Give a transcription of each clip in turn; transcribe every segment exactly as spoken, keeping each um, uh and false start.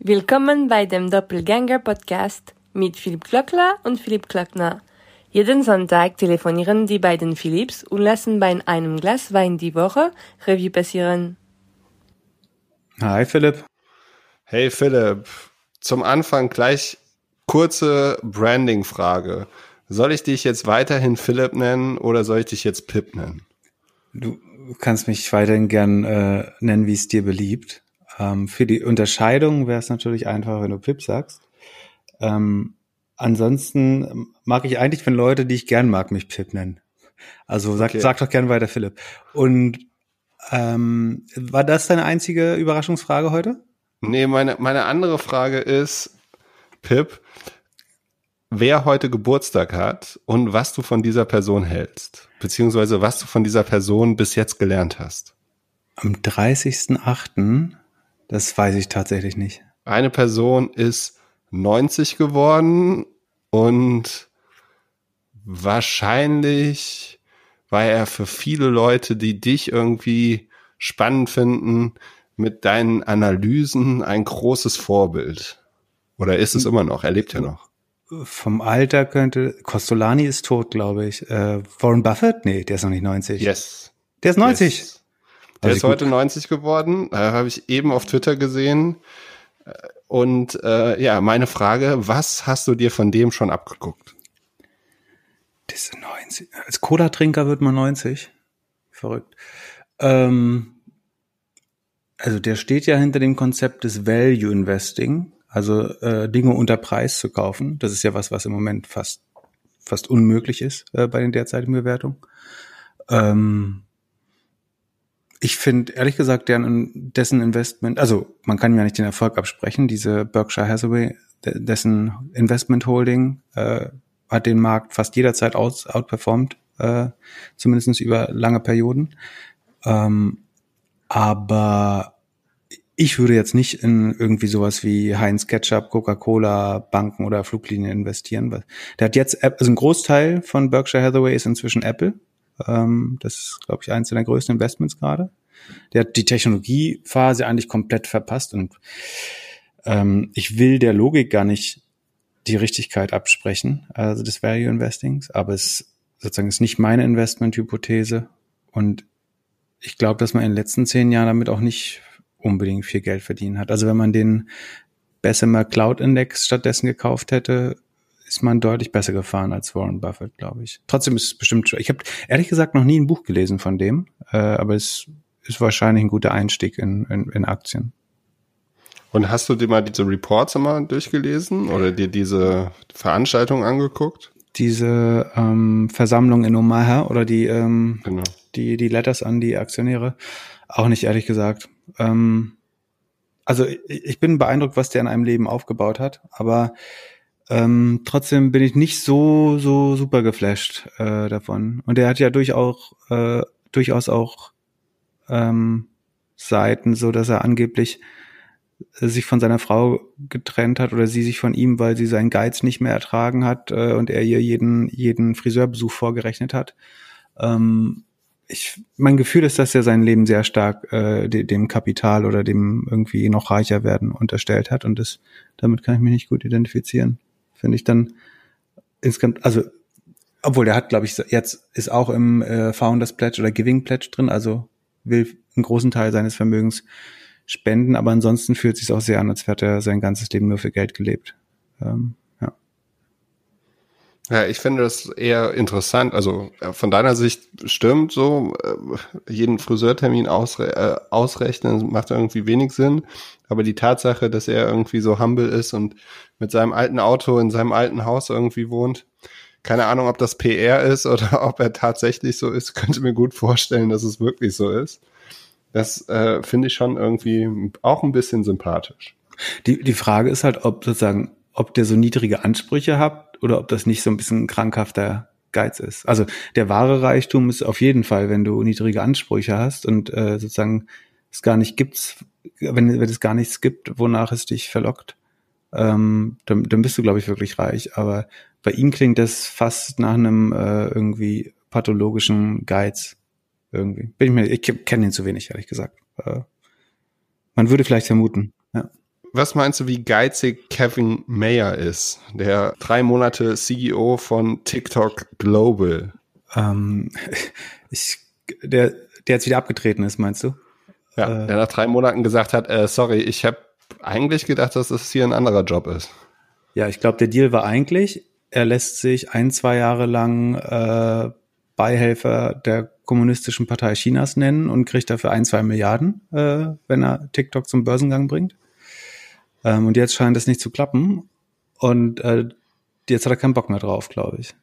Willkommen bei dem Doppelgänger-Podcast mit Philipp Klöckler und Philipp Klöckner. Jeden Sonntag telefonieren die beiden Philipps und lassen bei einem Glas Wein die Woche Revue passieren. Hi Philipp. Hey Philipp, zum Anfang gleich kurze Branding-Frage. Soll ich dich jetzt weiterhin Philipp nennen oder soll ich dich jetzt Pip nennen? Du kannst mich weiterhin gern äh, nennen, wie es dir beliebt. Ähm, für die Unterscheidung wäre es natürlich einfach, wenn du Pip sagst. Ähm, ansonsten mag ich eigentlich, wenn Leute, die ich gern mag, mich Pip nennen. Also sag, okay. sag doch gern weiter Philipp. Und ähm, war das deine einzige Überraschungsfrage heute? Nee, meine, meine andere Frage ist, Pip, wer heute Geburtstag hat und was du von dieser Person hältst, beziehungsweise was du von dieser Person bis jetzt gelernt hast. Am dreißigsten achten Das weiß ich tatsächlich nicht. Eine Person ist neunzig geworden und wahrscheinlich war er für viele Leute, die dich irgendwie spannend finden, mit deinen Analysen ein großes Vorbild. Oder ist es immer noch? Er lebt ja noch. Vom Alter könnte, Costolani ist tot, glaube ich. Äh, Warren Buffett? Nee, der ist noch nicht neunzig. Yes. Der ist neunzig. Yes. Der also ist heute gut. neunzig geworden, äh, habe ich eben auf Twitter gesehen. Und äh, ja, meine Frage, was hast du dir von dem schon abgeguckt? Das ist neunzig. Als Cola-Trinker wird man neunzig. Verrückt. Ähm, also der steht ja hinter dem Konzept des Value Investing, also äh, Dinge unter Preis zu kaufen. Das ist ja was, was im Moment fast fast unmöglich ist äh, bei den derzeitigen Bewertungen. Ähm, Ich finde, ehrlich gesagt, deren, dessen Investment, also man kann ihm ja nicht den Erfolg absprechen, diese Berkshire Hathaway, dessen Investment Holding äh, hat den Markt fast jederzeit aus, outperformt, äh, zumindest über lange Perioden. Ähm, aber ich würde jetzt nicht in irgendwie sowas wie Heinz Ketchup, Coca-Cola, Banken oder Fluglinien investieren. Weil der hat jetzt, also ein Großteil von Berkshire Hathaway ist inzwischen Apple. Ähm, das ist, glaube ich, eines seiner größten Investments gerade. Der hat die Technologiephase eigentlich komplett verpasst und ähm, ich will der Logik gar nicht die Richtigkeit absprechen, also des Value Investings, aber es sozusagen ist nicht meine Investmenthypothese und ich glaube, dass man in den letzten zehn Jahren damit auch nicht unbedingt viel Geld verdient hat. Also wenn man den Bessemer Cloud Index stattdessen gekauft hätte, ist man deutlich besser gefahren als Warren Buffett, glaube ich. Trotzdem ist es bestimmt, ich habe ehrlich gesagt noch nie ein Buch gelesen von dem, äh, aber es ist wahrscheinlich ein guter Einstieg in, in, in Aktien. Und hast du dir mal diese Reports immer durchgelesen oder dir diese Veranstaltung angeguckt? Diese ähm, Versammlung in Omaha oder die, ähm, genau. die, die Letters an die Aktionäre? Auch nicht, ehrlich gesagt. Ähm, also ich, ich bin beeindruckt, was der in einem Leben aufgebaut hat, aber Ähm, trotzdem bin ich nicht so so super geflasht äh, davon. Und er hat ja durchaus äh, durchaus auch ähm, Seiten, so dass er angeblich äh, sich von seiner Frau getrennt hat oder sie sich von ihm, weil sie seinen Geiz nicht mehr ertragen hat äh, und er ihr jeden jeden Friseurbesuch vorgerechnet hat. Ähm, ich mein Gefühl ist, dass er sein Leben sehr stark äh, de, dem Kapital oder dem irgendwie noch reicher werden unterstellt hat und das damit kann ich mich nicht gut identifizieren. Finde ich dann insgesamt, also obwohl der hat, glaube ich, jetzt ist auch im äh, Founders Pledge oder Giving Pledge drin, also will einen großen Teil seines Vermögens spenden, aber ansonsten fühlt es sich auch sehr an, als hätte er sein ganzes Leben nur für Geld gelebt. Ähm, ja. Ja, ich finde das eher interessant, also von deiner Sicht stimmt so, jeden Friseurtermin ausre- äh, ausrechnen macht irgendwie wenig Sinn, aber die Tatsache, dass er irgendwie so humble ist und mit seinem alten Auto in seinem alten Haus irgendwie wohnt, keine Ahnung, ob das P R ist oder ob er tatsächlich so ist, könnte mir gut vorstellen, dass es wirklich so ist. Das äh, finde ich schon irgendwie auch ein bisschen sympathisch. Die, die Frage ist halt, ob sozusagen, ob der so niedrige Ansprüche hat oder ob das nicht so ein bisschen ein krankhafter Geiz ist. Also der wahre Reichtum ist auf jeden Fall, wenn du niedrige Ansprüche hast und äh, sozusagen es gar nicht gibt, wenn, wenn es gar nichts gibt, wonach es dich verlockt, ähm, dann, dann bist du, glaube ich, wirklich reich. Aber bei ihm klingt das fast nach einem äh, irgendwie pathologischen Geiz. Irgendwie. Bin ich mir, ich kenne ihn zu wenig, ehrlich gesagt. Äh, man würde vielleicht vermuten, ja. was meinst du, wie geizig Kevin Mayer ist? Der drei Monate C E O von TikTok Global. Ähm, ich, der, der jetzt wieder abgetreten ist, meinst du? Ja, äh, der nach drei Monaten gesagt hat, äh, sorry, ich habe eigentlich gedacht, dass das hier ein anderer Job ist. Ja, ich glaube, der Deal war eigentlich, er lässt sich ein, zwei Jahre lang äh, Beihelfer der Kommunistischen Partei Chinas nennen und kriegt dafür ein, zwei Milliarden, äh, wenn er TikTok zum Börsengang bringt. Ähm, und jetzt scheint es nicht zu klappen. Und äh, jetzt hat er keinen Bock mehr drauf, glaube ich.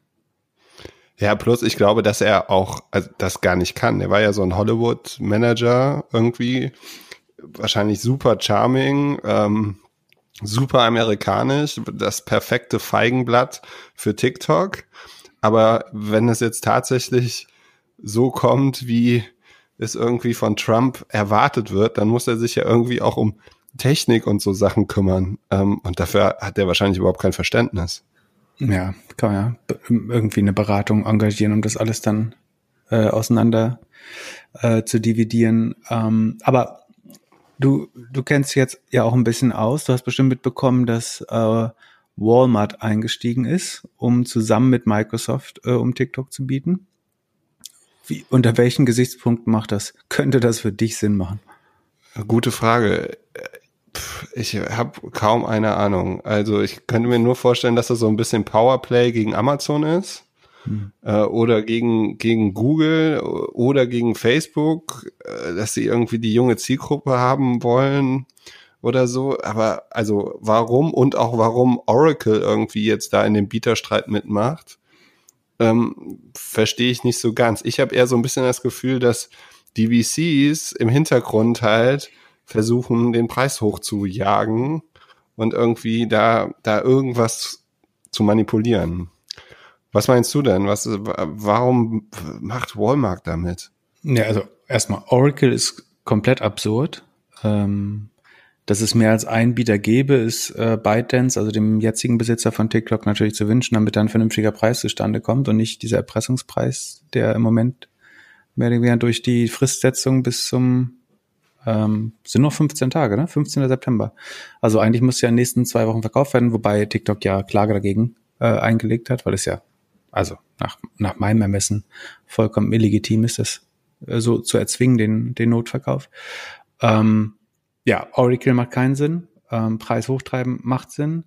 Ja, plus ich glaube, dass er auch also das gar nicht kann. Er war ja so ein Hollywood-Manager irgendwie, wahrscheinlich super charming, ähm, super amerikanisch, das perfekte Feigenblatt für TikTok. Aber wenn es jetzt tatsächlich so kommt, wie es irgendwie von Trump erwartet wird, dann muss er sich ja irgendwie auch um Technik und so Sachen kümmern. Ähm, und dafür hat er wahrscheinlich überhaupt kein Verständnis. Ja, kann man ja irgendwie eine Beratung engagieren, um das alles dann äh, auseinander äh, zu dividieren. Ähm, aber du du kennst jetzt ja auch ein bisschen aus. Du hast bestimmt mitbekommen, dass äh, Walmart eingestiegen ist, um zusammen mit Microsoft äh, um TikTok zu bieten. Wie, unter welchen Gesichtspunkten macht das? Könnte das für dich Sinn machen? Gute Frage. Ich habe kaum eine Ahnung. Also ich könnte mir nur vorstellen, dass das so ein bisschen Powerplay gegen Amazon ist. Hm. Äh, oder gegen gegen Google oder gegen Facebook, äh, dass sie irgendwie die junge Zielgruppe haben wollen oder so. Aber also warum und auch warum Oracle irgendwie jetzt da in dem Bieterstreit mitmacht, ähm, verstehe ich nicht so ganz. Ich habe eher so ein bisschen das Gefühl, dass die V Cs im Hintergrund halt versuchen, den Preis hoch zu jagen und irgendwie da da irgendwas zu manipulieren. Was meinst du denn? Was, warum macht Walmart damit? Ja, also erstmal, Oracle ist komplett absurd. Ähm, dass es mehr als einen Bieter gäbe, ist äh, ByteDance, also dem jetzigen Besitzer von TikTok, natürlich zu wünschen, damit da ein vernünftiger Preis zustande kommt und nicht dieser Erpressungspreis, der im Moment mehr oder weniger durch die Fristsetzung bis zum ähm, sind noch fünfzehn Tage, ne? fünfzehnten September. Also eigentlich muss ja in den nächsten zwei Wochen verkauft werden, wobei TikTok ja Klage dagegen äh, eingelegt hat, weil es ja, also nach nach meinem Ermessen vollkommen illegitim ist, das äh, so zu erzwingen, den den Notverkauf. Ähm, ja, Oracle macht keinen Sinn. Ähm, Preis hochtreiben macht Sinn.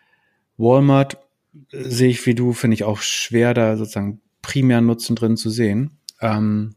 Walmart äh, sehe ich wie du, finde ich auch schwer, da sozusagen primär Nutzen drin zu sehen. Ähm,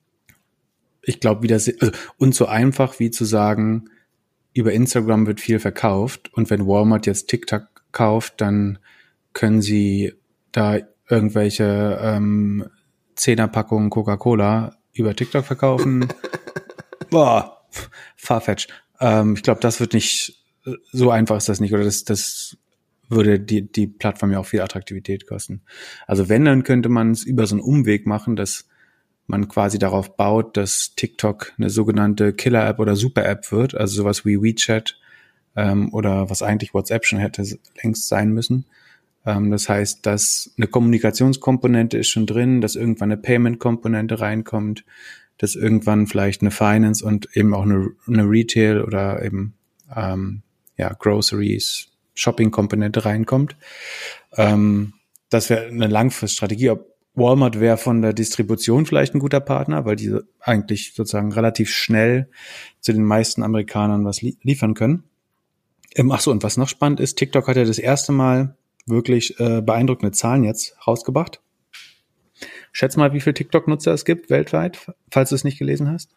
ich glaube, wieder also, und so einfach wie zu sagen, über Instagram wird viel verkauft und wenn Walmart jetzt TikTok kauft, dann können sie da irgendwelche ähm, Zehnerpackungen Coca-Cola über TikTok verkaufen. Boah, farfetch. Ähm, ich glaube, das wird nicht, so einfach ist das nicht, oder das, das würde die, die Plattform ja auch viel Attraktivität kosten. Also wenn, dann könnte man es über so einen Umweg machen, dass man quasi darauf baut, dass TikTok eine sogenannte Killer-App oder Super-App wird, also sowas wie WeChat ähm, oder was eigentlich WhatsApp schon hätte längst sein müssen. Ähm, das heißt, dass eine Kommunikationskomponente ist schon drin, dass irgendwann eine Payment-Komponente reinkommt, dass irgendwann vielleicht eine Finance und eben auch eine, eine Retail oder eben ähm, ja Groceries, Shopping-Komponente reinkommt. Ähm, das wäre eine Langfriststrategie. Ob Walmart wäre von der Distribution vielleicht ein guter Partner, weil die eigentlich sozusagen relativ schnell zu den meisten Amerikanern was li- liefern können. Ähm, ach so, und was noch spannend ist, TikTok hat ja das erste Mal wirklich äh, beeindruckende Zahlen jetzt rausgebracht. Schätz mal, wie viele TikTok-Nutzer es gibt weltweit, falls du es nicht gelesen hast.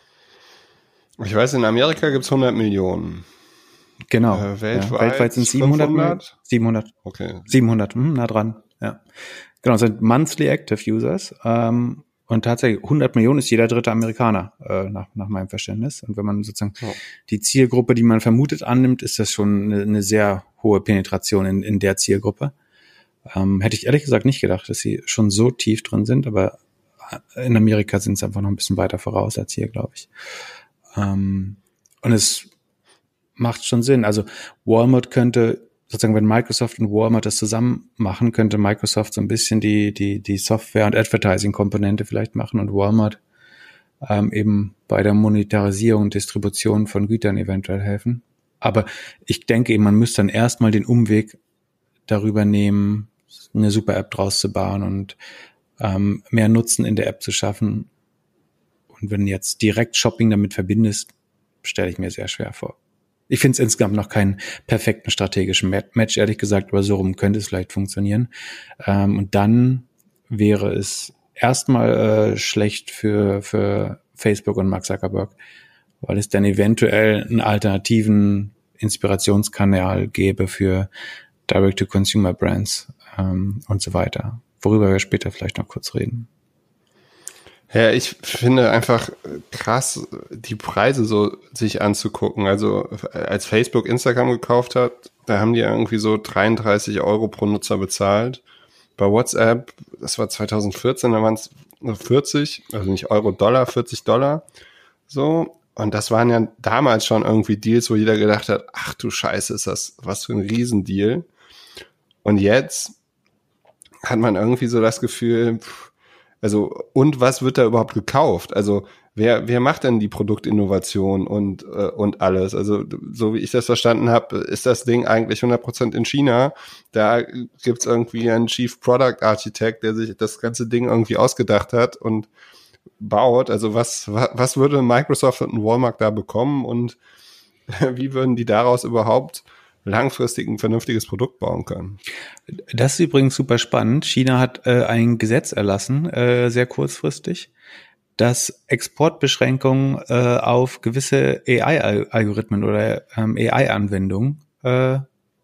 Ich weiß, in Amerika gibt es hundert Millionen. Genau. Äh, weltweit, ja, weltweit sind siebenhundert. fünfhundert? siebenhundert. Okay. siebenhundert, hm, nah dran. Ja. Genau, sind Monthly Active Users. Ähm, und tatsächlich hundert Millionen ist jeder dritte Amerikaner, äh, nach, nach meinem Verständnis. Und wenn man sozusagen oh. die Zielgruppe, die man vermutet, annimmt, ist das schon eine, eine sehr hohe Penetration in, in der Zielgruppe. Ähm, hätte ich ehrlich gesagt nicht gedacht, dass sie schon so tief drin sind, aber in Amerika sind sie einfach noch ein bisschen weiter voraus als hier, glaube ich. Ähm, und es macht schon Sinn. Also Walmart könnte, sozusagen, wenn Microsoft und Walmart das zusammen machen, könnte Microsoft so ein bisschen die die die Software- und Advertising-Komponente vielleicht machen und Walmart ähm, eben bei der Monetarisierung und Distribution von Gütern eventuell helfen. Aber ich denke eben, man müsste dann erstmal den Umweg darüber nehmen, eine super App draus zu bauen und ähm, mehr Nutzen in der App zu schaffen. Und wenn jetzt direkt Shopping damit verbindest, stelle ich mir sehr schwer vor. Ich finde es insgesamt noch keinen perfekten strategischen Match, ehrlich gesagt, aber so rum könnte es vielleicht funktionieren. Ähm, und dann wäre es erstmal äh, schlecht für für Facebook und Mark Zuckerberg, weil es dann eventuell einen alternativen Inspirationskanal gäbe für Direct-to-Consumer-Brands ähm, und so weiter, worüber wir später vielleicht noch kurz reden. Ja, ich finde einfach krass, die Preise so sich anzugucken. Also als Facebook Instagram gekauft hat, da haben die irgendwie so dreiunddreißig Euro pro Nutzer bezahlt. Bei WhatsApp, das war zwanzig vierzehn, da waren es vierzig, also nicht Euro, Dollar, vierzig Dollar. So. Und das waren ja damals schon irgendwie Deals, wo jeder gedacht hat, ach du Scheiße, ist das was für ein Riesendeal. Und jetzt hat man irgendwie so das Gefühl, pff, also, und was wird da überhaupt gekauft? Also, wer wer macht denn die Produktinnovation und äh, und alles? Also, so wie ich das verstanden habe, ist das Ding eigentlich hundert Prozent in China. Da gibt's irgendwie einen Chief Product Architect, der sich das ganze Ding irgendwie ausgedacht hat und baut. Also, was was, was würde Microsoft und ein Walmart da bekommen und wie würden die daraus überhaupt langfristig ein vernünftiges Produkt bauen können? Das ist übrigens super spannend. China hat äh, ein Gesetz erlassen, äh, sehr kurzfristig, das Exportbeschränkungen äh, auf gewisse A I-Algorithmen oder ähm, A I-Anwendungen äh,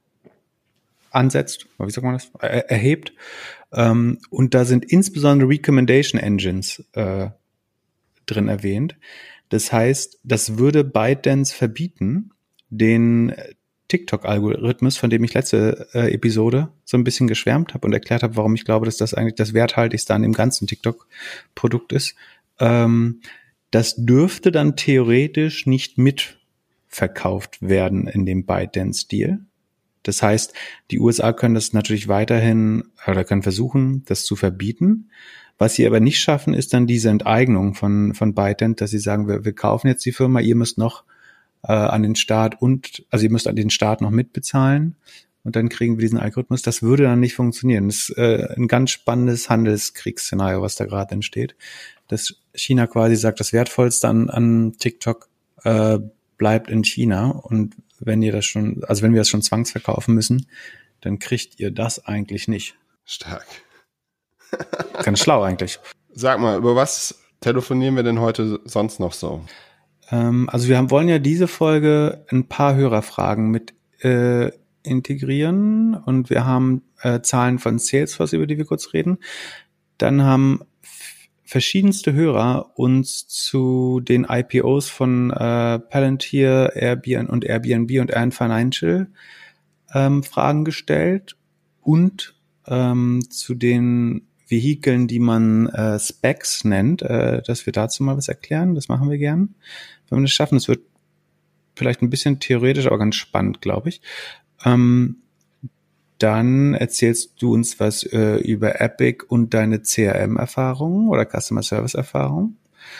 ansetzt, wie sagt man das, er, erhebt. Ähm, und da sind insbesondere Recommendation Engines äh, drin erwähnt. Das heißt, das würde ByteDance verbieten, den TikTok-Algorithmus, von dem ich letzte äh, Episode so ein bisschen geschwärmt habe und erklärt habe, warum ich glaube, dass das eigentlich das Werthaltigste an dem ganzen TikTok-Produkt ist. Ähm, das dürfte dann theoretisch nicht mitverkauft werden in dem ByteDance-Deal. Das heißt, die U S A können das natürlich weiterhin oder können versuchen, das zu verbieten. Was sie aber nicht schaffen, ist dann diese Enteignung von von ByteDance, dass sie sagen, wir, wir kaufen jetzt die Firma, ihr müsst noch äh, an den Staat und, also ihr müsst an den Staat noch mitbezahlen und dann kriegen wir diesen Algorithmus. Das würde dann nicht funktionieren. Das ist äh, ein ganz spannendes Handelskriegsszenario, was da gerade entsteht. Dass China quasi sagt, das Wertvollste an, an TikTok äh, bleibt in China und wenn ihr das schon, also wenn wir das schon zwangsverkaufen müssen, dann kriegt ihr das eigentlich nicht. Stark. Ganz schlau eigentlich. Sag mal, über was telefonieren wir denn heute sonst noch so? Ähm, also wir haben, wollen ja diese Folge ein paar Hörerfragen mit äh, integrieren und wir haben äh, Zahlen von Salesforce, über die wir kurz reden. Dann haben f- verschiedenste Hörer uns zu den I P Os von äh, Palantir, Airbnb und Airbnb und Ant Financial ähm, Fragen gestellt und ähm, zu den Vehikeln, die man äh, Specs nennt, äh, dass wir dazu mal was erklären. Das machen wir gern, wenn wir das schaffen. Das wird vielleicht ein bisschen theoretisch, aber ganz spannend, glaube ich. Ähm, dann erzählst du uns was äh, über Epic und deine C R M-Erfahrungen oder Customer Service-Erfahrungen.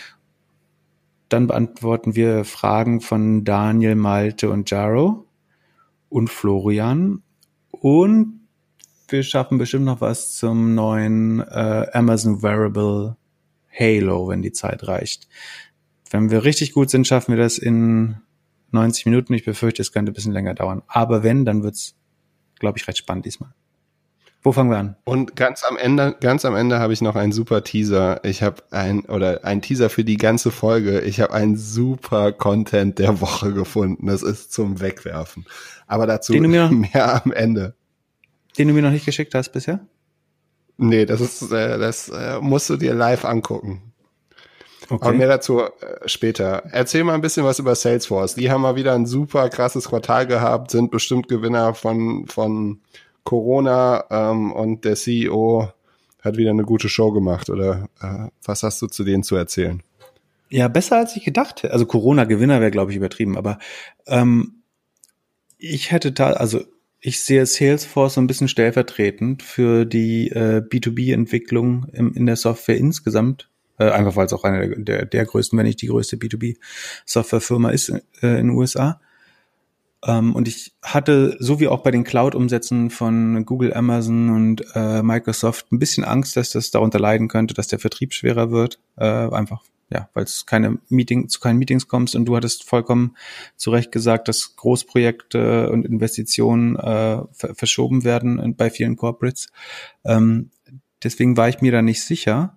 Dann beantworten wir Fragen von Daniel, Malte und Jaro und Florian. Und wir schaffen bestimmt noch was zum neuen äh, Amazon Wearable Halo, wenn die Zeit reicht. Wenn wir richtig gut sind, schaffen wir das in neunzig Minuten. Ich befürchte, es könnte ein bisschen länger dauern. Aber wenn, dann wird's, glaube ich, recht spannend diesmal. Wo fangen wir an? Und ganz am Ende, ganz am Ende habe ich noch einen super Teaser. Ich habe ein oder ein Teaser für die ganze Folge. Ich habe einen super Content der Woche gefunden. Das ist zum Wegwerfen. Aber dazu mehr am Ende. Den du mir noch nicht geschickt hast bisher? Nee, das ist, äh, das äh, musst du dir live angucken. Okay. Aber mehr dazu äh, später. Erzähl mal ein bisschen was über Salesforce. Die haben mal wieder ein super krasses Quartal gehabt, sind bestimmt Gewinner von von Corona ähm, und der C E O hat wieder eine gute Show gemacht. Oder äh, was hast du zu denen zu erzählen? Ja, besser als ich gedacht hätte. Also Corona-Gewinner wäre, glaube ich, übertrieben. Aber ähm, ich hätte da, also ich sehe Salesforce so ein bisschen stellvertretend für die äh, B zwei B-Entwicklung im, in der Software insgesamt. Äh, einfach weil es auch eine der, der größten, wenn nicht die größte B zwei B-Softwarefirma ist äh, in den U S A. Ähm, und ich hatte, so wie auch bei den Cloud-Umsätzen von Google, Amazon und äh, Microsoft, ein bisschen Angst, dass das darunter leiden könnte, dass der Vertrieb schwerer wird. Äh, einfach, ja, weil es keine Meeting, zu keinen Meetings kommst. Und du hattest vollkommen zu Recht gesagt, dass Großprojekte und Investitionen äh, ver- verschoben werden bei vielen Corporates. Ähm, deswegen war ich mir da nicht sicher.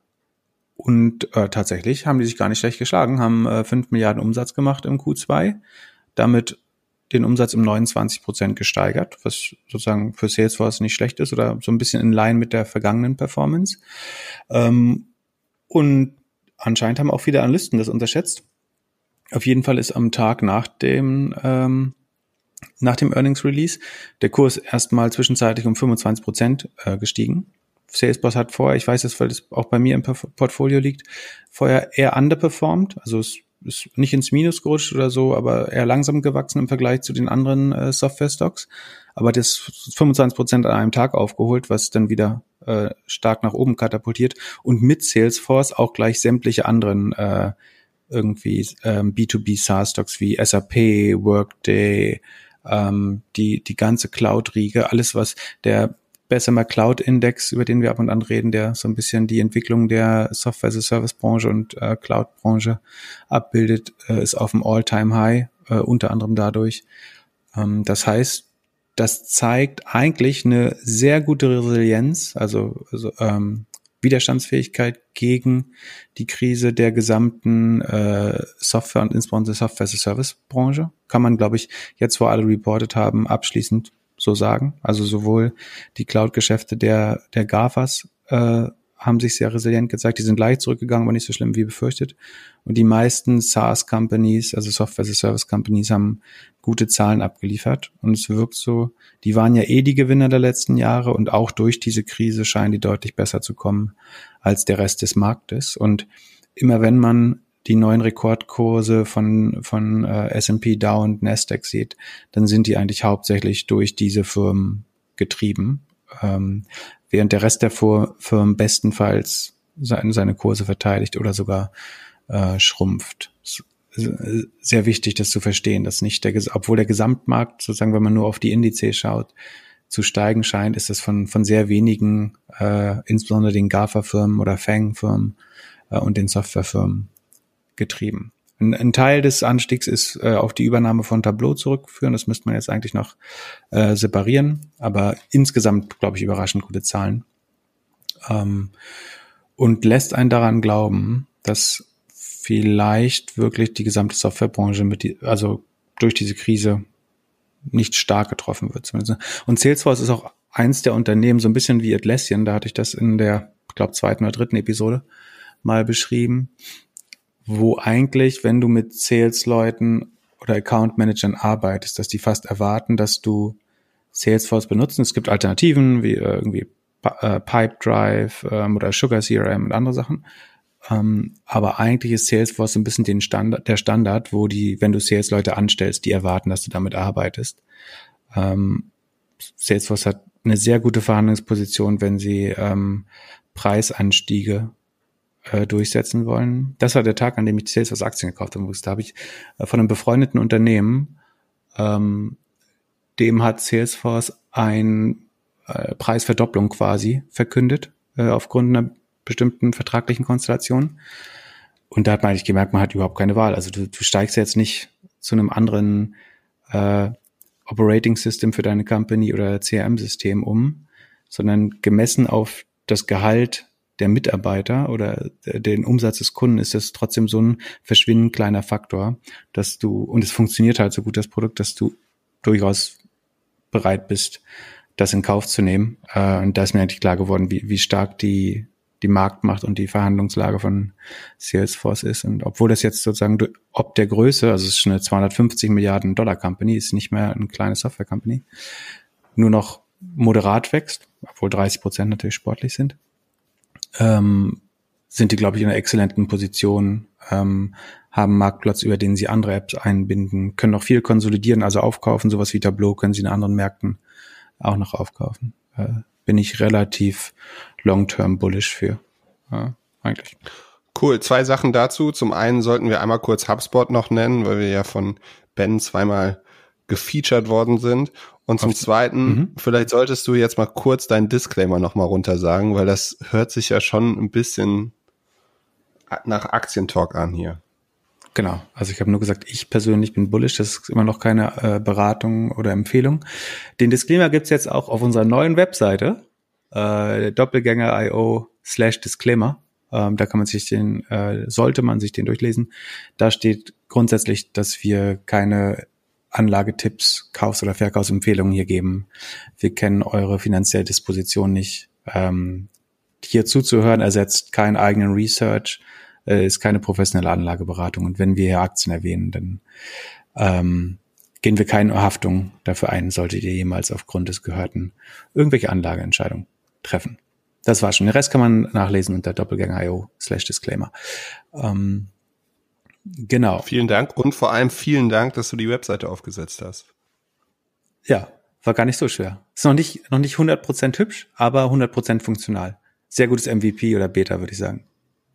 Und äh, tatsächlich haben die sich gar nicht schlecht geschlagen, haben äh, fünf Milliarden Umsatz gemacht im Q zwei, damit den Umsatz um neunundzwanzig Prozent gesteigert, was sozusagen für Salesforce nicht schlecht ist oder so ein bisschen in line mit der vergangenen Performance. Ähm, und anscheinend haben auch viele Analysten das unterschätzt. Auf jeden Fall ist am Tag nach dem ähm, nach dem Earnings Release der Kurs erstmal zwischenzeitlich um fünfundzwanzig Prozent äh, gestiegen. Salesforce hat vorher, ich weiß das, weil das auch bei mir im Portfolio liegt, vorher eher underperformed, also es ist nicht ins Minus gerutscht oder so, aber eher langsam gewachsen im Vergleich zu den anderen äh, Software-Stocks. Aber das fünfundzwanzig Prozent an einem Tag aufgeholt, was dann wieder äh, stark nach oben katapultiert und mit Salesforce auch gleich sämtliche anderen äh, irgendwie ähm, B zwei B SaaS-Stocks wie S A P, Workday, ähm, die die ganze Cloud-Riege, alles was der Bessemer Cloud-Index, über den wir ab und an reden, der so ein bisschen die Entwicklung der Software-as-a-Service-Branche und äh, Cloud-Branche abbildet, äh, ist auf dem All-Time-High, äh, unter anderem dadurch. Ähm, das heißt, das zeigt eigentlich eine sehr gute Resilienz, also, also ähm, Widerstandsfähigkeit gegen die Krise der gesamten äh, Software und insbesondere Software-as-a-Service-Branche. Kann man, glaube ich, jetzt, wo alle reported haben, abschließend so sagen. Also sowohl die Cloud-Geschäfte der der GAFAs äh, haben sich sehr resilient gezeigt. Die sind leicht zurückgegangen, aber nicht so schlimm wie befürchtet. Und die meisten SaaS-Companies, also Software-as-a-Service-Companies, haben gute Zahlen abgeliefert. Und es wirkt so, die waren ja eh die Gewinner der letzten Jahre und auch durch diese Krise scheinen die deutlich besser zu kommen als der Rest des Marktes. Und immer wenn man die neuen Rekordkurse von von äh, S and P, Dow und Nasdaq sieht, dann sind die eigentlich hauptsächlich durch diese Firmen getrieben, ähm, während der Rest der Firmen bestenfalls seine, seine Kurse verteidigt oder sogar äh, schrumpft. Sehr wichtig, das zu verstehen, dass nicht der, obwohl der Gesamtmarkt, sozusagen, wenn man nur auf die Indizes schaut, zu steigen scheint, ist das von von sehr wenigen, äh, insbesondere den GAFA-Firmen oder Fang-Firmen äh, und den Softwarefirmen getrieben. Ein, ein Teil des Anstiegs ist äh, auf die Übernahme von Tableau zurückzuführen. Das müsste man jetzt eigentlich noch äh, separieren. Aber insgesamt, glaube ich, überraschend gute Zahlen. Ähm, und lässt einen daran glauben, dass vielleicht wirklich die gesamte Softwarebranche mit die, also durch diese Krise nicht stark getroffen wird. Zumindest. Und Salesforce ist auch eins der Unternehmen, so ein bisschen wie Atlassian. Da hatte ich das in der, ich glaube, zweiten oder dritten Episode mal beschrieben, wo eigentlich, wenn du mit Sales-Leuten oder Account-Managern arbeitest, dass die fast erwarten, dass du Salesforce benutzt. Es gibt Alternativen wie äh, irgendwie äh, Pipedrive ähm, oder Sugar C R M und andere Sachen. Ähm, aber eigentlich ist Salesforce so ein bisschen den Standard, der Standard, wo die, wenn du Sales-Leute anstellst, die erwarten, dass du damit arbeitest. Ähm, Salesforce hat eine sehr gute Verhandlungsposition, wenn sie ähm, Preisanstiege durchsetzen wollen. Das war der Tag, an dem ich Salesforce Aktien gekauft habe. Da habe ich von einem befreundeten Unternehmen, ähm, dem hat Salesforce eine äh, Preisverdopplung quasi verkündet, äh, aufgrund einer bestimmten vertraglichen Konstellation. Und da hat man eigentlich gemerkt, man hat überhaupt keine Wahl. Also du, du steigst jetzt nicht zu einem anderen äh, Operating System für deine Company oder C R M-System um, sondern gemessen auf das Gehalt der Mitarbeiter oder den Umsatz des Kunden ist das trotzdem so ein verschwindend kleiner Faktor, dass du, und es funktioniert halt so gut, das Produkt, dass du durchaus bereit bist, das in Kauf zu nehmen. Und da ist mir eigentlich klar geworden, wie, wie stark die, die Marktmacht und die Verhandlungslage von Salesforce ist. Und obwohl das jetzt sozusagen, ob der Größe, also es ist eine zweihundertfünfzig Milliarden Dollar Company, ist nicht mehr eine kleine Software Company, nur noch moderat wächst, obwohl dreißig Prozent natürlich sportlich sind. Ähm, sind die, glaube ich, in einer exzellenten Position, ähm, haben Marktplatz, über den sie andere Apps einbinden, können noch viel konsolidieren, also aufkaufen, sowas wie Tableau können sie in anderen Märkten auch noch aufkaufen. Äh, bin ich relativ long-term bullish für, äh, eigentlich. Cool, zwei Sachen dazu. Zum einen sollten wir einmal kurz HubSpot noch nennen, weil wir ja von Ben zweimal gefeatured worden sind. Und zum Zweiten, mhm. vielleicht solltest du jetzt mal kurz deinen Disclaimer nochmal runter sagen, weil das hört sich ja schon ein bisschen nach Aktientalk an hier. Genau, also ich habe nur gesagt, ich persönlich bin bullish, das ist immer noch keine äh, Beratung oder Empfehlung. Den Disclaimer gibt's jetzt auch auf unserer neuen Webseite, äh, doppelgänger.io slash Disclaimer. Ähm, da kann man sich den, äh, sollte man sich den durchlesen. Da steht grundsätzlich, dass wir keine Anlagetipps, Kaufs- oder Verkaufsempfehlungen hier geben. Wir kennen eure finanzielle Disposition nicht. Ähm, hier zuzuhören ersetzt keinen eigenen Research, äh, ist keine professionelle Anlageberatung. Und wenn wir hier Aktien erwähnen, dann ähm, gehen wir keine Haftung dafür ein, solltet ihr jemals aufgrund des Gehörten irgendwelche Anlageentscheidungen treffen. Das war schon. Den Rest kann man nachlesen unter doppelgänger.io slash Disclaimer. Ähm, Genau. Vielen Dank und vor allem vielen Dank, dass du die Webseite aufgesetzt hast. Ja, war gar nicht so schwer. Ist noch nicht, noch nicht hundert Prozent hübsch, aber hundert Prozent funktional. Sehr gutes M V P oder Beta, würde ich sagen.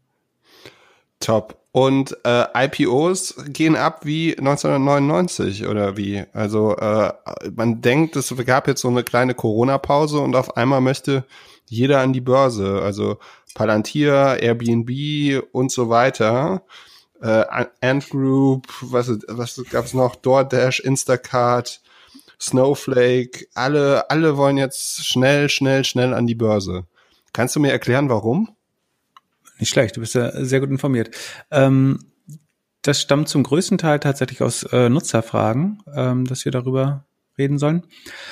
Top. Und äh, I P Os gehen ab wie neunzehnhundertneunundneunzig oder wie? Also äh, man denkt, es gab jetzt so eine kleine Corona-Pause und auf einmal möchte jeder an die Börse. Also Palantir, Airbnb und so weiter. Uh, Ant Group, was, was gab's noch? DoorDash, Instacart, Snowflake, alle, alle wollen jetzt schnell, schnell, schnell an die Börse. Kannst du mir erklären, warum? Nicht schlecht, du bist ja sehr gut informiert. Ähm, das stammt zum größten Teil tatsächlich aus äh, Nutzerfragen, ähm, dass wir darüber reden sollen.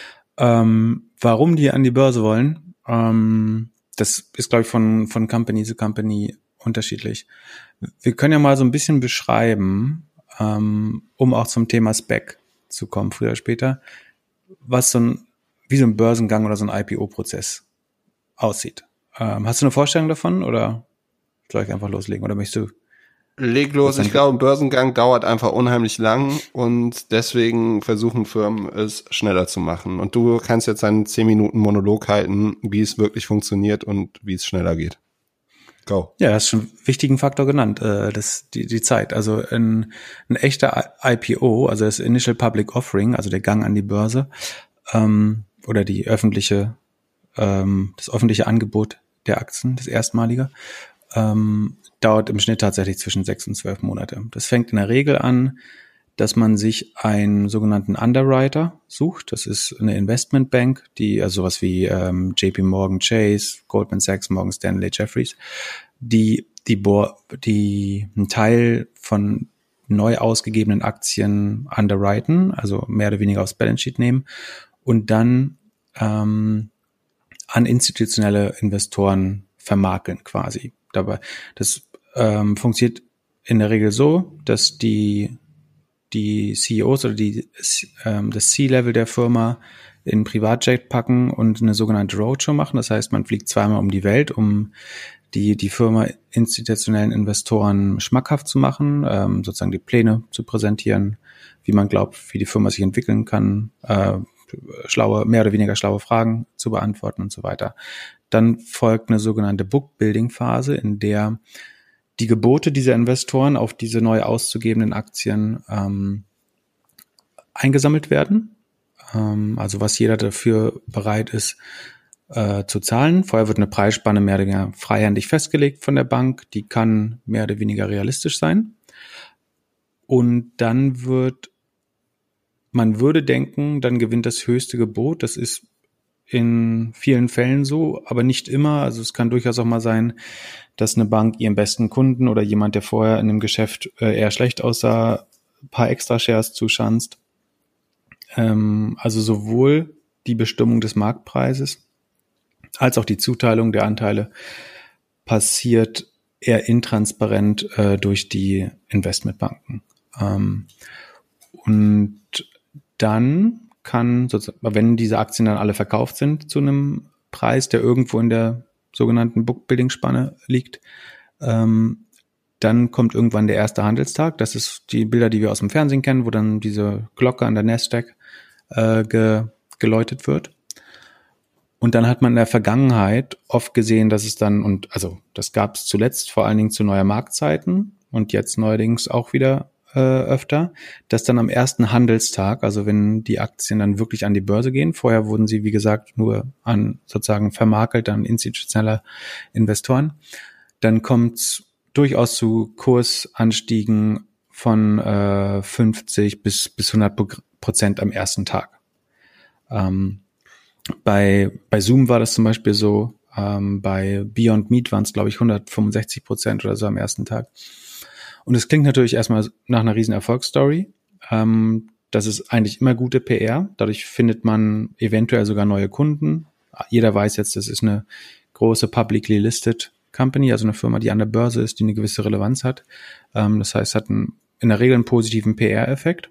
Ähm, warum die an die Börse wollen, ähm, das ist, glaube ich, von, von Company zu Company unterschiedlich. Wir können ja mal so ein bisschen beschreiben, ähm, um auch zum Thema Spec zu kommen, früher oder später, was so ein, wie so ein Börsengang oder so ein I P O-Prozess aussieht. Ähm, hast du eine Vorstellung davon oder soll ich einfach loslegen oder möchtest du? Leg los. Ich glaube, ein Börsengang dauert einfach unheimlich lang und deswegen versuchen Firmen es schneller zu machen. Und du kannst jetzt einen zehn Minuten Monolog halten, wie es wirklich funktioniert und wie es schneller geht. Go. Ja, das ist schon einen wichtigen Faktor genannt, äh, das, die, die Zeit. Also ein, ein echter I P O, also das Initial Public Offering, also der Gang an die Börse, ähm, oder die öffentliche, ähm, das öffentliche Angebot der Aktien, das erstmalige, ähm, dauert im Schnitt tatsächlich zwischen sechs und zwölf Monate. Das fängt in der Regel an, dass man sich einen sogenannten Underwriter sucht. Das ist eine Investmentbank, die also sowas wie ähm, J P Morgan Chase, Goldman Sachs, Morgan Stanley, Jefferies, die die, Bo- die einen Teil von neu ausgegebenen Aktien underwriten, also mehr oder weniger aufs Balance Sheet nehmen und dann ähm, an institutionelle Investoren vermakeln quasi. Dabei das ähm, funktioniert in der Regel so, dass die die C E Os oder die ähm, das C-Level der Firma in Privatjet packen und eine sogenannte Roadshow machen. Das heißt, man fliegt zweimal um die Welt, um die die Firma institutionellen Investoren schmackhaft zu machen, ähm, sozusagen die Pläne zu präsentieren, wie man glaubt, wie die Firma sich entwickeln kann, äh, schlaue, mehr oder weniger schlaue Fragen zu beantworten und so weiter. Dann folgt eine sogenannte Book-Building-Phase, in der die Gebote dieser Investoren auf diese neu auszugebenden Aktien ähm, eingesammelt werden. Ähm, also was jeder dafür bereit ist äh, zu zahlen. Vorher wird eine Preisspanne mehr oder weniger freihändig festgelegt von der Bank. Die kann mehr oder weniger realistisch sein. Und dann wird, man würde denken, dann gewinnt das höchste Gebot. Das ist in vielen Fällen so, aber nicht immer. Also es kann durchaus auch mal sein, dass eine Bank ihrem besten Kunden oder jemand, der vorher in einem Geschäft äh, eher schlecht aussah, ein paar Extra-Shares zuschanzt. Ähm, also sowohl die Bestimmung des Marktpreises als auch die Zuteilung der Anteile passiert eher intransparent äh, durch die Investmentbanken. Ähm, und dann kann, wenn diese Aktien dann alle verkauft sind zu einem Preis, der irgendwo in der sogenannten Book-Building-Spanne liegt, ähm, dann kommt irgendwann der erste Handelstag. Das ist die Bilder, die wir aus dem Fernsehen kennen, wo dann diese Glocke an der Nasdaq äh, ge, geläutet wird. Und dann hat man in der Vergangenheit oft gesehen, dass es dann, und also das gab es zuletzt vor allen Dingen zu neuer Marktzeiten und jetzt neuerdings auch wieder äh, öfter, dass dann am ersten Handelstag, also wenn die Aktien dann wirklich an die Börse gehen, vorher wurden sie, wie gesagt, nur an sozusagen vermakelt an institutionelle Investoren, dann kommt es durchaus zu Kursanstiegen von äh, fünfzig bis bis hundert Prozent am ersten Tag. Ähm, bei bei Zoom war das zum Beispiel so, ähm, bei Beyond Meat waren es, glaube ich, hundertfünfundsechzig Prozent oder so am ersten Tag. Und es klingt natürlich erstmal nach einer riesen Erfolgsstory. Ähm, das ist eigentlich immer gute P R. Dadurch findet man eventuell sogar neue Kunden. Jeder weiß jetzt, das ist eine große publicly listed Company, also eine Firma, die an der Börse ist, die eine gewisse Relevanz hat. Ähm, das heißt, hat einen, in der Regel einen positiven P R-Effekt.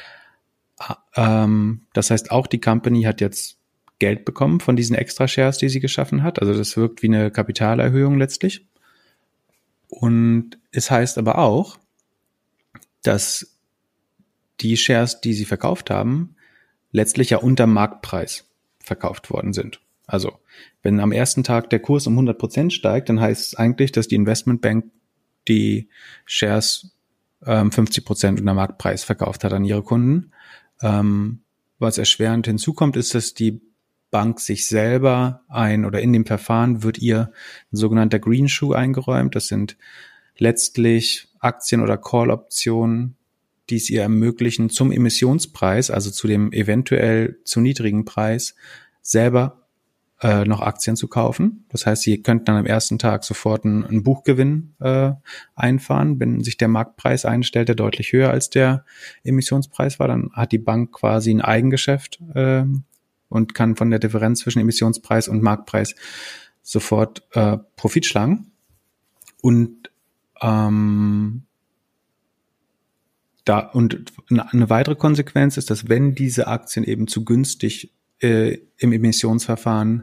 Ähm, das heißt, auch die Company hat jetzt Geld bekommen von diesen Extra-Shares, die sie geschaffen hat. Also das wirkt wie eine Kapitalerhöhung letztlich. Und es heißt aber auch, dass die Shares, die sie verkauft haben, letztlich ja unter Marktpreis verkauft worden sind. Also wenn am ersten Tag der Kurs um hundert Prozent steigt, dann heißt es eigentlich, dass die Investmentbank die Shares ähm, fünfzig Prozent unter Marktpreis verkauft hat an ihre Kunden. Ähm, was erschwerend hinzukommt, ist, dass die Bank sich selber ein oder in dem Verfahren wird ihr ein sogenannter Green Shoe eingeräumt. Das sind letztlich Aktien oder Call-Optionen, die es ihr ermöglichen, zum Emissionspreis, also zu dem eventuell zu niedrigen Preis, selber äh, noch Aktien zu kaufen. Das heißt, sie könnten dann am ersten Tag sofort einen, einen Buchgewinn äh, einfahren. Wenn sich der Marktpreis einstellt, der deutlich höher als der Emissionspreis war, dann hat die Bank quasi ein Eigengeschäft äh, und kann von der Differenz zwischen Emissionspreis und Marktpreis sofort äh, Profit schlagen. Und ähm, da und eine weitere Konsequenz ist, dass wenn diese Aktien eben zu günstig äh, im Emissionsverfahren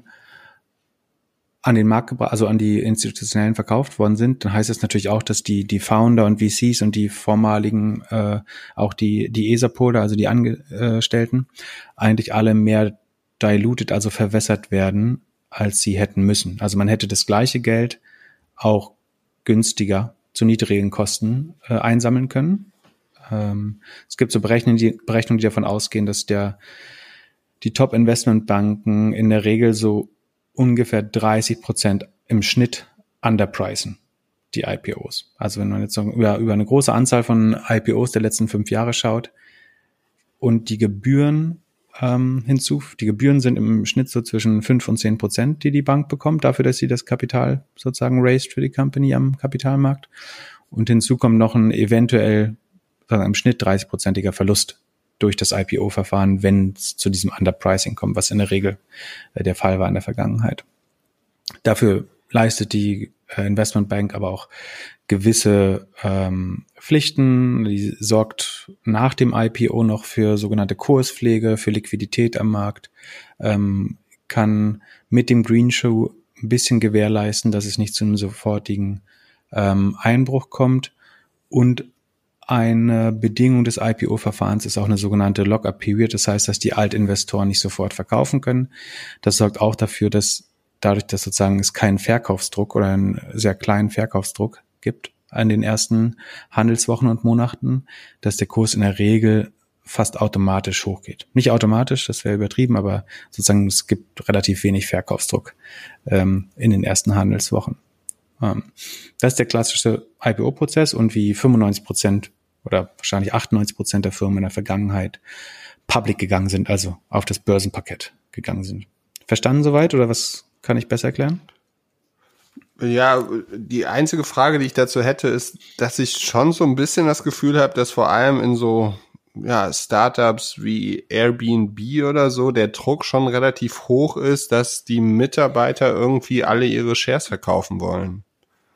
an den Markt gebracht, also an die Institutionellen verkauft worden sind, dann heißt es natürlich auch, dass die die Founder und V Cs und die vormaligen äh, auch die die E S A P-Holder, also die Angestellten, eigentlich alle mehr diluted, also verwässert werden, als sie hätten müssen. Also man hätte das gleiche Geld auch günstiger zu niedrigen Kosten äh, einsammeln können. Ähm, es gibt so Berechnungen, die, Berechnungen, die davon ausgehen, dass der die Top-Investmentbanken in der Regel so ungefähr dreißig Prozent im Schnitt underpricen, die I P Os. Also wenn man jetzt so über, über eine große Anzahl von I P Os der letzten fünf Jahre schaut und die Gebühren ähm, hinzu, die Gebühren sind im Schnitt so zwischen fünf und zehn Prozent, die die Bank bekommt, dafür, dass sie das Kapital sozusagen raised für die Company am Kapitalmarkt. Und hinzu kommt noch ein eventuell sagen, im Schnitt dreißig-prozentiger Verlust durch das I P O-Verfahren, wenn es zu diesem Underpricing kommt, was in der Regel äh, der Fall war in der Vergangenheit. Dafür leistet die äh, Investmentbank aber auch gewisse ähm, Pflichten. Die sorgt nach dem I P O noch für sogenannte Kurspflege, für Liquidität am Markt, ähm, kann mit dem Green Shoe ein bisschen gewährleisten, dass es nicht zu einem sofortigen ähm, Einbruch kommt. Und eine Bedingung des I P O-Verfahrens ist auch eine sogenannte Lock-up-Period. Das heißt, dass die Altinvestoren nicht sofort verkaufen können. Das sorgt auch dafür, dass dadurch, dass sozusagen es keinen Verkaufsdruck oder einen sehr kleinen Verkaufsdruck gibt an den ersten Handelswochen und Monaten, dass der Kurs in der Regel fast automatisch hochgeht. Nicht automatisch, das wäre übertrieben, aber sozusagen es gibt relativ wenig Verkaufsdruck ähm, in den ersten Handelswochen. Ähm, das ist der klassische I P O-Prozess und wie fünfundneunzig Prozent oder wahrscheinlich achtundneunzig Prozent der Firmen in der Vergangenheit public gegangen sind, also auf das Börsenparkett gegangen sind. Verstanden soweit oder was kann ich besser erklären? Ja, die einzige Frage, die ich dazu hätte, ist, dass ich schon so ein bisschen das Gefühl habe, dass vor allem in so ja Startups wie Airbnb oder so der Druck schon relativ hoch ist, dass die Mitarbeiter irgendwie alle ihre Shares verkaufen wollen.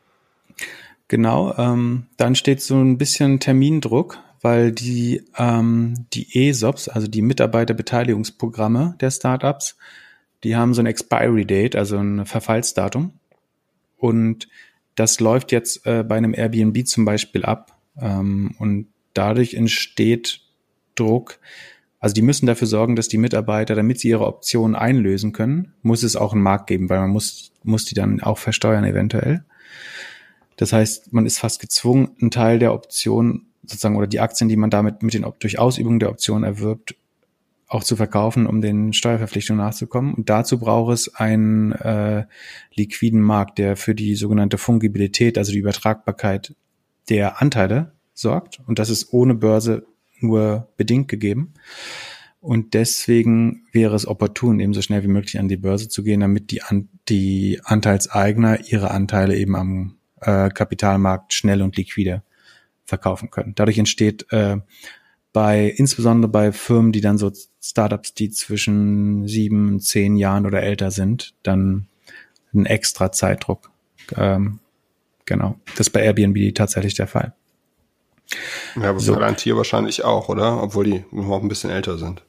Genau, ähm, dann steht so ein bisschen Termindruck, weil die ähm, die E S O Ps, also die Mitarbeiterbeteiligungsprogramme der Startups, die haben so ein Expiry Date, also ein Verfallsdatum. Und das läuft jetzt äh, bei einem Airbnb zum Beispiel ab. Ähm, und dadurch entsteht Druck. Also die müssen dafür sorgen, dass die Mitarbeiter, damit sie ihre Optionen einlösen können, muss es auch einen Markt geben, weil man muss, muss die dann auch versteuern eventuell. Das heißt, man ist fast gezwungen, einen Teil der Optionen sozusagen oder die Aktien, die man damit mit den durch Ausübung der Option erwirbt, auch zu verkaufen, um den Steuerverpflichtungen nachzukommen. Und dazu braucht es einen äh, liquiden Markt, der für die sogenannte Fungibilität, also die Übertragbarkeit der Anteile sorgt. Und das ist ohne Börse nur bedingt gegeben. Und deswegen wäre es opportun, eben so schnell wie möglich an die Börse zu gehen, damit die, An- die Anteilseigner ihre Anteile eben am äh, Kapitalmarkt schnell und liquide verkaufen können. Dadurch entsteht äh, bei, insbesondere bei Firmen, die dann so Startups, die zwischen sieben, zehn Jahren oder älter sind, dann ein extra Zeitdruck. Ähm, genau. Das ist bei Airbnb tatsächlich der Fall. Ja, aber So. Palantir wahrscheinlich auch, oder? Obwohl die noch ein bisschen älter sind.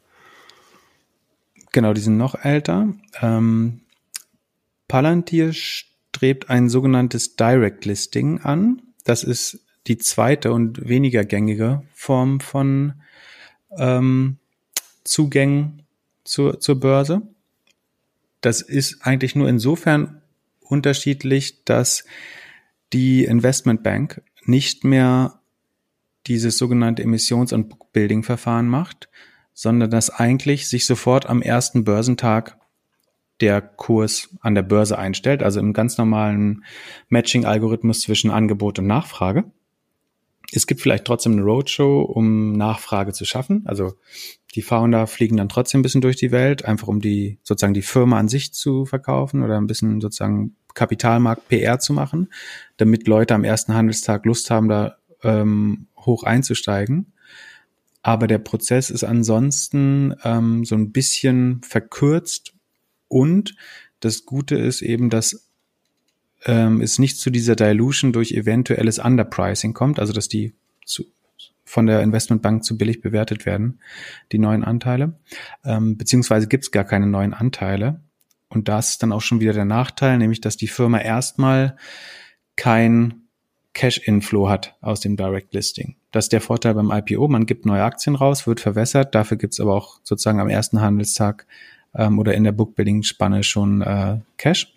Genau, die sind noch älter. Ähm, Palantir strebt ein sogenanntes Direct Listing an. Das ist die zweite und weniger gängige Form von ähm, Zugängen zur, zur Börse. Das ist eigentlich nur insofern unterschiedlich, dass die Investmentbank nicht mehr dieses sogenannte Emissions- und Bookbuilding-Verfahren macht, sondern dass eigentlich sich sofort am ersten Börsentag der Kurs an der Börse einstellt, also im ganz normalen Matching-Algorithmus zwischen Angebot und Nachfrage. Es gibt vielleicht trotzdem eine Roadshow, um Nachfrage zu schaffen. Also die Founder fliegen dann trotzdem ein bisschen durch die Welt, einfach um die sozusagen die Firma an sich zu verkaufen oder ein bisschen sozusagen Kapitalmarkt-P R zu machen, damit Leute am ersten Handelstag Lust haben, da ähm, hoch einzusteigen. Aber der Prozess ist ansonsten ähm, so ein bisschen verkürzt und das Gute ist eben, dass ähm, es nicht zu dieser Dilution durch eventuelles Underpricing kommt, also dass die zu, von der Investmentbank zu billig bewertet werden, die neuen Anteile, ähm, beziehungsweise gibt es gar keine neuen Anteile. Und das ist dann auch schon wieder der Nachteil, nämlich dass die Firma erstmal kein Cash-Inflow hat aus dem Direct Listing. Das ist der Vorteil beim I P O. Man gibt neue Aktien raus, wird verwässert. Dafür gibt es aber auch sozusagen am ersten Handelstag ähm, oder in der Bookbuilding-Spanne schon äh, Cash.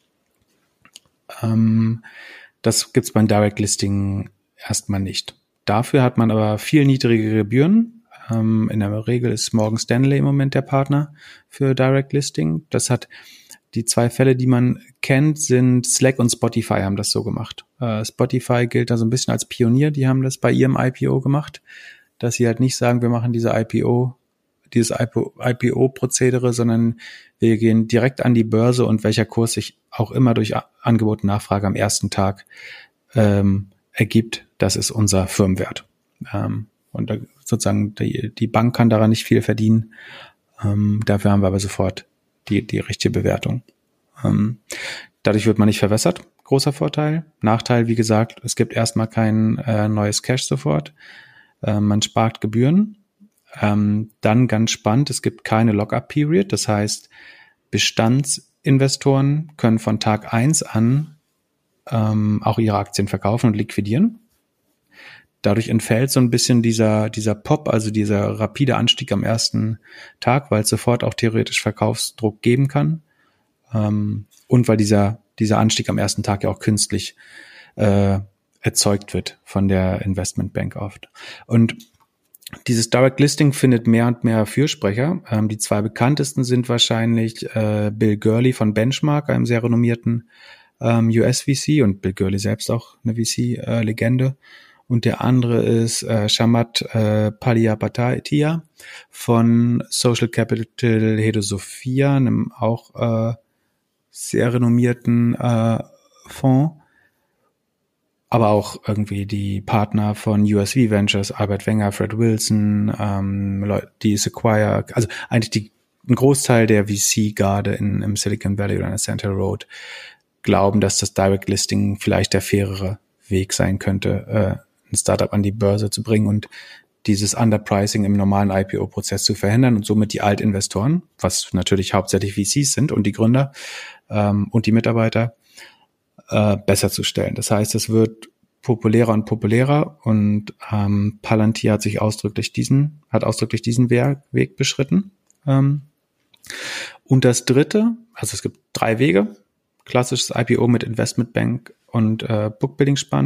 Ähm, das gibt es beim Direct Listing erstmal nicht. Dafür hat man aber viel niedrigere Gebühren. Ähm, in der Regel ist Morgan Stanley im Moment der Partner für Direct Listing. Das hat die zwei Fälle, die man kennt, sind Slack und Spotify haben das so gemacht. Äh, Spotify gilt da so ein bisschen als Pionier. Die haben das bei ihrem I P O gemacht, dass sie halt nicht sagen, wir machen diese I P O, dieses I P O-Prozedere, sondern wir gehen direkt an die Börse und welcher Kurs sich auch immer durch Angebot und Nachfrage am ersten Tag ähm, ergibt, das ist unser Firmenwert. Ähm, und da sozusagen die, die Bank kann daran nicht viel verdienen. Ähm, dafür haben wir aber sofort die, die richtige Bewertung. Ähm, dadurch wird man nicht verwässert. Großer Vorteil. Nachteil, wie gesagt, es gibt erstmal kein äh, neues Cash sofort. Äh, man spart Gebühren. Ähm, dann ganz spannend, es gibt keine Lock-up-Period. Das heißt, Bestandsinvestoren können von Tag eins an ähm, auch ihre Aktien verkaufen und liquidieren. Dadurch entfällt so ein bisschen dieser dieser Pop, also dieser rapide Anstieg am ersten Tag, weil es sofort auch theoretisch Verkaufsdruck geben kann ähm, und weil dieser dieser Anstieg am ersten Tag ja auch künstlich äh, erzeugt wird von der Investmentbank oft. Und dieses Direct Listing findet mehr und mehr Fürsprecher. Ähm, die zwei bekanntesten sind wahrscheinlich äh, Bill Gurley von Benchmark, einem sehr renommierten ähm, U S V C, und Bill Gurley selbst auch eine V C-Legende. Und der andere ist äh, Shamat äh, Palihapitiya von Social Capital Hedosophia, einem auch äh, sehr renommierten äh, Fonds. Aber auch irgendwie die Partner von U S V Ventures, Albert Wenger, Fred Wilson, ähm, die Sequoia, also eigentlich die, ein Großteil der V C-Garde in, im Silicon Valley oder in der Central Road glauben, dass das Direct Listing vielleicht der fairere Weg sein könnte, äh, ein Startup an die Börse zu bringen und dieses Underpricing im normalen I P O-Prozess zu verhindern und somit die Altinvestoren, was natürlich hauptsächlich V Cs sind und die Gründer ähm, und die Mitarbeiter, äh, besser zu stellen. Das heißt, es wird populärer und populärer und ähm, Palantir hat sich ausdrücklich diesen, hat ausdrücklich diesen Weg, Weg beschritten. Ähm, und das dritte, also es gibt drei Wege, klassisches I P O mit Investmentbank und äh, Bookbuilding-Spanne,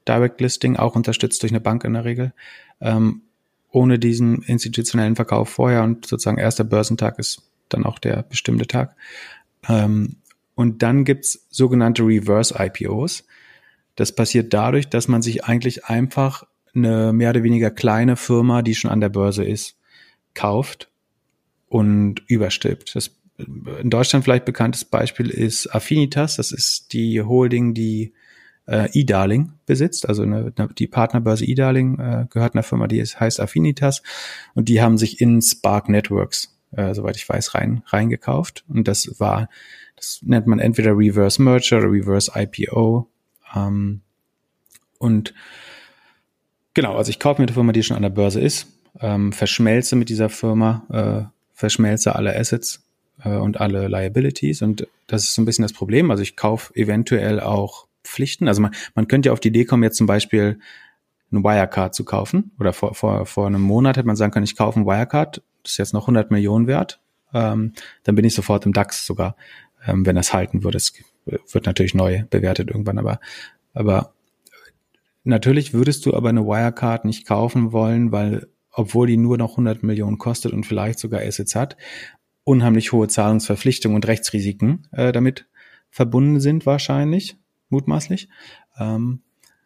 Direct Listing, auch unterstützt durch eine Bank in der Regel, ähm, ohne diesen institutionellen Verkauf vorher und sozusagen erster Börsentag ist dann auch der bestimmte Tag. Ähm, und dann gibt's sogenannte Reverse I P Os. Das passiert dadurch, dass man sich eigentlich einfach eine mehr oder weniger kleine Firma, die schon an der Börse ist, kauft und überstülpt. Das in Deutschland vielleicht bekanntes Beispiel ist Affinitas. Das ist die Holding, die äh, eDarling besitzt. Also eine, eine, die Partnerbörse eDarling äh, gehört einer Firma, die ist, heißt Affinitas. Und die haben sich in Spark Networks, äh, soweit ich weiß, rein reingekauft. Und das war, das nennt man entweder Reverse Merger oder Reverse I P O. Ähm, und genau, also ich kaufe mir eine Firma, die schon an der Börse ist, ähm, verschmelze mit dieser Firma, äh, verschmelze alle Assets äh, und alle Liabilities und das ist so ein bisschen das Problem. Also ich kaufe eventuell auch Pflichten. Also man, man könnte ja auf die Idee kommen, jetzt zum Beispiel ein Wirecard zu kaufen oder vor, vor, vor einem Monat hätte man sagen können, ich kaufe ein Wirecard, das ist jetzt noch hundert Millionen wert, ähm, dann bin ich sofort im DAX sogar, ähm, wenn das halten würde. Es wird natürlich neu bewertet irgendwann, aber, aber natürlich würdest du aber eine Wirecard nicht kaufen wollen, weil obwohl die nur noch hundert Millionen kostet und vielleicht sogar Assets hat, unheimlich hohe Zahlungsverpflichtungen und Rechtsrisiken äh, damit verbunden sind wahrscheinlich, mutmaßlich. Ähm,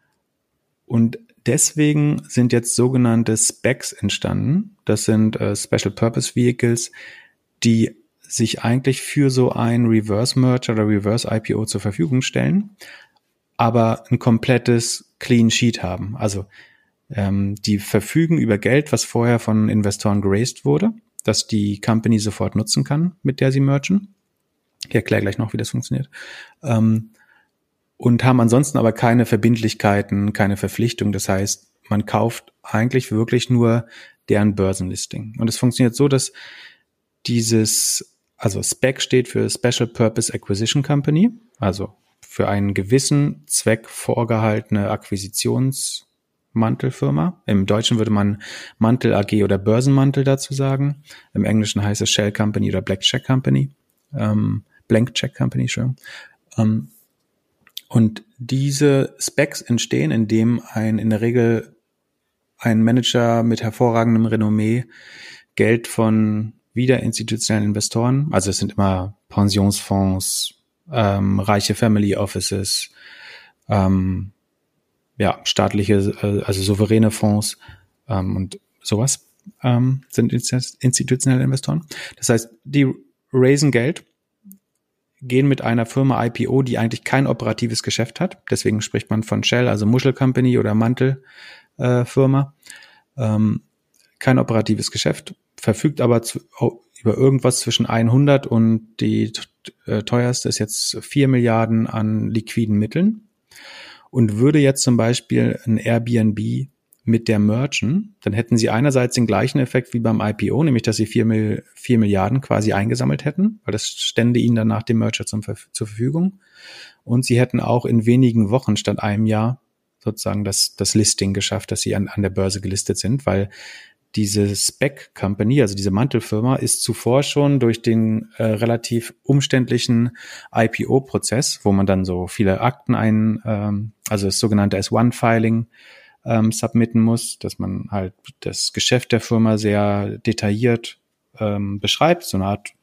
und deswegen sind jetzt sogenannte Specs entstanden. Das sind äh, Special Purpose Vehicles, die sich eigentlich für so ein Reverse Merger oder Reverse I P O zur Verfügung stellen, aber ein komplettes Clean Sheet haben. Also ähm, die verfügen über Geld, was vorher von Investoren geraced wurde, dass die Company sofort nutzen kann, mit der sie mergen. Ich erkläre gleich noch, wie das funktioniert. Ähm, und haben ansonsten aber keine Verbindlichkeiten, keine Verpflichtung. Das heißt, man kauft eigentlich wirklich nur deren Börsenlisting. Und es funktioniert so, dass dieses, also Spec steht für Special Purpose Acquisition Company, also für einen gewissen Zweck vorgehaltene Akquisitionsmantelfirma. Im Deutschen würde man Mantel A G oder Börsenmantel dazu sagen. Im Englischen heißt es Shell Company oder Black Check Company. Ähm, Blank Check Company, schon. Ähm, und diese Specs entstehen, indem ein in der Regel ein Manager mit hervorragendem Renommee Geld von wieder institutionellen Investoren, also es sind immer Pensionsfonds, ähm, reiche Family Offices, ähm, ja, staatliche, äh, also souveräne Fonds ähm, und sowas ähm, sind institutionelle Investoren. Das heißt, die raisen Geld, gehen mit einer Firma I P O, die eigentlich kein operatives Geschäft hat. Deswegen spricht man von Shell, also Muschel Company oder Mantelfirma. Äh, ähm, kein operatives Geschäft, verfügt aber zu, oh, über irgendwas zwischen hundert und die äh, teuerste ist jetzt vier Milliarden an liquiden Mitteln und würde jetzt zum Beispiel ein Airbnb mit der mergen, dann hätten sie einerseits den gleichen Effekt wie beim I P O, nämlich dass sie vier Milliarden quasi eingesammelt hätten, weil das stände ihnen dann nach dem Merger zum, zur Verfügung. Und sie hätten auch in wenigen Wochen statt einem Jahr sozusagen das, das Listing geschafft, dass sie an, an der Börse gelistet sind, weil diese Spec-Company, also diese Mantelfirma, ist zuvor schon durch den äh, relativ umständlichen I P O-Prozess, wo man dann so viele Akten ein, ähm, also das sogenannte S eins Filing ähm, submitten muss, dass man halt das Geschäft der Firma sehr detailliert ähm, beschreibt, so eine Art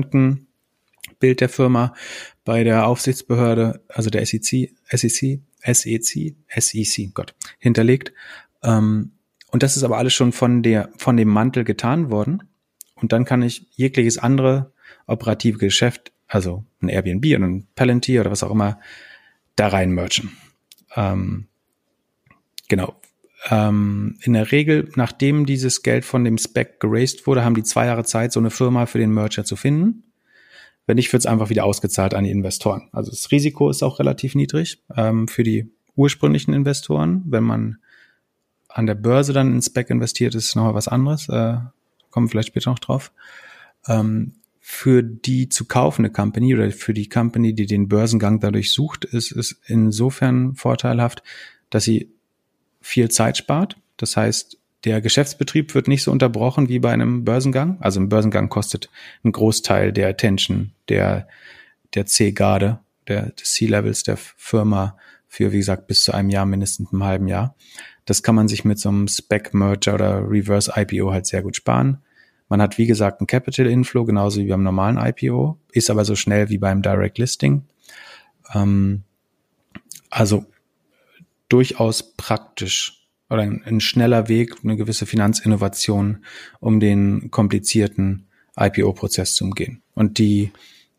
Röntgenbild der Firma bei der Aufsichtsbehörde, also der S E C, S E C, S E C, S E C, Gott, hinterlegt. Ähm, Und das ist aber alles schon von der, von dem Mantel getan worden. Und dann kann ich jegliches andere operative Geschäft, also ein Airbnb oder ein Palantir oder was auch immer, da rein mergen. Ähm, genau. Ähm, in der Regel, nachdem dieses Geld von dem Spec geraced wurde, haben die zwei Jahre Zeit, so eine Firma für den Merger zu finden. Wenn nicht, wird es einfach wieder ausgezahlt an die Investoren. Also das Risiko ist auch relativ niedrig ähm, für die ursprünglichen Investoren. Wenn man an der Börse dann in Spec investiert, ist nochmal was anderes. Äh, kommen wir vielleicht später noch drauf. Ähm, für die zu kaufende Company oder für die Company, die den Börsengang dadurch sucht, ist es insofern vorteilhaft, dass sie viel Zeit spart. Das heißt, der Geschäftsbetrieb wird nicht so unterbrochen wie bei einem Börsengang. Also ein Börsengang kostet einen Großteil der Attention, der, der C-Garde, der, des C-Levels der Firma für, wie gesagt, bis zu einem Jahr, mindestens einem halben Jahr. Das kann man sich mit so einem Spec-Merger oder Reverse-I P O halt sehr gut sparen. Man hat, wie gesagt, ein Capital-Inflow, genauso wie beim normalen I P O, ist aber so schnell wie beim Direct Listing. Ähm, also durchaus praktisch oder ein, ein schneller Weg, eine gewisse Finanzinnovation, um den komplizierten I P O-Prozess zu umgehen. Und die,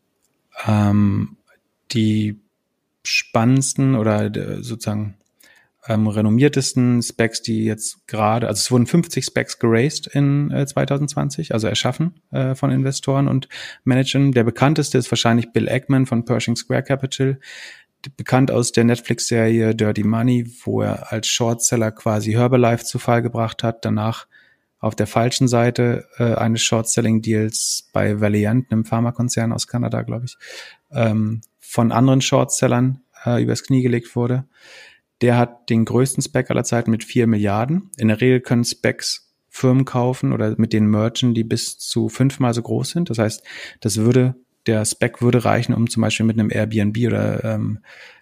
ähm, die spannendsten oder sozusagen ähm, renommiertesten Specs, die jetzt gerade, also es wurden fünfzig Specs geraced in äh, zwanzig zwanzig, also erschaffen äh, von Investoren und Managern. Der bekannteste ist wahrscheinlich Bill Ackman von Pershing Square Capital, bekannt aus der Netflix-Serie Dirty Money, wo er als Shortseller quasi Herbalife zu Fall gebracht hat, danach auf der falschen Seite äh, eines Short-Selling-Deals bei Valeant, einem Pharmakonzern aus Kanada, glaube ich, ähm, von anderen Shortsellern äh, übers Knie gelegt wurde. Der hat den größten Spec aller Zeiten mit vier Milliarden. In der Regel können Specs Firmen kaufen oder mit denen mergen, die bis zu fünfmal so groß sind. Das heißt, das würde, der Spec würde reichen, um zum Beispiel mit einem Airbnb oder ähm,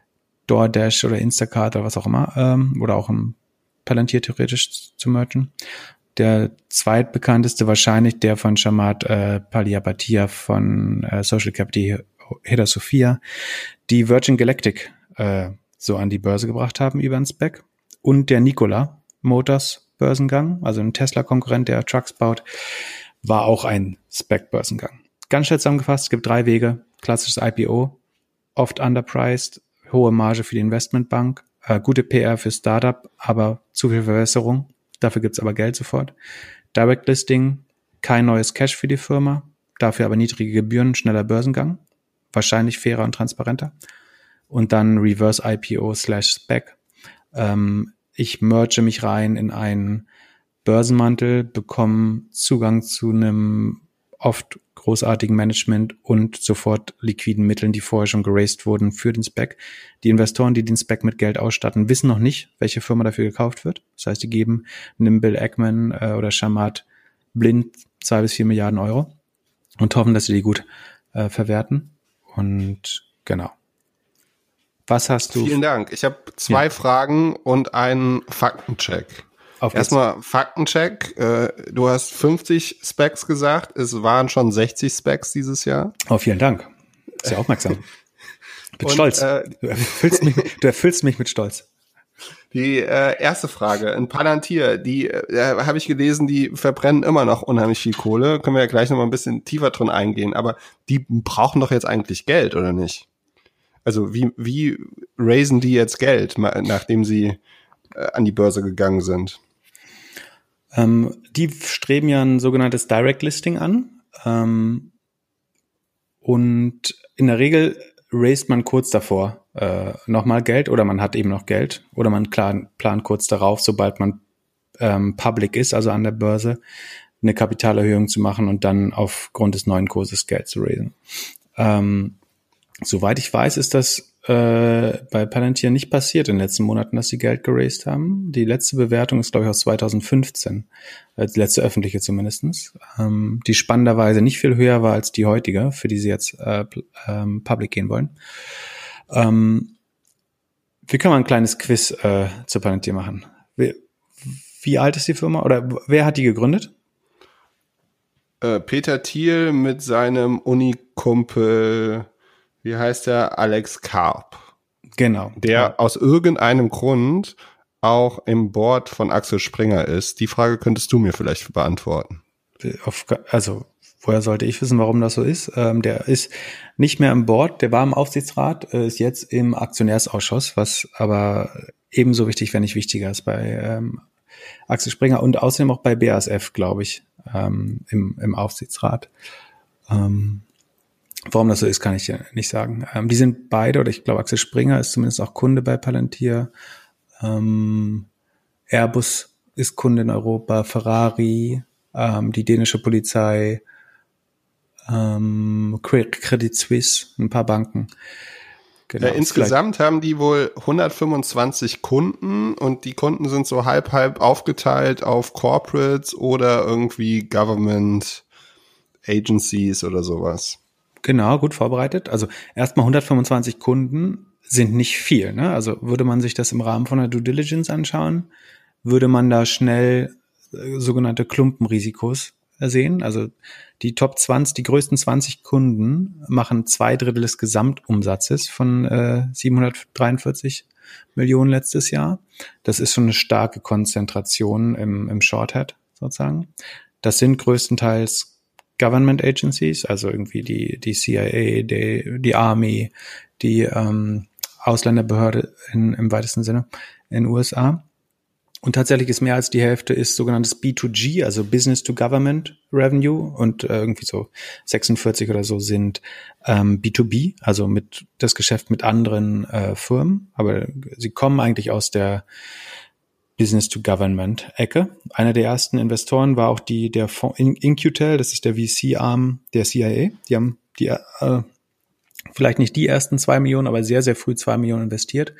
DoorDash oder Instacart oder was auch immer, ähm, oder auch im Palantir theoretisch zu mergen. Der zweitbekannteste wahrscheinlich der von Shamat äh, Palihapitiya von äh, Social Capital Heda Sophia, die Virgin Galactic äh, so an die Börse gebracht haben über einen Spec, und der Nikola Motors Börsengang, also ein Tesla-Konkurrent, der Trucks baut, war auch ein Spec-Börsengang. Ganz schnell zusammengefasst, es gibt drei Wege: klassisches I P O, oft underpriced, hohe Marge für die Investmentbank, äh, gute P R für Startup, aber zu viel Verwässerung, dafür gibt's aber Geld sofort. Direct Listing, kein neues Cash für die Firma, dafür aber niedrige Gebühren, schneller Börsengang, wahrscheinlich fairer und transparenter. Und dann Reverse I P O slash Spec. Ähm, ich merge mich rein in einen Börsenmantel, bekomme Zugang zu einem oft großartigen Management und sofort liquiden Mitteln, die vorher schon geraced wurden für den Spec. Die Investoren, die den Spec mit Geld ausstatten, wissen noch nicht, welche Firma dafür gekauft wird. Das heißt, die geben einem Bill Ackman äh, oder Shamat blind zwei bis vier Milliarden Euro und hoffen, dass sie die gut äh, verwerten. Und genau. Was hast du? Vielen Dank. Ich habe zwei ja. Fragen und einen Faktencheck. Auf Erstmal Faktencheck. Äh, du hast fünfzig Specs gesagt. Es waren schon sechzig Specs dieses Jahr. Oh, vielen Dank. Sehr aufmerksam. Ich bin und, stolz. Äh, du, erfüllst mich, du erfüllst mich mit Stolz. Die äh, erste Frage. In Palantir, die äh, habe ich gelesen, die verbrennen immer noch unheimlich viel Kohle. Können wir ja gleich noch mal ein bisschen tiefer drin eingehen. Aber die brauchen doch jetzt eigentlich Geld, oder nicht? Also wie wie raisen die jetzt Geld, nachdem sie äh, an die Börse gegangen sind? Ähm, die streben ja ein sogenanntes Direct Listing an. Ähm, und in der Regel raised man kurz davor äh, nochmal Geld, oder man hat eben noch Geld, oder man plan, plant kurz darauf, sobald man ähm, public ist, also an der Börse, eine Kapitalerhöhung zu machen und dann aufgrund des neuen Kurses Geld zu raisen. Ähm, Soweit ich weiß, ist das äh, bei Palantir nicht passiert in den letzten Monaten, dass sie Geld geraced haben. Die letzte Bewertung ist, glaube ich, aus zwanzig fünfzehn, äh, die letzte öffentliche zumindest, ähm, die spannenderweise nicht viel höher war als die heutige, für die sie jetzt äh, ähm, public gehen wollen. Ähm, wie kann man ein kleines Quiz äh, zu Palantir machen? Wie, wie alt ist die Firma, oder wer hat die gegründet? Äh, Peter Thiel mit seinem Unikumpel, wie heißt der? Alex Karp. Genau. Der ja. aus irgendeinem Grund auch im Board von Axel Springer ist. Die Frage könntest du mir vielleicht beantworten. Auf, also, woher sollte ich wissen, warum das so ist? Ähm, der ist nicht mehr im Board, der war im Aufsichtsrat, äh, ist jetzt im Aktionärsausschuss, was aber ebenso wichtig, wenn nicht wichtiger ist bei ähm, Axel Springer und außerdem auch bei B A S F, glaube ich, ähm, im, im Aufsichtsrat. Ähm, Warum das so ist, kann ich ja nicht sagen. Ähm, die sind beide, oder ich glaube, Axel Springer ist zumindest auch Kunde bei Palantir. Ähm, Airbus ist Kunde in Europa, Ferrari, ähm, die dänische Polizei, ähm, Credit Suisse, ein paar Banken. Genau, ja, insgesamt vielleicht haben die wohl hundertfünfundzwanzig Kunden, und die Kunden sind so halb, halb aufgeteilt auf Corporates oder irgendwie Government Agencies oder sowas. Genau, gut vorbereitet. Also erstmal hundertfünfundzwanzig Kunden, sind nicht viel. Ne? Also würde man sich das im Rahmen von einer Due Diligence anschauen, würde man da schnell äh, sogenannte Klumpenrisikos sehen. Also die Top zwanzig, die größten zwanzig Kunden machen zwei Drittel des Gesamtumsatzes von äh, siebenhundertdreiundvierzig Millionen letztes Jahr. Das ist schon eine starke Konzentration im, im Shorthead sozusagen. Das sind größtenteils Government Agencies, also irgendwie die, die C I A, die, die Army, die ähm, Ausländerbehörde in, im weitesten Sinne in den U S A. Und tatsächlich ist mehr als die Hälfte ist sogenanntes B zwei G, also Business to Government Revenue, und äh, irgendwie so sechsundvierzig oder so sind ähm, B zwei B, also mit das Geschäft mit anderen äh, Firmen. Aber sie kommen eigentlich aus der Business to Government Ecke. Einer der ersten Investoren war auch die der Fonds In- In-Q-Tel, das ist der V C-Arm der C I A. Die haben die äh, vielleicht nicht die ersten zwei Millionen, aber sehr, sehr früh zwei Millionen investiert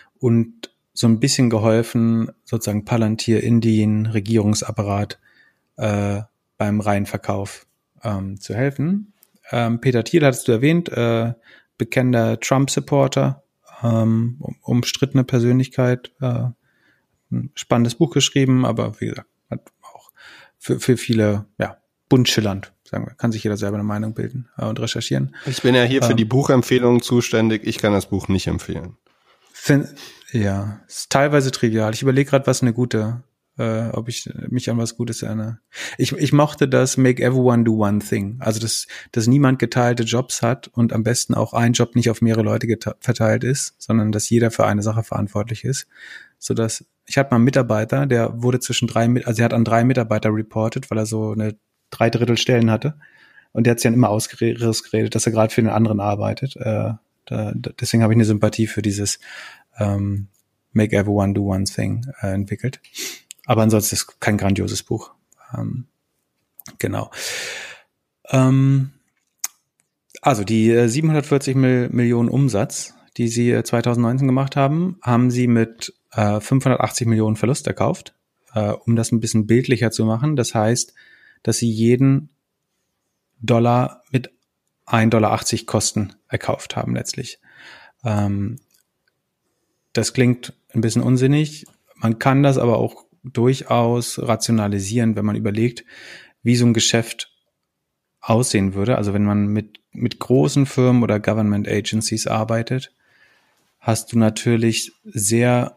und so ein bisschen geholfen, sozusagen Palantir in den Regierungsapparat äh, beim Reihenverkauf ähm, zu helfen. Ähm, Peter Thiel hattest du erwähnt, äh, bekennender Trump-Supporter, ähm, um, umstrittene Persönlichkeit, äh, ein spannendes Buch geschrieben, aber wie gesagt, hat auch für, für viele, ja, bunt schillernd, sagen wir, kann sich jeder selber eine Meinung bilden äh, und recherchieren. Ich bin ja hier für ähm, die Buchempfehlungen zuständig, ich kann das Buch nicht empfehlen. Find, ja, ist teilweise trivial. Ich überlege gerade, was eine gute, äh, ob ich mich an was Gutes erinnere. Ich, ich mochte das Make Everyone Do One Thing. Also, dass, dass niemand geteilte Jobs hat und am besten auch ein Job nicht auf mehrere Leute geta- verteilt ist, sondern dass jeder für eine Sache verantwortlich ist. Sodass, ich hatte mal einen Mitarbeiter, der wurde zwischen drei, also er hat an drei Mitarbeiter reported, weil er so eine drei Drittel Stellen hatte. Und der hat sich dann immer ausgeredet, dass er gerade für den anderen arbeitet. Äh, da, deswegen habe ich eine Sympathie für dieses ähm, Make Everyone Do One Thing äh, entwickelt. Aber ansonsten ist es kein grandioses Buch. Ähm, genau. Ähm, also die äh, siebenhundertvierzig Mil- Millionen Umsatz, die sie äh, zwanzig neunzehn gemacht haben, haben sie mit äh, fünfhundertachtzig Millionen Verlust erkauft. Äh, um das ein bisschen bildlicher zu machen. Das heißt, dass sie jeden Dollar mit ein Dollar achtzig Kosten erkauft haben letztlich. Ähm, das klingt ein bisschen unsinnig. Man kann das aber auch durchaus rationalisieren, wenn man überlegt, wie so ein Geschäft aussehen würde. Also wenn man mit, mit großen Firmen oder Government Agencies arbeitet, hast du natürlich sehr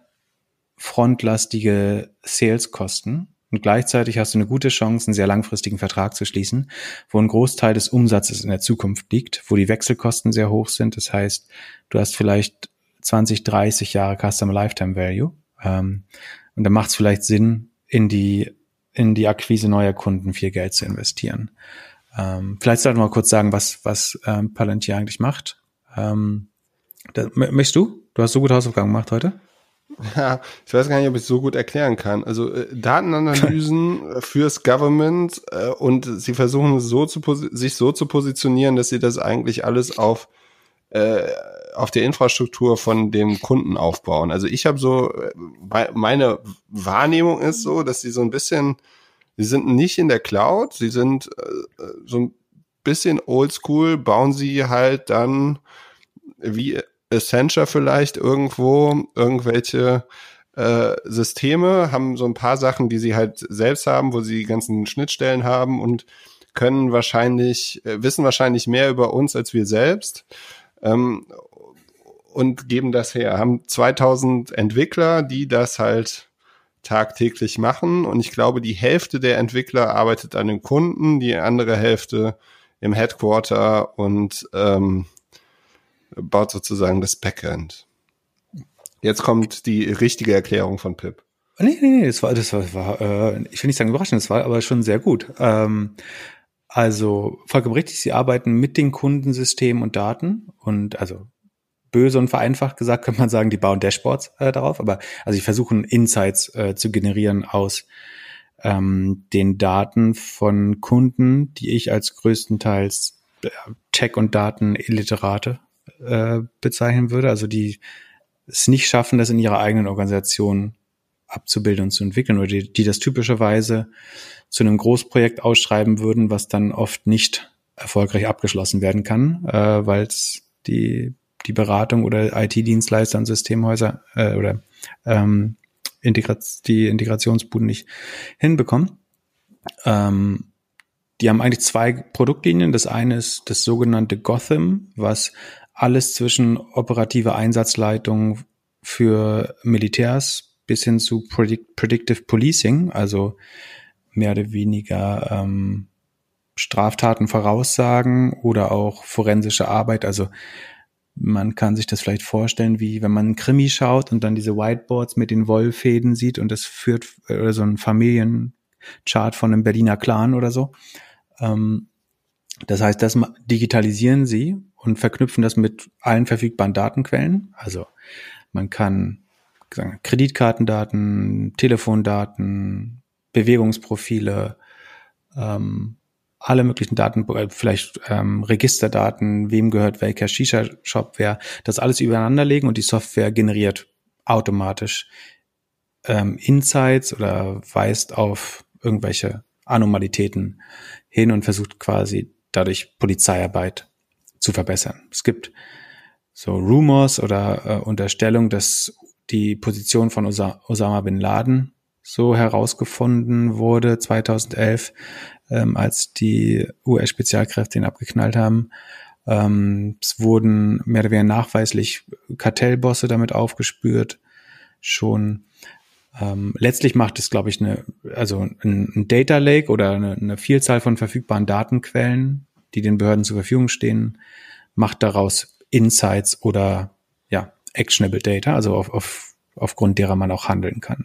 frontlastige Sales-Kosten. Und gleichzeitig hast du eine gute Chance, einen sehr langfristigen Vertrag zu schließen, wo ein Großteil des Umsatzes in der Zukunft liegt, wo die Wechselkosten sehr hoch sind. Das heißt, du hast vielleicht zwanzig, dreißig Jahre Customer Lifetime Value. Ähm, und da macht es vielleicht Sinn, in die, in die Akquise neuer Kunden viel Geld zu investieren. Ähm, vielleicht sollten wir mal kurz sagen, was, was ähm, Palantir eigentlich macht. Ähm, da, möchtest du? Du hast so gute Hausaufgaben gemacht heute. Ja, ich weiß gar nicht, ob ich es so gut erklären kann. Also äh, Datenanalysen fürs Government äh, und sie versuchen es so zu posi- sich so zu positionieren, dass sie das eigentlich alles auf äh, auf der Infrastruktur von dem Kunden aufbauen. Also ich habe so, äh, meine Wahrnehmung ist so, dass sie so ein bisschen, sie sind nicht in der Cloud, sie sind äh, so ein bisschen oldschool, bauen sie halt dann wie Accenture vielleicht irgendwo irgendwelche äh, Systeme, haben so ein paar Sachen, die sie halt selbst haben, wo sie die ganzen Schnittstellen haben und können wahrscheinlich, äh, wissen wahrscheinlich mehr über uns als wir selbst ähm, und geben das her. Haben zweitausend Entwickler, die das halt tagtäglich machen und ich glaube, die Hälfte der Entwickler arbeitet an den Kunden, die andere Hälfte im Headquarter und ähm, baut sozusagen das Backend. Jetzt kommt die richtige Erklärung von Pip. Nee, nee, nee, das war, das war, war äh, ich will nicht sagen überraschend, das war aber schon sehr gut. Ähm, also, vollkommen richtig, sie arbeiten mit den Kundensystemen und Daten und also böse und vereinfacht gesagt kann man sagen, die bauen Dashboards äh, darauf, aber also sie versuchen Insights äh, zu generieren aus ähm, den Daten von Kunden, die ich als größtenteils äh, Tech- und Daten-Illiterate äh, bezeichnen würde, also die es nicht schaffen, das in ihrer eigenen Organisation abzubilden und zu entwickeln oder die, die das typischerweise zu einem Großprojekt ausschreiben würden, was dann oft nicht erfolgreich abgeschlossen werden kann, äh, weil es die die Beratung oder I T-Dienstleister und Systemhäuser äh, oder ähm, Integrat- die Integrationsbuden nicht hinbekommen. Ähm, die haben eigentlich zwei Produktlinien. Das eine ist das sogenannte Gotham, was alles zwischen operative Einsatzleitung für Militärs bis hin zu Predict- Predictive Policing, also mehr oder weniger ähm, Straftaten voraussagen oder auch forensische Arbeit. Also man kann sich das vielleicht vorstellen, wie wenn man einen Krimi schaut und dann diese Whiteboards mit den Wollfäden sieht und das führt oder so ein Familienchart von einem Berliner Clan oder so. Ähm, das heißt, das digitalisieren sie und verknüpfen das mit allen verfügbaren Datenquellen. Also man kann sagen, Kreditkartendaten, Telefondaten, Bewegungsprofile, ähm, alle möglichen Daten, vielleicht ähm, Registerdaten, wem gehört welcher Shisha-Shop, wer, das alles übereinander legen und die Software generiert automatisch ähm, Insights oder weist auf irgendwelche Anomalitäten hin und versucht quasi dadurch Polizeiarbeit zu verbessern. Es gibt so Rumors oder äh, Unterstellung, dass die Position von Osa- Osama bin Laden so herausgefunden wurde zweitausendelf, ähm, als die U S-Spezialkräfte ihn abgeknallt haben. Ähm, es wurden mehr oder weniger nachweislich Kartellbosse damit aufgespürt. Schon ähm, letztlich macht es, glaube ich, eine, also ein, ein Data Lake oder eine, eine Vielzahl von verfügbaren Datenquellen, die den Behörden zur Verfügung stehen, macht daraus Insights oder ja actionable Data, also auf, auf, aufgrund derer man auch handeln kann.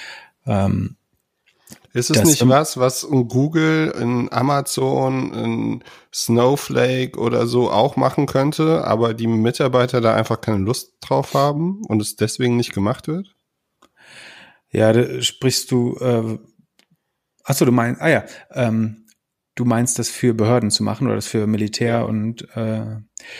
Ähm, Ist es das, nicht was, was in Google, in Amazon, in Snowflake oder so auch machen könnte, aber die Mitarbeiter da einfach keine Lust drauf haben und es deswegen nicht gemacht wird? Ja, da sprichst du, äh, achso, du meinst, ah ja, ähm, du meinst das für Behörden zu machen oder das für Militär Ja. und äh,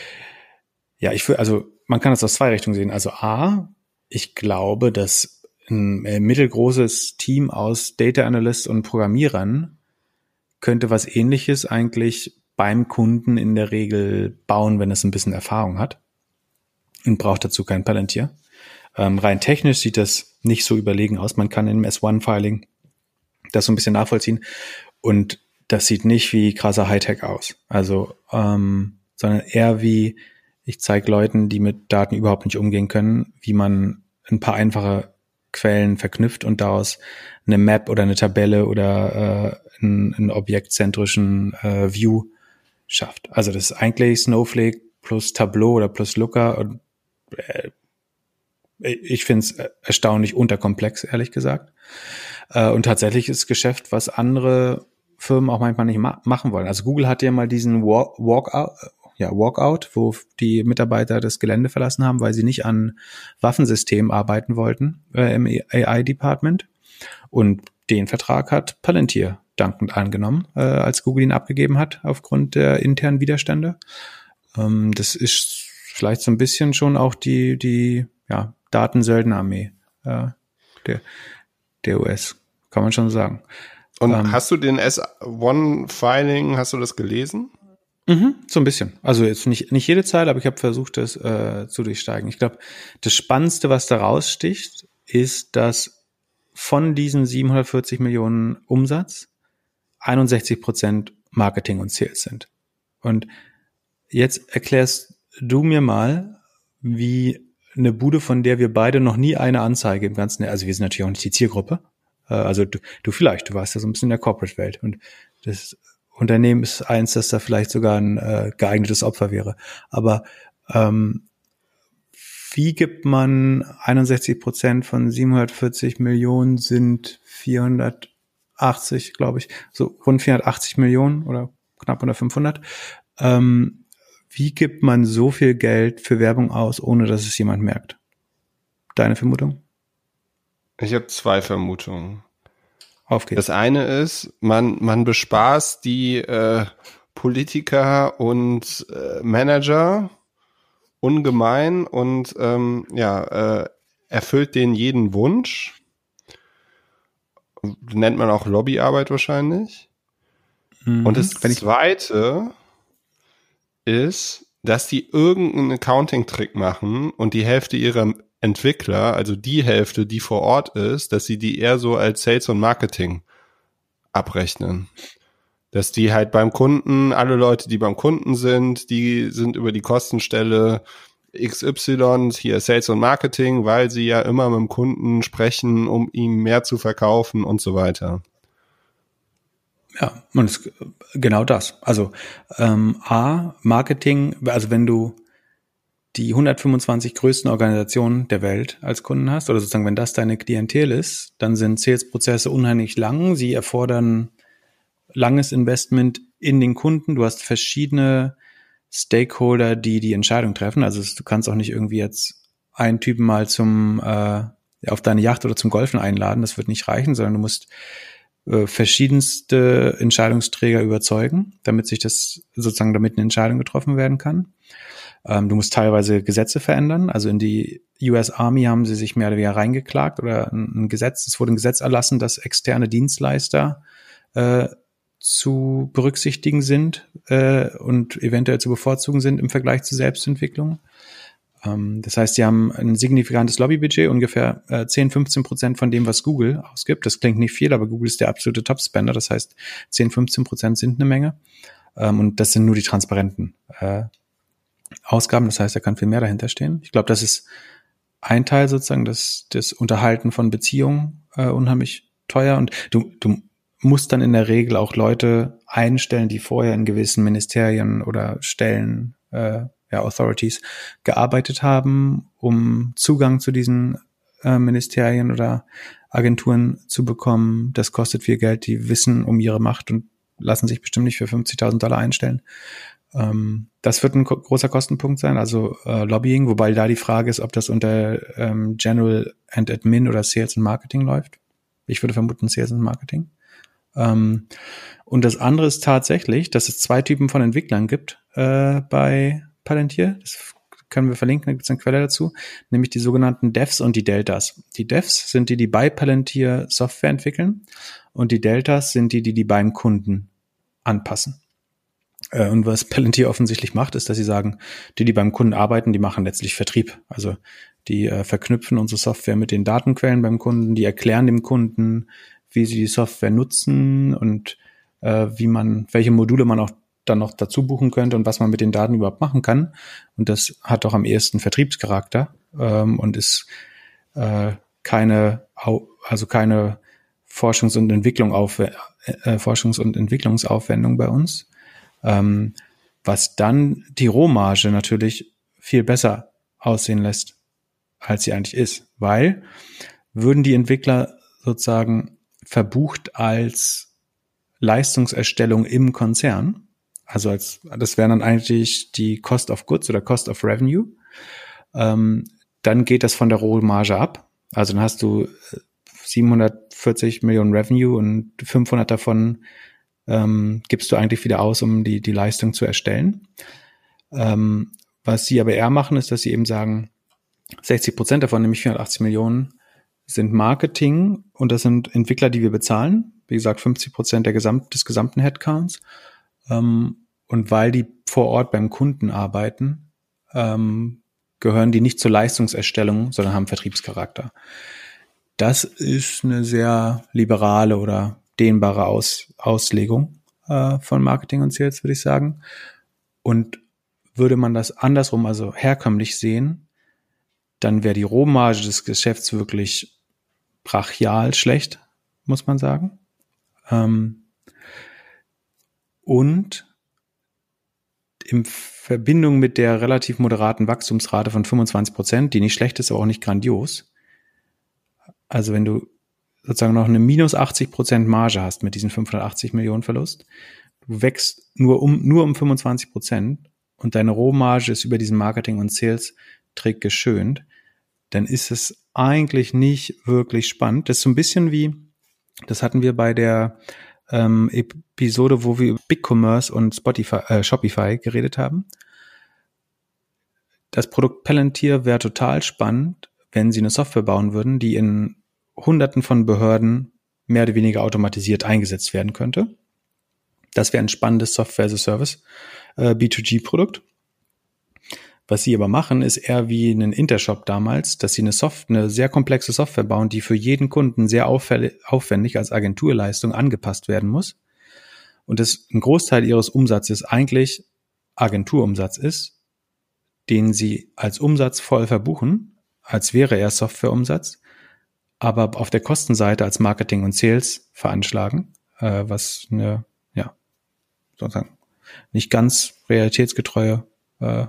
ja, ich will, also man kann das aus zwei Richtungen sehen. Also A, ich glaube, dass ein äh, mittelgroßes Team aus Data Analysts und Programmierern könnte was Ähnliches eigentlich beim Kunden in der Regel bauen, wenn es ein bisschen Erfahrung hat und braucht dazu kein Palantir. Ähm, rein technisch sieht das nicht so überlegen aus. Man kann im S eins Filing das so ein bisschen nachvollziehen und das sieht nicht wie krasser Hightech aus. Also, ähm, sondern eher wie, ich zeige Leuten, die mit Daten überhaupt nicht umgehen können, wie man ein paar einfache Quellen verknüpft und daraus eine Map oder eine Tabelle oder äh, einen, einen objektzentrischen äh, View schafft. Also das ist eigentlich Snowflake plus Tableau oder plus Looker und äh, ich finde es erstaunlich unterkomplex, ehrlich gesagt. Äh, und tatsächlich ist Geschäft, was andere Firmen auch manchmal nicht ma- machen wollen. Also Google hatte ja mal diesen Walk- Walkout, ja, Walkout, wo die Mitarbeiter das Gelände verlassen haben, weil sie nicht an Waffensystemen arbeiten wollten äh, im A I-Department. Und den Vertrag hat Palantir dankend angenommen, äh, als Google ihn abgegeben hat, aufgrund der internen Widerstände. Ähm, das ist vielleicht so ein bisschen schon auch die, die ja, Datensöldnerarmee äh, der, der U S, kann man schon sagen. Und Ähm, hast du den S eins Filing, hast du das gelesen? Mhm, so ein bisschen. Also jetzt nicht nicht jede Zeile, aber ich habe versucht, das äh, zu durchsteigen. Ich glaube, das Spannendste, was da raussticht, ist, dass von diesen siebenhundertvierzig Millionen Umsatz einundsechzig Prozent Marketing und Sales sind. Und jetzt erklärst du mir mal, wie eine Bude, von der wir beide noch nie eine Anzeige im Ganzen, also wir sind natürlich auch nicht die Zielgruppe, äh, also du, du vielleicht, du warst ja so ein bisschen in der Corporate-Welt und das Unternehmen ist eins, das da vielleicht sogar ein äh, geeignetes Opfer wäre. Aber ähm, wie gibt man einundsechzig Prozent von siebenhundertvierzig Millionen sind vierhundertachtzig, glaube ich, so rund vierhundertachtzig Millionen oder knapp unter fünfhundert. Ähm, wie gibt man so viel Geld für Werbung aus, ohne dass es jemand merkt? Deine Vermutung? Ich habe zwei Vermutungen. Auf geht's. Das eine ist, man, man bespaßt die äh, Politiker und äh, Manager ungemein und ähm, ja, äh, erfüllt denen jeden Wunsch. Nennt man auch Lobbyarbeit wahrscheinlich. Mhm. Und das Wenn ich zweite ist, dass die irgendeinen Accounting-Trick machen und die Hälfte ihrer Entwickler, also die Hälfte, die vor Ort ist, dass sie die eher so als Sales und Marketing abrechnen. Dass die halt beim Kunden, alle Leute, die beim Kunden sind, die sind über die Kostenstelle X Y, hier Sales und Marketing, weil sie ja immer mit dem Kunden sprechen, um ihm mehr zu verkaufen und so weiter. Ja, und es, genau das. Also ähm, A, Marketing, also wenn du die hundertfünfundzwanzig größten Organisationen der Welt als Kunden hast, oder sozusagen, wenn das deine Klientel ist, dann sind Sales-Prozesse unheimlich lang. Sie erfordern langes Investment in den Kunden. Du hast verschiedene Stakeholder, die die Entscheidung treffen. Also du kannst auch nicht irgendwie jetzt einen Typen mal zum äh, auf deine Yacht oder zum Golfen einladen. Das wird nicht reichen, sondern du musst äh, verschiedenste Entscheidungsträger überzeugen, damit sich das sozusagen, damit eine Entscheidung getroffen werden kann. Ähm, du musst teilweise Gesetze verändern. Also in die U S Army haben sie sich mehr oder weniger reingeklagt oder ein, ein Gesetz, es wurde ein Gesetz erlassen, dass externe Dienstleister äh, zu berücksichtigen sind äh, und eventuell zu bevorzugen sind im Vergleich zu Selbstentwicklung. Ähm, das heißt, sie haben ein signifikantes Lobbybudget, ungefähr äh, zehn, fünfzehn Prozent von dem, was Google ausgibt. Das klingt nicht viel, aber Google ist der absolute Top-Spender. Das heißt, zehn, fünfzehn Prozent sind eine Menge. Ähm, und das sind nur die transparenten äh, Ausgaben. Das heißt, da kann viel mehr dahinter stehen. Ich glaube, das ist ein Teil sozusagen, das, das Unterhalten von Beziehungen äh, unheimlich teuer. Und du, du musst dann in der Regel auch Leute einstellen, die vorher in gewissen Ministerien oder Stellen, äh, ja, Authorities gearbeitet haben, um Zugang zu diesen äh, Ministerien oder Agenturen zu bekommen. Das kostet viel Geld. Die wissen um ihre Macht und lassen sich bestimmt nicht für fünfzigtausend Dollar einstellen. Ähm, das wird ein ko- großer Kostenpunkt sein, also äh, Lobbying, wobei da die Frage ist, ob das unter ähm, General and Admin oder Sales und Marketing läuft. Ich würde vermuten Sales und Marketing. Ähm, und das andere ist tatsächlich, dass es zwei Typen von Entwicklern gibt äh, bei Palantir. Das können wir verlinken, da gibt es eine Quelle dazu, nämlich die sogenannten Devs und die Deltas. Die Devs sind die, die bei Palantir Software entwickeln, und die Deltas sind die, die die beim Kunden anpassen. Äh, und was Palantir offensichtlich macht, ist, dass sie sagen, die, die beim Kunden arbeiten, die machen letztlich Vertrieb. Also die äh, verknüpfen unsere Software mit den Datenquellen beim Kunden, die erklären dem Kunden, wie sie die Software nutzen und äh, wie man, welche Module man auch dann noch dazu buchen könnte und was man mit den Daten überhaupt machen kann. Und das hat doch am ehesten Vertriebscharakter ähm, und ist äh, keine, also keine Forschungs- und Entwicklung auf, äh, Forschungs- und Entwicklungsaufwendung bei uns, ähm, was dann die Rohmarge natürlich viel besser aussehen lässt, als sie eigentlich ist, weil würden die Entwickler sozusagen verbucht als Leistungserstellung im Konzern, also als das wären dann eigentlich die Cost of Goods oder Cost of Revenue, ähm, dann geht das von der Rohmarge ab. Also dann hast du siebenhundertvierzig Millionen Revenue und fünfhundert davon ähm, gibst du eigentlich wieder aus, um die die Leistung zu erstellen. Ähm, was sie aber eher machen, ist, dass sie eben sagen, sechzig Prozent davon, nämlich vierhundertachtzig Millionen, sind Marketing und das sind Entwickler, die wir bezahlen. Wie gesagt, fünfzig Prozent der Gesamt, des gesamten Headcounts. Ähm, und weil die vor Ort beim Kunden arbeiten, ähm, gehören die nicht zur Leistungserstellung, sondern haben Vertriebscharakter. Das ist eine sehr liberale oder dehnbare Aus, Auslegung äh, von Marketing und Sales, würde ich sagen. Und würde man das andersrum, also herkömmlich sehen, dann wäre die Rohmarge des Geschäfts wirklich brachial schlecht, muss man sagen. Ähm, und in Verbindung mit der relativ moderaten Wachstumsrate von fünfundzwanzig Prozent, die nicht schlecht ist, aber auch nicht grandios. Also wenn du sozusagen noch eine minus achtzig Prozent Marge hast mit diesen fünfhundertachtzig Millionen Verlust, du wächst nur um, nur um fünfundzwanzig Prozent und deine Rohmarge ist über diesen Marketing- und Sales-Trick geschönt, dann ist es eigentlich nicht wirklich spannend. Das ist so ein bisschen wie, das hatten wir bei der ähm, Episode, wo wir über BigCommerce und Spotify, äh, Shopify geredet haben. Das Produkt Palantir wäre total spannend, wenn sie eine Software bauen würden, die in Hunderten von Behörden mehr oder weniger automatisiert eingesetzt werden könnte. Das wäre ein spannendes Software as a Service äh, B zwei G Produkt. Was sie aber machen, ist eher wie ein Intershop damals, dass sie eine Soft, eine sehr komplexe Software bauen, die für jeden Kunden sehr aufwendig als Agenturleistung angepasst werden muss. Und das ein Großteil ihres Umsatzes eigentlich Agenturumsatz ist, den sie als Umsatz voll verbuchen, als wäre er Softwareumsatz, aber auf der Kostenseite als Marketing und Sales veranschlagen, äh, was eine, ja, sozusagen nicht ganz realitätsgetreue äh,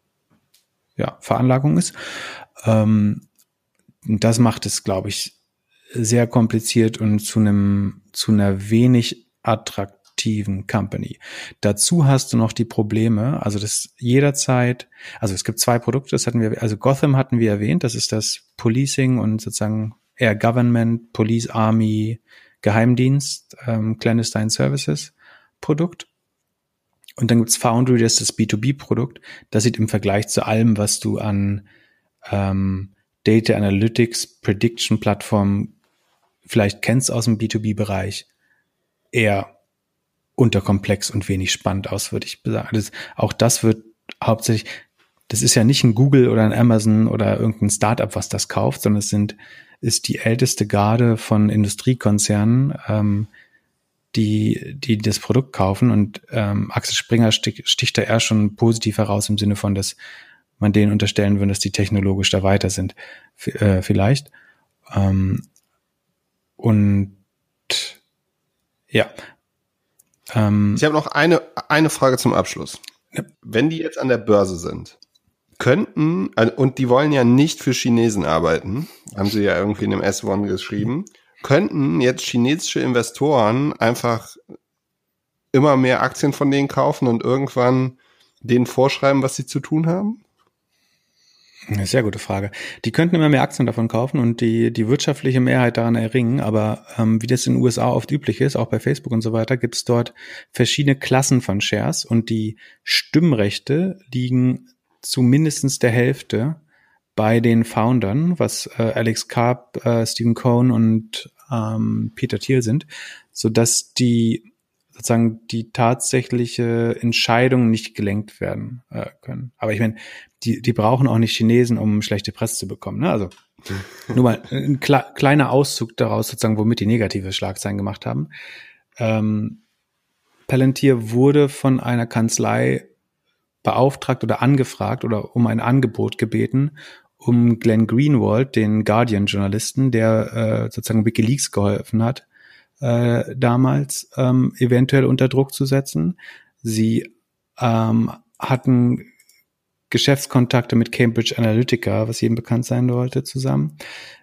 ja, Veranlagung ist. Ähm, das macht es, glaube ich, sehr kompliziert und zu einem zu einer wenig attraktiven Company. Dazu hast du noch die Probleme, also das jederzeit, also es gibt zwei Produkte, das hatten wir, also Gotham hatten wir erwähnt, das ist das Policing und sozusagen eher Government, Police, Army, Geheimdienst, ähm, Clandestine Services Produkt. Und dann gibt's Foundry, das ist das B zwei B-Produkt. Das sieht im Vergleich zu allem, was du an ähm, Data Analytics, Prediction Plattformen vielleicht kennst aus dem B zwei B-Bereich, eher unterkomplex und wenig spannend aus, würde ich sagen. Das, auch das wird hauptsächlich, das ist ja nicht ein Google oder ein Amazon oder irgendein Startup, was das kauft, sondern es sind, ist die älteste Garde von Industriekonzernen, ähm, die die das Produkt kaufen, und ähm, Axel Springer stich, sticht da eher schon positiv heraus im Sinne von, dass man denen unterstellen würde, dass die technologisch da weiter sind, f- äh, vielleicht. Ähm, und ja. Ähm, ich habe noch eine eine Frage zum Abschluss. Ja. Wenn die jetzt an der Börse sind, könnten, und die wollen ja nicht für Chinesen arbeiten, haben sie ja irgendwie in dem S eins geschrieben, könnten jetzt chinesische Investoren einfach immer mehr Aktien von denen kaufen und irgendwann denen vorschreiben, was sie zu tun haben? Eine sehr gute Frage. Die könnten immer mehr Aktien davon kaufen und die die wirtschaftliche Mehrheit daran erringen, aber ähm, wie das in den U S A oft üblich ist, auch bei Facebook und so weiter, gibt es dort verschiedene Klassen von Shares, und die Stimmrechte liegen zu mindestens der Hälfte bei den Foundern, was äh, Alex Karp, äh, Stephen Cohen und ähm, Peter Thiel sind, so dass die sozusagen die tatsächliche Entscheidung nicht gelenkt werden äh, können. Aber ich meine, die die brauchen auch nicht Chinesen, um schlechte Presse zu bekommen. Ne? Also nur mal ein kle- kleiner Auszug daraus, sozusagen, womit die negative Schlagzeilen gemacht haben. Ähm, Palantir wurde von einer Kanzlei beauftragt oder angefragt oder um ein Angebot gebeten, um Glenn Greenwald, den Guardian-Journalisten, der äh, sozusagen WikiLeaks geholfen hat, äh, damals ähm, eventuell unter Druck zu setzen. Sie ähm, hatten Geschäftskontakte mit Cambridge Analytica, was jedem bekannt sein sollte, zusammen.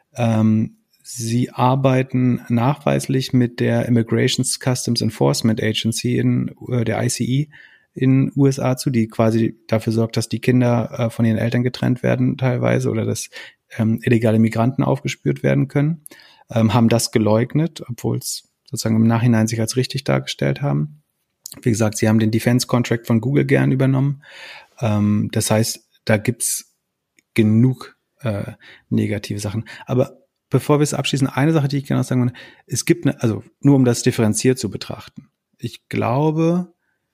Ähm, sie arbeiten nachweislich mit der Immigration Customs Enforcement Agency, in äh, der I C E, in U S A zu, die quasi dafür sorgt, dass die Kinder äh, von ihren Eltern getrennt werden teilweise oder dass ähm, illegale Migranten aufgespürt werden können, ähm, haben das geleugnet, obwohl es sozusagen im Nachhinein sich als richtig dargestellt haben. Wie gesagt, sie haben den Defense Contract von Google gern übernommen. Ähm, das heißt, da gibt's genug äh, negative Sachen. Aber bevor wir es abschließen, eine Sache, die ich gerne noch sagen will, es gibt eine, also nur um das differenziert zu betrachten. Ich glaube,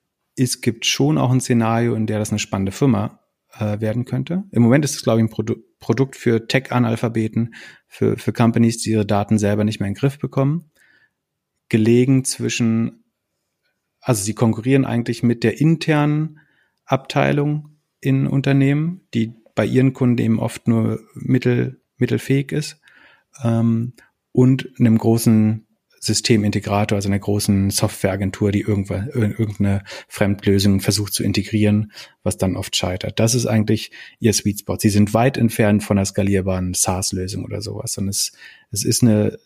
es gibt schon auch ein Szenario, in der das eine spannende Firma äh, werden könnte. Im Moment ist es, glaube ich, ein Produ- Produkt für Tech-Analphabeten, für, für Companies, die ihre Daten selber nicht mehr in den Griff bekommen. Gelegen zwischen, also sie konkurrieren eigentlich mit der internen Abteilung in Unternehmen, die bei ihren Kunden eben oft nur mittel, mittelfähig ist, ähm, und einem großen Systemintegrator, also einer großen Softwareagentur, die irgendwas, irgendeine Fremdlösung versucht zu integrieren, was dann oft scheitert. Das ist eigentlich ihr Sweet Spot. Sie sind weit entfernt von einer skalierbaren SaaS-Lösung oder sowas. Und es, es ist eine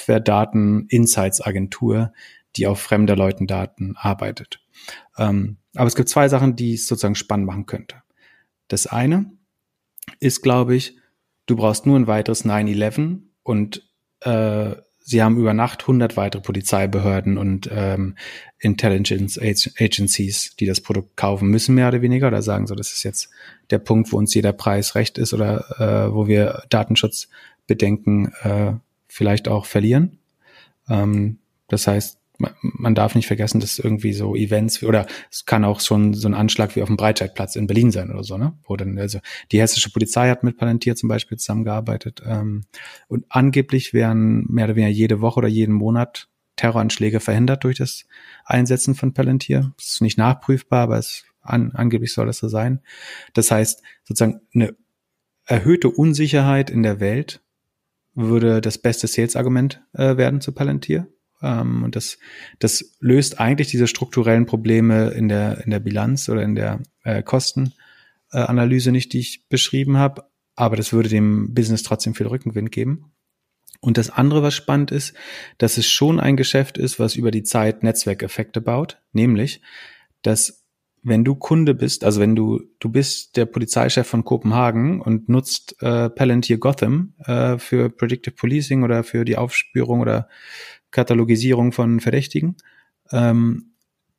Software-Daten-Insights-Agentur, die auf fremder Leuten Daten arbeitet. Ähm, aber es gibt zwei Sachen, die es sozusagen spannend machen könnte. Das eine ist, glaube ich, du brauchst nur ein weiteres nine eleven und äh, sie haben über Nacht hundert weitere Polizeibehörden und ähm, Intelligence Agencies, die das Produkt kaufen müssen, mehr oder weniger, oder sagen so, das ist jetzt der Punkt, wo uns jeder Preis recht ist oder äh, wo wir Datenschutzbedenken äh, vielleicht auch verlieren. Ähm, das heißt, man, man darf nicht vergessen, dass irgendwie so Events, oder es kann auch schon so ein Anschlag wie auf dem Breitscheidplatz in Berlin sein oder so, ne? Wo dann, also die hessische Polizei hat mit Palantir zum Beispiel zusammengearbeitet, ähm, und angeblich werden mehr oder weniger jede Woche oder jeden Monat Terroranschläge verhindert durch das Einsetzen von Palantir. Das ist nicht nachprüfbar, aber es an, angeblich soll das so sein. Das heißt, sozusagen eine erhöhte Unsicherheit in der Welt würde das beste Sales-Argument äh, werden zu Palantir. Ähm, und das, das löst eigentlich diese strukturellen Probleme in der, in der Bilanz oder in der äh, Kostenanalyse nicht, die ich beschrieben habe. Aber das würde dem Business trotzdem viel Rückenwind geben. Und das andere, was spannend ist, dass es schon ein Geschäft ist, was über die Zeit Netzwerkeffekte baut. Nämlich, dass wenn du Kunde bist, also wenn du, du bist der Polizeichef von Kopenhagen und nutzt äh, Palantir Gotham äh, für Predictive Policing oder für die Aufspürung oder Katalogisierung von Verdächtigen, ähm,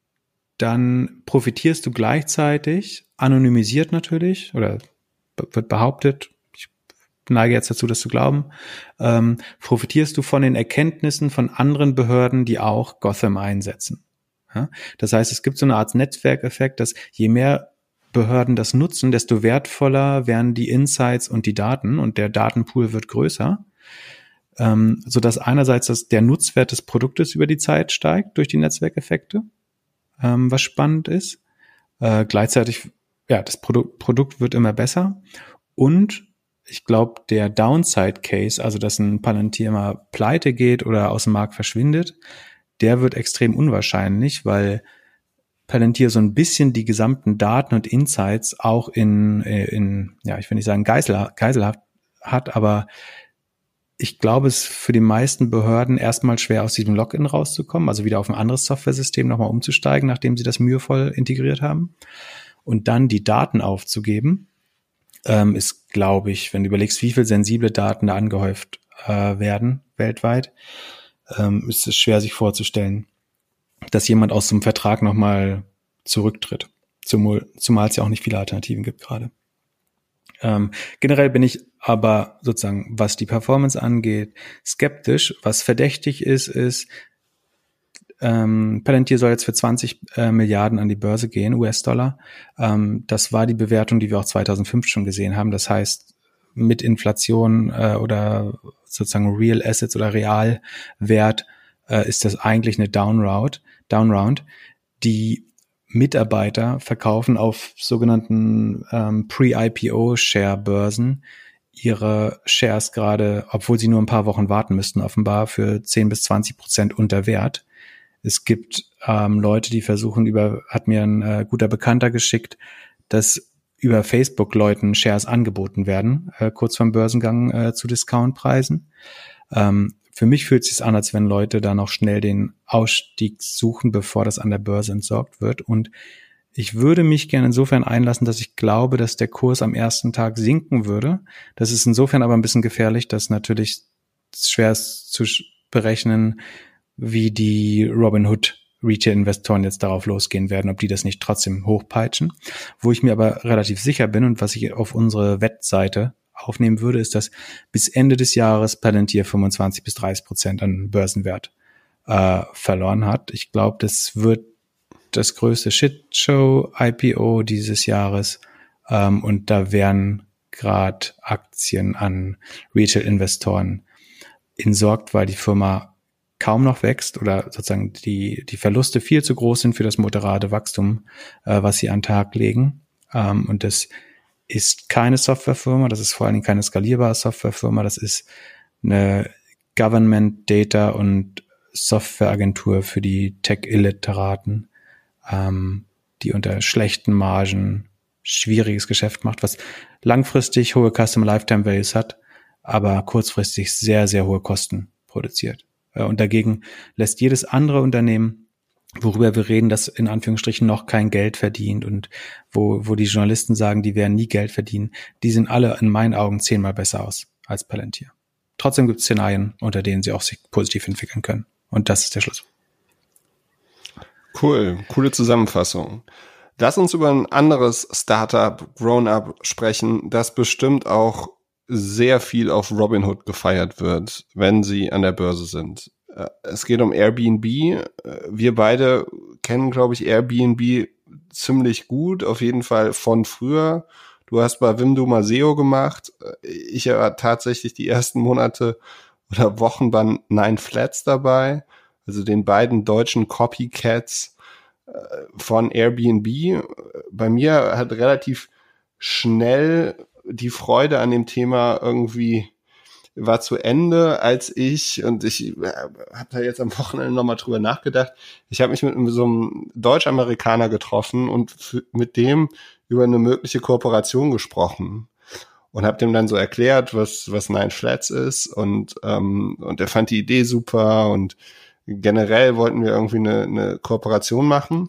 dann profitierst du gleichzeitig, anonymisiert natürlich, oder b- wird behauptet, ich neige jetzt dazu, das zu glauben, ähm, profitierst du von den Erkenntnissen von anderen Behörden, die auch Gotham einsetzen. Ja? Das heißt, es gibt so eine Art Netzwerkeffekt, dass je mehr Behörden das nutzen, desto wertvoller werden die Insights und die Daten und der Datenpool wird größer, ähm, sodass einerseits das, der Nutzwert des Produktes über die Zeit steigt durch die Netzwerkeffekte, ähm, was spannend ist. Äh, gleichzeitig, ja, das Produ- Produkt wird immer besser und ich glaube, der Downside-Case, also dass ein Palantir mal pleite geht oder aus dem Markt verschwindet, der wird extrem unwahrscheinlich, weil Palantir so ein bisschen die gesamten Daten und Insights auch in, in ja, ich will nicht sagen Geisel, Geiselhaft hat, aber ich glaube, es ist für die meisten Behörden erstmal schwer, aus diesem Login rauszukommen, also wieder auf ein anderes Softwaresystem nochmal umzusteigen, nachdem sie das mühevoll integriert haben. Und dann die Daten aufzugeben, ähm, ist, glaube ich, wenn du überlegst, wie viel sensible Daten da angehäuft äh, werden weltweit, ähm, ist es schwer, sich vorzustellen, dass jemand aus so einem Vertrag nochmal zurücktritt. Zumal, zumal es ja auch nicht viele Alternativen gibt gerade. Ähm, generell bin ich aber sozusagen, was die Performance angeht, skeptisch. Was verdächtig ist, ist, ähm, Palantir soll jetzt für zwanzig äh, Milliarden an die Börse gehen, U S-Dollar. Ähm, das war die Bewertung, die wir auch zweitausendfünf schon gesehen haben. Das heißt, mit Inflation äh, oder sozusagen Real Assets oder Realwert äh, ist das eigentlich eine Downround. Downround. Die Mitarbeiter verkaufen auf sogenannten ähm, Pre-I P O-Share-Börsen ihre Shares gerade, obwohl sie nur ein paar Wochen warten müssten, offenbar für zehn bis zwanzig Prozent unter Wert. Es gibt ähm, Leute, die versuchen, über, hat mir ein äh, guter Bekannter geschickt, dass über Facebook Leuten Shares angeboten werden, äh, kurz vorm Börsengang äh, zu Discountpreisen. Ähm, für mich fühlt es sich an, als wenn Leute da noch schnell den Ausstieg suchen, bevor das an der Börse entsorgt wird. Und ich würde mich gerne insofern einlassen, dass ich glaube, dass der Kurs am ersten Tag sinken würde. Das ist insofern aber ein bisschen gefährlich, dass natürlich schwer ist zu berechnen, wie die Robinhood Retail-Investoren jetzt darauf losgehen werden, ob die das nicht trotzdem hochpeitschen. Wo ich mir aber relativ sicher bin und was ich auf unsere Wettseite aufnehmen würde, ist, dass bis Ende des Jahres Palantir fünfundzwanzig bis dreißig Prozent an Börsenwert äh, verloren hat. Ich glaube, das wird das größte Shitshow-I P O dieses Jahres ähm, und da werden gerade Aktien an Retail-Investoren entsorgt, weil die Firma kaum noch wächst oder sozusagen die die Verluste viel zu groß sind für das moderate Wachstum, äh, was sie an den Tag legen. Ähm, und das ist keine Softwarefirma, das ist vor allen Dingen keine skalierbare Softwarefirma, das ist eine Government Data und Softwareagentur für die Tech-Illiteraten, ähm, die unter schlechten Margen schwieriges Geschäft macht, was langfristig hohe Customer Lifetime Values hat, aber kurzfristig sehr, sehr hohe Kosten produziert. Und dagegen lässt jedes andere Unternehmen, worüber wir reden, das in Anführungsstrichen noch kein Geld verdient und wo, wo die Journalisten sagen, die werden nie Geld verdienen, die sind alle in meinen Augen zehnmal besser aus als Palantir. Trotzdem gibt es Szenarien, unter denen sie auch sich positiv entwickeln können. Und das ist der Schluss. Cool, coole Zusammenfassung. Lass uns über ein anderes Startup, Grown-Up sprechen, das bestimmt auch sehr viel auf Robinhood gefeiert wird, wenn sie an der Börse sind. Es geht um Airbnb. Wir beide kennen, glaube ich, Airbnb ziemlich gut, auf jeden Fall von früher. Du hast bei Wimdu mal S E O gemacht. Ich war tatsächlich die ersten Monate oder Wochen bei Nine Flats dabei, also den beiden deutschen Copycats von Airbnb. Bei mir hat relativ schnell die Freude an dem Thema irgendwie war zu Ende, als ich, und ich habe da jetzt am Wochenende nochmal drüber nachgedacht, ich habe mich mit so einem Deutsch-Amerikaner getroffen und f- mit dem über eine mögliche Kooperation gesprochen und habe dem dann so erklärt, was was Nine Flats ist und ähm, und er fand die Idee super und generell wollten wir irgendwie eine, eine Kooperation machen.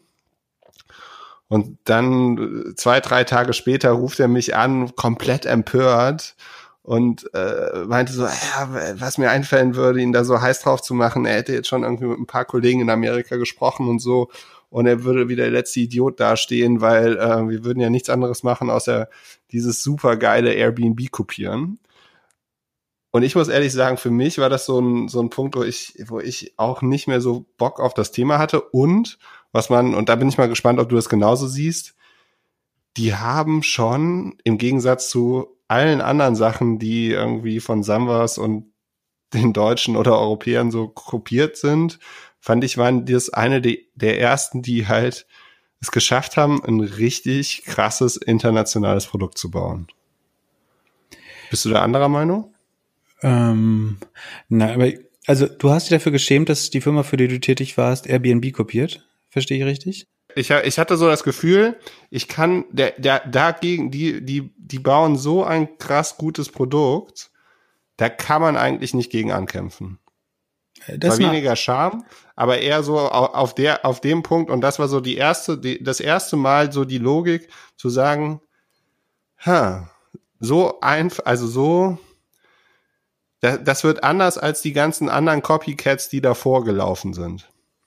Und dann zwei, drei Tage später ruft er mich an, komplett empört und äh, meinte so, ja, was mir einfallen würde, ihn da so heiß drauf zu machen. Er hätte jetzt schon irgendwie mit ein paar Kollegen in Amerika gesprochen und so und er würde wie der letzte Idiot dastehen, weil äh, wir würden ja nichts anderes machen, außer dieses super geile Airbnb kopieren. Und ich muss ehrlich sagen, für mich war das so ein so ein Punkt, wo ich wo ich auch nicht mehr so Bock auf das Thema hatte und was man, und da bin ich mal gespannt, ob du das genauso siehst, die haben schon im Gegensatz zu allen anderen Sachen, die irgendwie von Samwas und den Deutschen oder Europäern so kopiert sind, fand ich, waren das eine der ersten, die halt es geschafft haben, ein richtig krasses internationales Produkt zu bauen. Bist du da anderer Meinung? Ähm, na, aber, also du hast dich dafür geschämt, dass die Firma, für die du tätig warst, Airbnb kopiert? Verstehe ich richtig? Ich, ich hatte so das Gefühl, ich kann, der, der, dagegen, die, die, die bauen so ein krass gutes Produkt, da kann man eigentlich nicht gegen ankämpfen. Das war weniger Charme, aber eher so auf der, auf dem Punkt, und das war so die erste, die, das erste Mal so die Logik zu sagen, ha, so einfach, also so, das, das wird anders als die ganzen anderen Copycats, die davor gelaufen sind.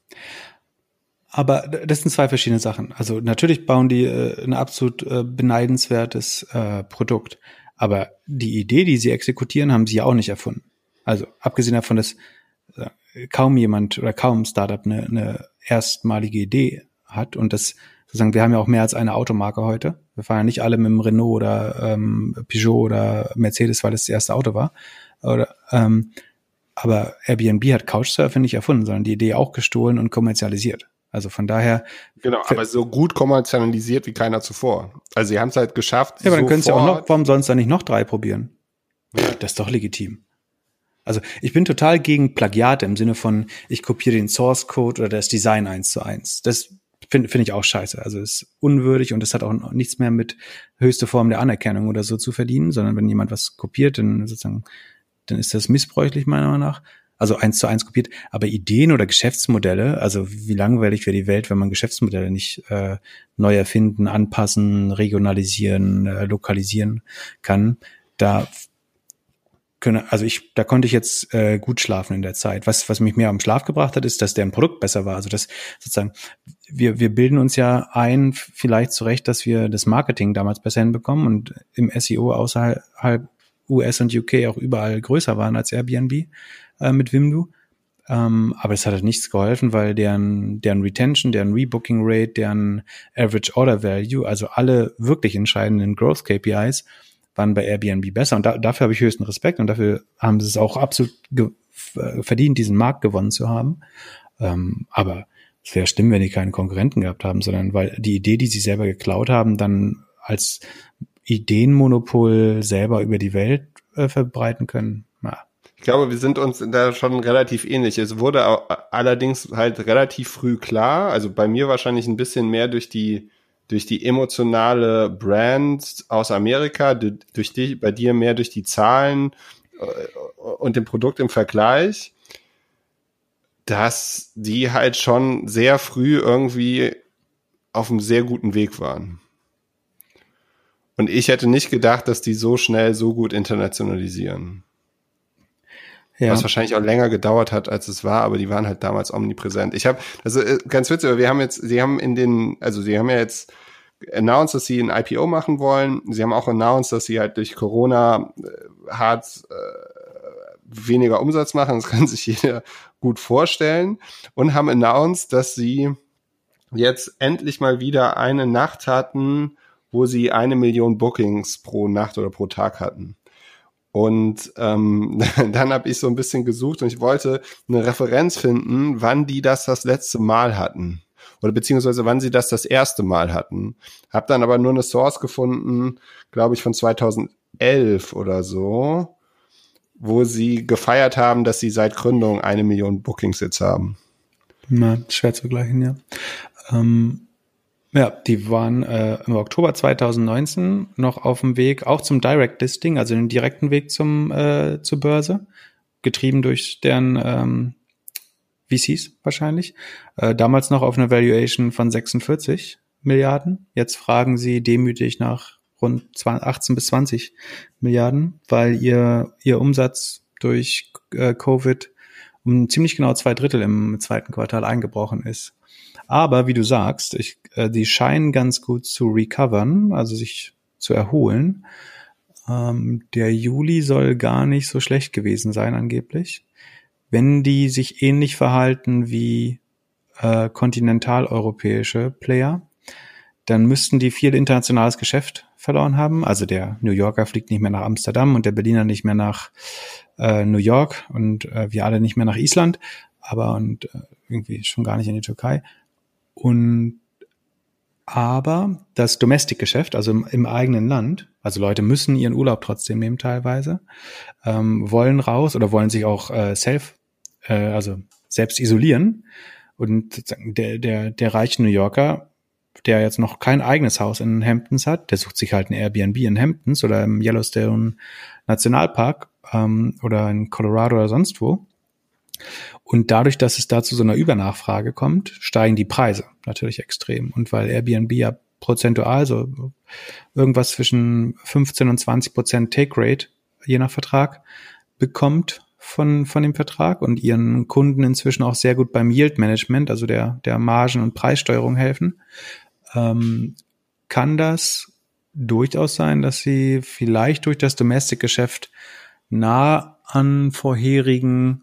Aber das sind zwei verschiedene Sachen. Also natürlich bauen die äh, ein absolut äh, beneidenswertes äh, Produkt. Aber die Idee, die sie exekutieren, haben sie ja auch nicht erfunden. Also abgesehen davon, dass äh, kaum jemand oder kaum ein Startup eine, eine erstmalige Idee hat. Und das sozusagen, wir haben ja auch mehr als eine Automarke heute. Wir fahren ja nicht alle mit dem Renault oder ähm, Peugeot oder Mercedes, weil es das erste Auto war. Oder ähm, aber Airbnb hat Couchsurfing nicht erfunden, sondern die Idee auch gestohlen und kommerzialisiert. Also von daher. Genau, aber so gut kommerzialisiert wie keiner zuvor. Also sie haben es halt geschafft. Ja, aber dann können sie auch noch, warum sollen es dann nicht noch drei probieren? Ja. Das ist doch legitim. Also ich bin total gegen Plagiate im Sinne von, ich kopiere den Source Code oder das Design eins zu eins. Das finde find ich auch scheiße. Also es ist unwürdig und es hat auch nichts mehr mit höchste Form der Anerkennung oder so zu verdienen, sondern wenn jemand was kopiert, dann sozusagen, dann ist das missbräuchlich meiner Meinung nach. Also eins zu eins kopiert, aber Ideen oder Geschäftsmodelle, also wie langweilig wäre die Welt, wenn man Geschäftsmodelle nicht äh, neu erfinden, anpassen, regionalisieren, äh, lokalisieren kann, da können, also ich, da konnte ich jetzt äh, gut schlafen in der Zeit. Was was mich mehr am Schlaf gebracht hat, ist, dass deren Produkt besser war. Also das sozusagen, wir wir bilden uns ja ein, vielleicht zurecht, dass wir das Marketing damals besser hinbekommen und im S E O außerhalb U S und U K auch überall größer waren als Airbnb äh, mit Wimdu. Ähm, aber es hat halt nichts geholfen, weil deren deren Retention, deren Rebooking Rate, deren Average Order Value, also alle wirklich entscheidenden Growth K P Is waren bei Airbnb besser. Und da, dafür habe ich höchsten Respekt und dafür haben sie es auch absolut ge- verdient, diesen Markt gewonnen zu haben. Ähm, aber es wäre schlimm, wenn die keinen Konkurrenten gehabt haben, sondern weil die Idee, die sie selber geklaut haben, dann als Ideenmonopol selber über die Welt äh, verbreiten können. Ja. Ich glaube, wir sind uns da schon relativ ähnlich. Es wurde allerdings halt relativ früh klar, also bei mir wahrscheinlich ein bisschen mehr durch die durch die emotionale Brand aus Amerika, durch die, bei dir mehr durch die Zahlen und dem Produkt im Vergleich, dass die halt schon sehr früh irgendwie auf einem sehr guten Weg waren. Und ich hätte nicht gedacht, dass die so schnell so gut internationalisieren. Ja. Was wahrscheinlich auch länger gedauert hat, als es war, aber die waren halt damals omnipräsent. Ich habe, also ganz witzig, aber wir haben jetzt, sie haben in den, also sie haben ja jetzt announced, dass sie ein I P O machen wollen. Sie haben auch announced, dass sie halt durch Corona äh, hart äh, weniger Umsatz machen, das kann sich jeder gut vorstellen, und haben announced, dass sie jetzt endlich mal wieder eine Nacht hatten, wo sie eine Million Bookings pro Nacht oder pro Tag hatten. Und ähm, dann habe ich so ein bisschen gesucht und ich wollte eine Referenz finden, wann die das das letzte Mal hatten. Oder beziehungsweise wann sie das das erste Mal hatten. Hab dann aber nur eine Source gefunden, glaube ich, von zweitausendelf oder so, wo sie gefeiert haben, dass sie seit Gründung eine Million Bookings jetzt haben. Na, schwer zu vergleichen, ja. Ähm, ja, die waren äh, im Oktober zweitausendneunzehn noch auf dem Weg, auch zum Direct Listing, also den direkten Weg zum äh, zur Börse, getrieben durch deren ähm, V Cs wahrscheinlich. Äh, damals noch auf einer Valuation von sechsundvierzig Milliarden. Jetzt fragen sie demütig nach rund achtzehn bis zwanzig Milliarden, weil ihr ihr Umsatz durch äh, Covid um ziemlich genau zwei Drittel im zweiten Quartal eingebrochen ist. Aber wie du sagst, ich, äh, die scheinen ganz gut zu recovern, also sich zu erholen. Ähm, der Juli soll gar nicht so schlecht gewesen sein angeblich. Wenn die sich ähnlich verhalten wie äh, kontinentaleuropäische Player, dann müssten die viel internationales Geschäft verloren haben. Also der New Yorker fliegt nicht mehr nach Amsterdam und der Berliner nicht mehr nach äh, New York und äh, wir alle nicht mehr nach Island, aber und äh, irgendwie schon gar nicht in die Türkei. Und aber das Domestic-Geschäft, also im, im eigenen Land, also Leute müssen ihren Urlaub trotzdem nehmen teilweise, ähm, wollen raus oder wollen sich auch äh, self, äh, also selbst isolieren. Und sozusagen der, der, der reiche New Yorker, der jetzt noch kein eigenes Haus in Hamptons hat, der sucht sich halt ein Airbnb in Hamptons oder im Yellowstone Nationalpark ähm, oder in Colorado oder sonst wo. Und dadurch, dass es da zu so einer Übernachfrage kommt, steigen die Preise natürlich extrem. Und weil Airbnb ja prozentual so irgendwas zwischen fünfzehn und zwanzig Prozent Take Rate je nach Vertrag bekommt von von dem Vertrag und ihren Kunden inzwischen auch sehr gut beim Yield Management, also der der Margen- und Preissteuerung helfen, ähm, kann das durchaus sein, dass sie vielleicht durch das Domestic-Geschäft nah an vorherigen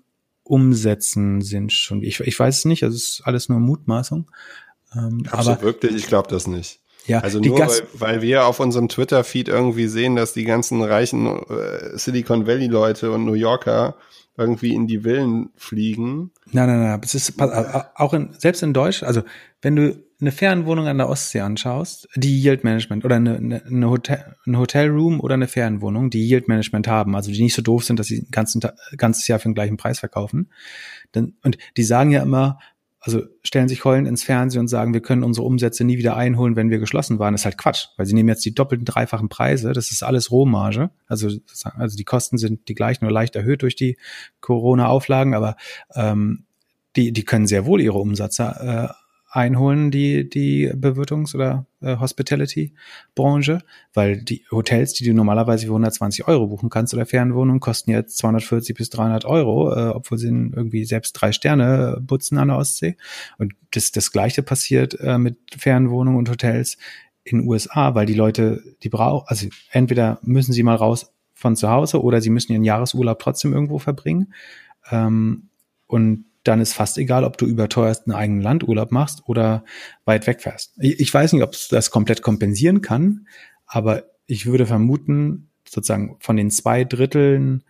Umsätzen sind schon. Ich, ich weiß es nicht, also es ist alles nur Mutmaßung. Ähm, Absolut, aber wirklich, ich glaube das nicht. Ja, also die nur, Gas- weil, weil wir auf unserem Twitter-Feed irgendwie sehen, dass die ganzen reichen äh, Silicon Valley-Leute und New Yorker irgendwie in die Villen fliegen. Nein, nein, nein, es ist auch in, selbst in Deutsch, also wenn du eine Ferienwohnung an der Ostsee anschaust, die Yield Management oder eine, eine, eine Hotel, ein Hotelroom oder eine Ferienwohnung, die Yield Management haben, also die nicht so doof sind, dass sie ein ganzen, ganzes Jahr für den gleichen Preis verkaufen. Dann, und die sagen ja immer, also stellen sich heulend ins Fernsehen und sagen, wir können unsere Umsätze nie wieder einholen, wenn wir geschlossen waren. Das ist halt Quatsch, weil sie nehmen jetzt die doppelten, dreifachen Preise. Das ist alles Rohmarge. Also, also die Kosten sind die gleichen, nur leicht erhöht durch die Corona-Auflagen, aber ähm, die, die können sehr wohl ihre Umsätze äh, einholen, die die Bewirtungs- oder äh, Hospitality-Branche, weil die Hotels, die du normalerweise für hundertzwanzig Euro buchen kannst oder Ferienwohnungen, kosten jetzt zweihundertvierzig bis dreihundert Euro, äh, obwohl sie irgendwie selbst drei Sterne putzen an der Ostsee. Und das das Gleiche passiert äh, mit Ferienwohnungen und Hotels in den U S A, weil die Leute, die brauchen, also entweder müssen sie mal raus von zu Hause oder sie müssen ihren Jahresurlaub trotzdem irgendwo verbringen. Ähm, und dann ist fast egal, ob du überteuerst einen eigenen Landurlaub machst oder weit weg fährst. Ich weiß nicht, ob es das komplett kompensieren kann, aber ich würde vermuten, sozusagen von den zwei Dritteln,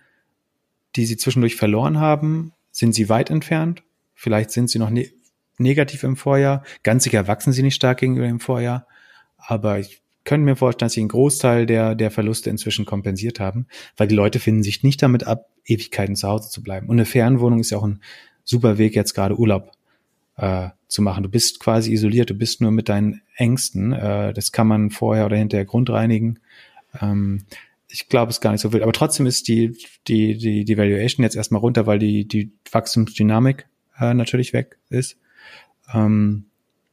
die sie zwischendurch verloren haben, sind sie weit entfernt. Vielleicht sind sie noch ne- negativ im Vorjahr. Ganz sicher wachsen sie nicht stark gegenüber dem Vorjahr. Aber ich könnte mir vorstellen, dass sie einen Großteil der, der Verluste inzwischen kompensiert haben, weil die Leute finden sich nicht damit ab, Ewigkeiten zu Hause zu bleiben. Und eine Ferienwohnung ist ja auch ein super Weg, jetzt gerade Urlaub äh, zu machen. Du bist quasi isoliert, du bist nur mit deinen Ängsten. Äh, das kann man vorher oder hinterher grundreinigen. Ähm, ich glaube, es ist gar nicht so wild. Aber trotzdem ist die die die die Valuation jetzt erstmal runter, weil die die Wachstumsdynamik äh, natürlich weg ist. Ähm,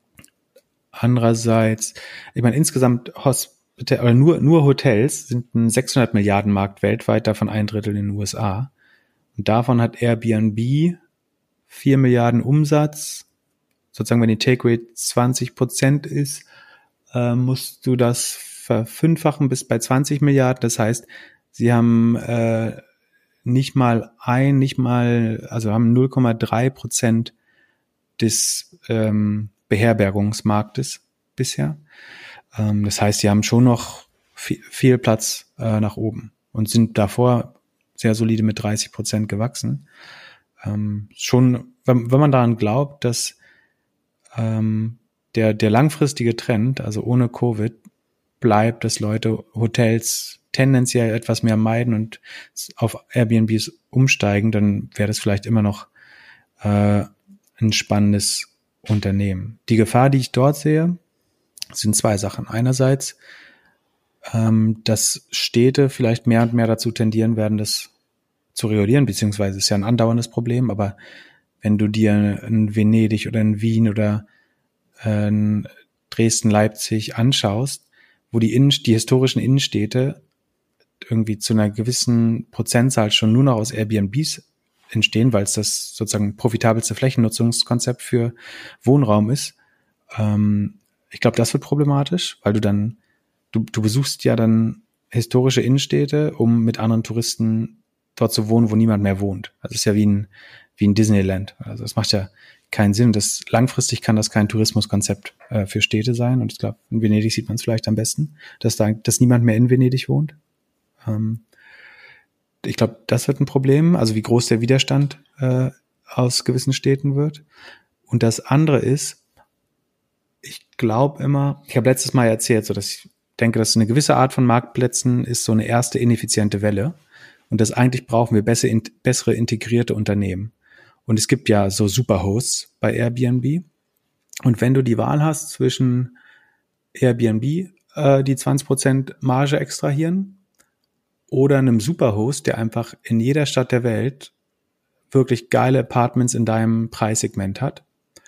andererseits, ich meine, insgesamt Hospital oder nur nur Hotels sind ein sechshundert Milliarden Markt weltweit, davon ein Drittel in den U S A. Und davon hat Airbnb vier Milliarden Umsatz. Sozusagen, wenn die Take Rate zwanzig Prozent ist, äh, musst du das verfünffachen bis bei zwanzig Milliarden. Das heißt, sie haben äh, nicht mal ein, nicht mal, also haben null Komma drei Prozent des ähm, Beherbergungsmarktes bisher. Ähm, das heißt, sie haben schon noch viel, viel Platz äh, nach oben und sind davor sehr solide mit dreißig Prozent gewachsen. Ähm, schon, wenn, wenn man daran glaubt, dass ähm, der, der langfristige Trend, also ohne Covid, bleibt, dass Leute Hotels tendenziell etwas mehr meiden und auf Airbnbs umsteigen, dann wäre das vielleicht immer noch äh, ein spannendes Unternehmen. Die Gefahr, die ich dort sehe, sind zwei Sachen. Einerseits, ähm, dass Städte vielleicht mehr und mehr dazu tendieren werden, das zu regulieren, beziehungsweise ist ja ein andauerndes Problem, aber wenn du dir in Venedig oder in Wien oder in Dresden, Leipzig anschaust, wo die, Innen- die historischen Innenstädte irgendwie zu einer gewissen Prozentzahl schon nur noch aus Airbnbs entstehen, weil es das sozusagen profitabelste Flächennutzungskonzept für Wohnraum ist. Ähm, ich glaube, das wird problematisch, weil du dann, du, du besuchst ja dann historische Innenstädte, um mit anderen Touristen dort zu wohnen, wo niemand mehr wohnt. Also es ist ja wie ein, wie ein Disneyland. Also das macht ja keinen Sinn. Das, langfristig kann das kein Tourismuskonzept äh, für Städte sein. Und ich glaube, in Venedig sieht man es vielleicht am besten, dass da, dass niemand mehr in Venedig wohnt. Ähm, ich glaube, das wird ein Problem. Also wie groß der Widerstand äh, aus gewissen Städten wird. Und das andere ist, ich glaube immer, ich habe letztes Mal erzählt, so dass ich denke, dass eine gewisse Art von Marktplätzen ist so eine erste ineffiziente Welle. Und dass eigentlich brauchen wir bessere, in, bessere integrierte Unternehmen. Und es gibt ja so Superhosts bei Airbnb. Und wenn du die Wahl hast zwischen Airbnb, äh, die zwanzig Prozent Marge extrahieren, oder einem Superhost, der einfach in jeder Stadt der Welt wirklich geile Apartments in deinem Preissegment hat.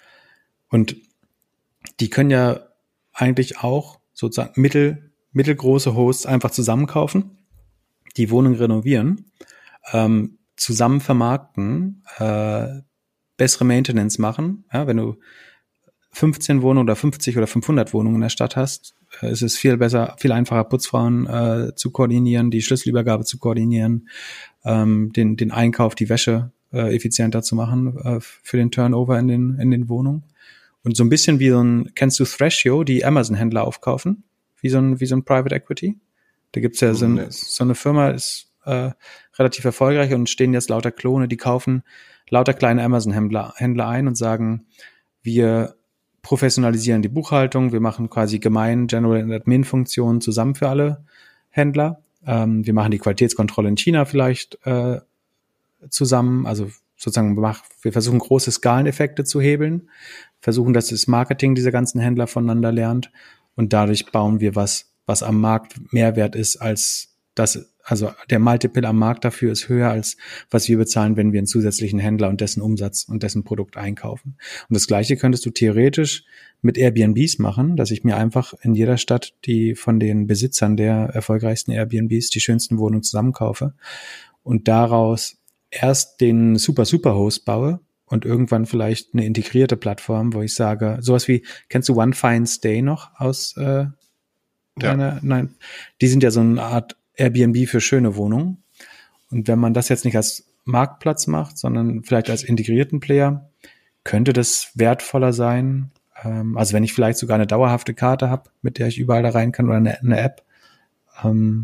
Und die können ja eigentlich auch sozusagen mittel, mittelgroße Hosts einfach zusammenkaufen, die Wohnung renovieren, ähm, zusammen vermarkten, äh, bessere Maintenance machen. Ja, wenn du fünfzehn Wohnungen oder fünfzig oder fünfhundert Wohnungen in der Stadt hast, äh, ist es viel besser, viel einfacher, Putzfrauen äh, zu koordinieren, die Schlüsselübergabe zu koordinieren, ähm, den, den Einkauf, die Wäsche äh, effizienter zu machen äh, für den Turnover in den, in den Wohnungen. Und so ein bisschen wie so ein, kennst du Thrashio, die Amazon-Händler aufkaufen? Wie so ein, wie so ein Private Equity? Da gibt's ja so, ein, so eine Firma, ist äh, relativ erfolgreich und stehen jetzt lauter Klone, die kaufen lauter kleine Amazon-Händler Händler ein und sagen, wir professionalisieren die Buchhaltung, wir machen quasi gemein General- und Admin-Funktionen zusammen für alle Händler. Ähm, wir machen die Qualitätskontrolle in China vielleicht äh, zusammen, also sozusagen wir, machen, wir versuchen große Skaleneffekte zu hebeln, versuchen, dass das Marketing dieser ganzen Händler voneinander lernt und dadurch bauen wir was, was am Markt Mehrwert ist als das, also der Multiple am Markt dafür ist höher als was wir bezahlen, wenn wir einen zusätzlichen Händler und dessen Umsatz und dessen Produkt einkaufen. Und das Gleiche könntest du theoretisch mit Airbnbs machen, dass ich mir einfach in jeder Stadt die von den Besitzern der erfolgreichsten Airbnbs die schönsten Wohnungen zusammenkaufe und daraus erst den super super Host baue und irgendwann vielleicht eine integrierte Plattform, wo ich sage, sowas wie, kennst du One Fine Stay noch aus äh, Ja. Eine, nein, die sind ja so eine Art Airbnb für schöne Wohnungen. Und wenn man das jetzt nicht als Marktplatz macht, sondern vielleicht als integrierten Player, könnte das wertvoller sein. Ähm, also wenn ich vielleicht sogar eine dauerhafte Karte habe, mit der ich überall da rein kann oder eine, eine App. Ähm,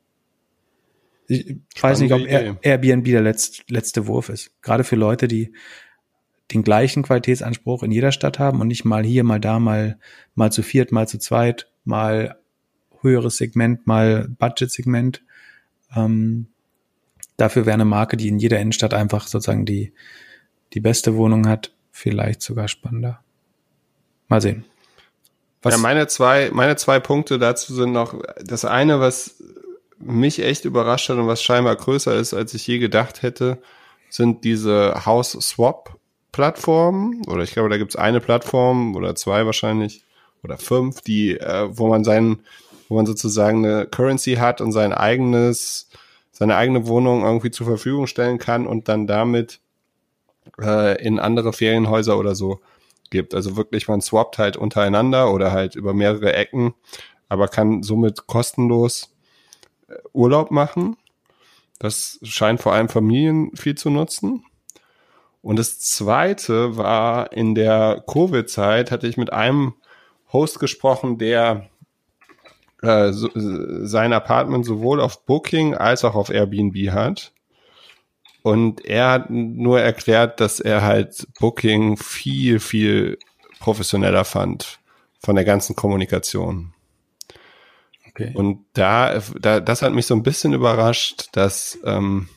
ich weiß nicht, ob Air, Airbnb der letzte, letzte Wurf ist. Gerade für Leute, die den gleichen Qualitätsanspruch in jeder Stadt haben und nicht mal hier, mal da, mal, mal zu viert, mal zu zweit, mal höheres Segment, mal Budget-Segment. Ähm, dafür wäre eine Marke, die in jeder Innenstadt einfach sozusagen die, die beste Wohnung hat, vielleicht sogar spannender. Mal sehen. Was ja, meine zwei, meine zwei Punkte dazu sind noch, das eine, was mich echt überrascht hat und was scheinbar größer ist, als ich je gedacht hätte, sind diese House-Swap-Plattformen, oder ich glaube, da gibt es eine Plattform oder zwei wahrscheinlich, oder fünf, die, äh, wo man seinen wo man sozusagen eine Currency hat und sein eigenes, seine eigene Wohnung irgendwie zur Verfügung stellen kann und dann damit äh, in andere Ferienhäuser oder so gibt. Also wirklich, man swappt halt untereinander oder halt über mehrere Ecken, aber kann somit kostenlos Urlaub machen. Das scheint vor allem Familien viel zu nutzen. Und das zweite war, in der Covid-Zeit hatte ich mit einem Host gesprochen, der äh, so, sein Apartment sowohl auf Booking als auch auf Airbnb hat. Und er hat nur erklärt, dass er halt Booking viel, viel professioneller fand von der ganzen Kommunikation. Okay. Und da, da, das hat mich so ein bisschen überrascht, dass, ähm,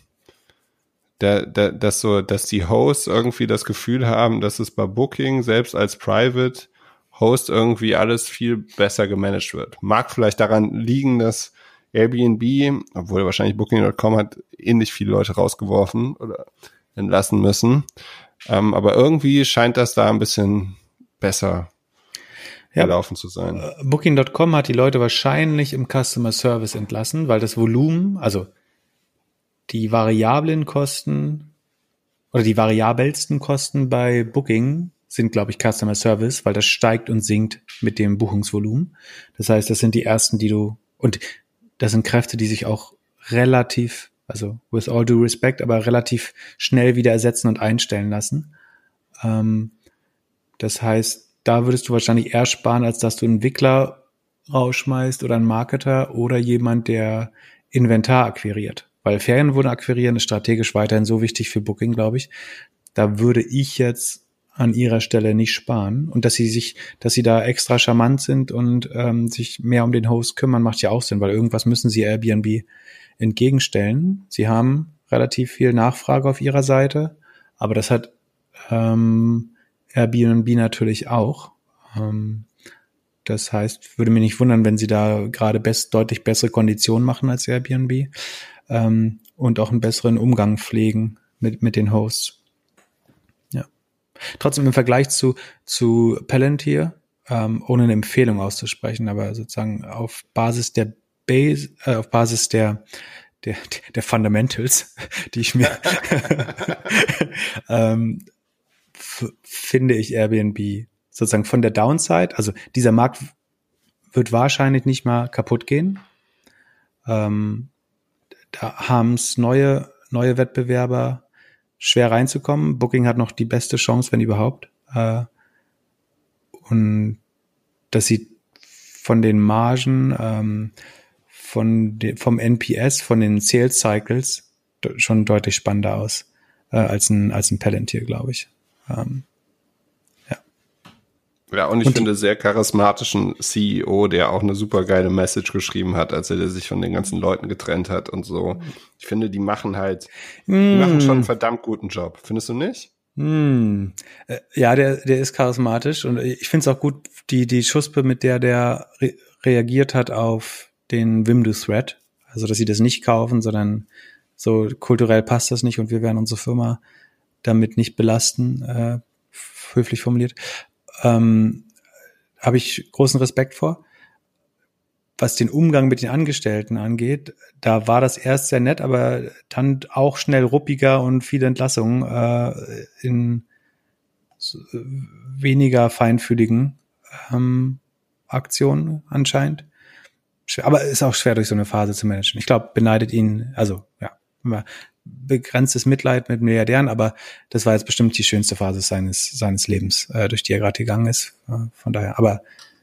da, da, dass so, dass die Hosts irgendwie das Gefühl haben, dass es bei Booking selbst als Private Host irgendwie alles viel besser gemanagt wird. Mag vielleicht daran liegen, dass Airbnb, obwohl wahrscheinlich Booking Punkt com hat ähnlich viele Leute rausgeworfen oder entlassen müssen, ähm, aber irgendwie scheint das da ein bisschen besser ja, gelaufen zu sein. Booking Punkt com hat die Leute wahrscheinlich im Customer Service entlassen, weil das Volumen, also die variablen Kosten oder die variabelsten Kosten bei Booking sind, glaube ich, Customer Service, weil das steigt und sinkt mit dem Buchungsvolumen. Das heißt, das sind die ersten, die du, und das sind Kräfte, die sich auch relativ, also with all due respect, aber relativ schnell wieder ersetzen und einstellen lassen. Ähm, das heißt, da würdest du wahrscheinlich eher sparen, als dass du einen Entwickler rausschmeißt oder einen Marketer oder jemand, der Inventar akquiriert. Weil Ferienwohner akquirieren ist strategisch weiterhin so wichtig für Booking, glaube ich. Da würde ich jetzt an ihrer Stelle nicht sparen. Und dass sie sich, dass sie da extra charmant sind und ähm, sich mehr um den Host kümmern, macht ja auch Sinn, weil irgendwas müssen sie Airbnb entgegenstellen. Sie haben relativ viel Nachfrage auf ihrer Seite, aber das hat ähm, Airbnb natürlich auch. Ähm, das heißt, würde mich nicht wundern, wenn sie da gerade best, deutlich bessere Konditionen machen als Airbnb ähm, und auch einen besseren Umgang pflegen mit, mit den Hosts. Trotzdem im Vergleich zu zu Palantir, ähm, ohne eine Empfehlung auszusprechen, aber sozusagen auf Basis der Base, äh, auf Basis der der der Fundamentals, die ich mir ähm, f- finde ich Airbnb sozusagen von der Downside, also dieser Markt wird wahrscheinlich nicht mal kaputt gehen. Ähm, da haben es neue neue Wettbewerber schwer reinzukommen. Booking hat noch die beste Chance, wenn überhaupt. Äh, und das sieht von den Margen, ähm, von de, vom N P S, von den Sales Cycles de- schon deutlich spannender aus äh, als ein als ein Palantir, glaube ich. Ähm, ja. Ja, und ich und finde sehr charismatischen C E O, der auch eine super geile Message geschrieben hat, als er sich von den ganzen Leuten getrennt hat und so. Ich finde, die machen halt, die mm. machen schon einen verdammt guten Job. Findest du nicht? Mm. Ja, der, der ist charismatisch und ich finde es auch gut, die, die Schuspe, mit der der re- reagiert hat auf den Wimdu-Thread. Also, dass sie das nicht kaufen, sondern so kulturell passt das nicht und wir werden unsere Firma damit nicht belasten, äh, höflich formuliert. Ähm, habe ich großen Respekt vor. Was den Umgang mit den Angestellten angeht, da war das erst sehr nett, aber dann auch schnell ruppiger und viele Entlassungen äh, in so weniger feinfühligen ähm, Aktionen anscheinend. Aber ist auch schwer durch so eine Phase zu managen. Ich glaube, beneidet ihn, also ja, begrenztes Mitleid mit Milliardären, aber das war jetzt bestimmt die schönste Phase seines seines Lebens, äh, durch die er gerade gegangen ist. Äh, von daher, aber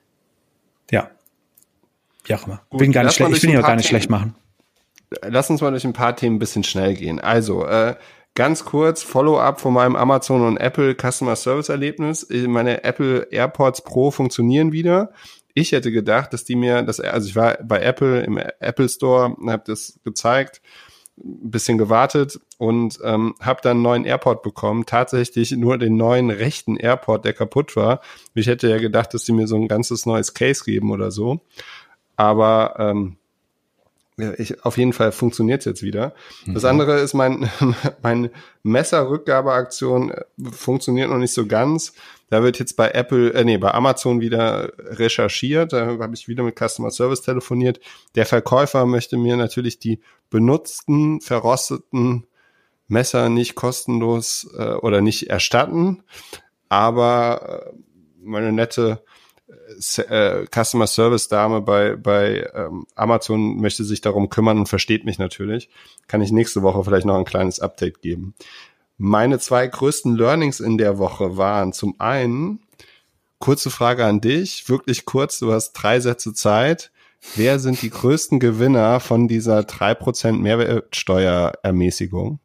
ja, wie auch immer. Gut, bin gar nicht schlecht, ich will ihn auch gar nicht schlecht machen. Lass uns mal durch ein paar Themen ein bisschen schnell gehen. Also, äh, ganz kurz, Follow-up von meinem Amazon und Apple Customer Service Erlebnis. Meine Apple AirPods Pro funktionieren wieder. Ich hätte gedacht, dass die mir, das, also ich war bei Apple im Apple Store und habe das gezeigt, ein bisschen gewartet und ähm, habe dann einen neuen AirPod bekommen. Tatsächlich nur den neuen rechten AirPod, der kaputt war. Ich hätte ja gedacht, dass die mir so ein ganzes neues Case geben oder so. Aber ähm, ja, ich, auf jeden Fall funktioniert es jetzt wieder. Mhm. Das andere ist, mein, mein Messerrückgabeaktion funktioniert noch nicht so ganz. Da wird jetzt bei Apple, äh, nee, bei Amazon wieder recherchiert. Da habe ich wieder mit Customer Service telefoniert. Der Verkäufer möchte mir natürlich die benutzten, verrosteten Messer nicht kostenlos äh, oder nicht erstatten. Aber äh, meine nette äh, Customer Service Dame bei bei ähm, Amazon möchte sich darum kümmern und versteht mich natürlich. Kann ich nächste Woche vielleicht noch ein kleines Update geben. Meine zwei größten Learnings in der Woche waren zum einen, kurze Frage an dich, wirklich kurz, du hast drei Sätze Zeit. Wer sind die größten Gewinner von dieser drei Prozent Mehrwertsteuerermäßigung?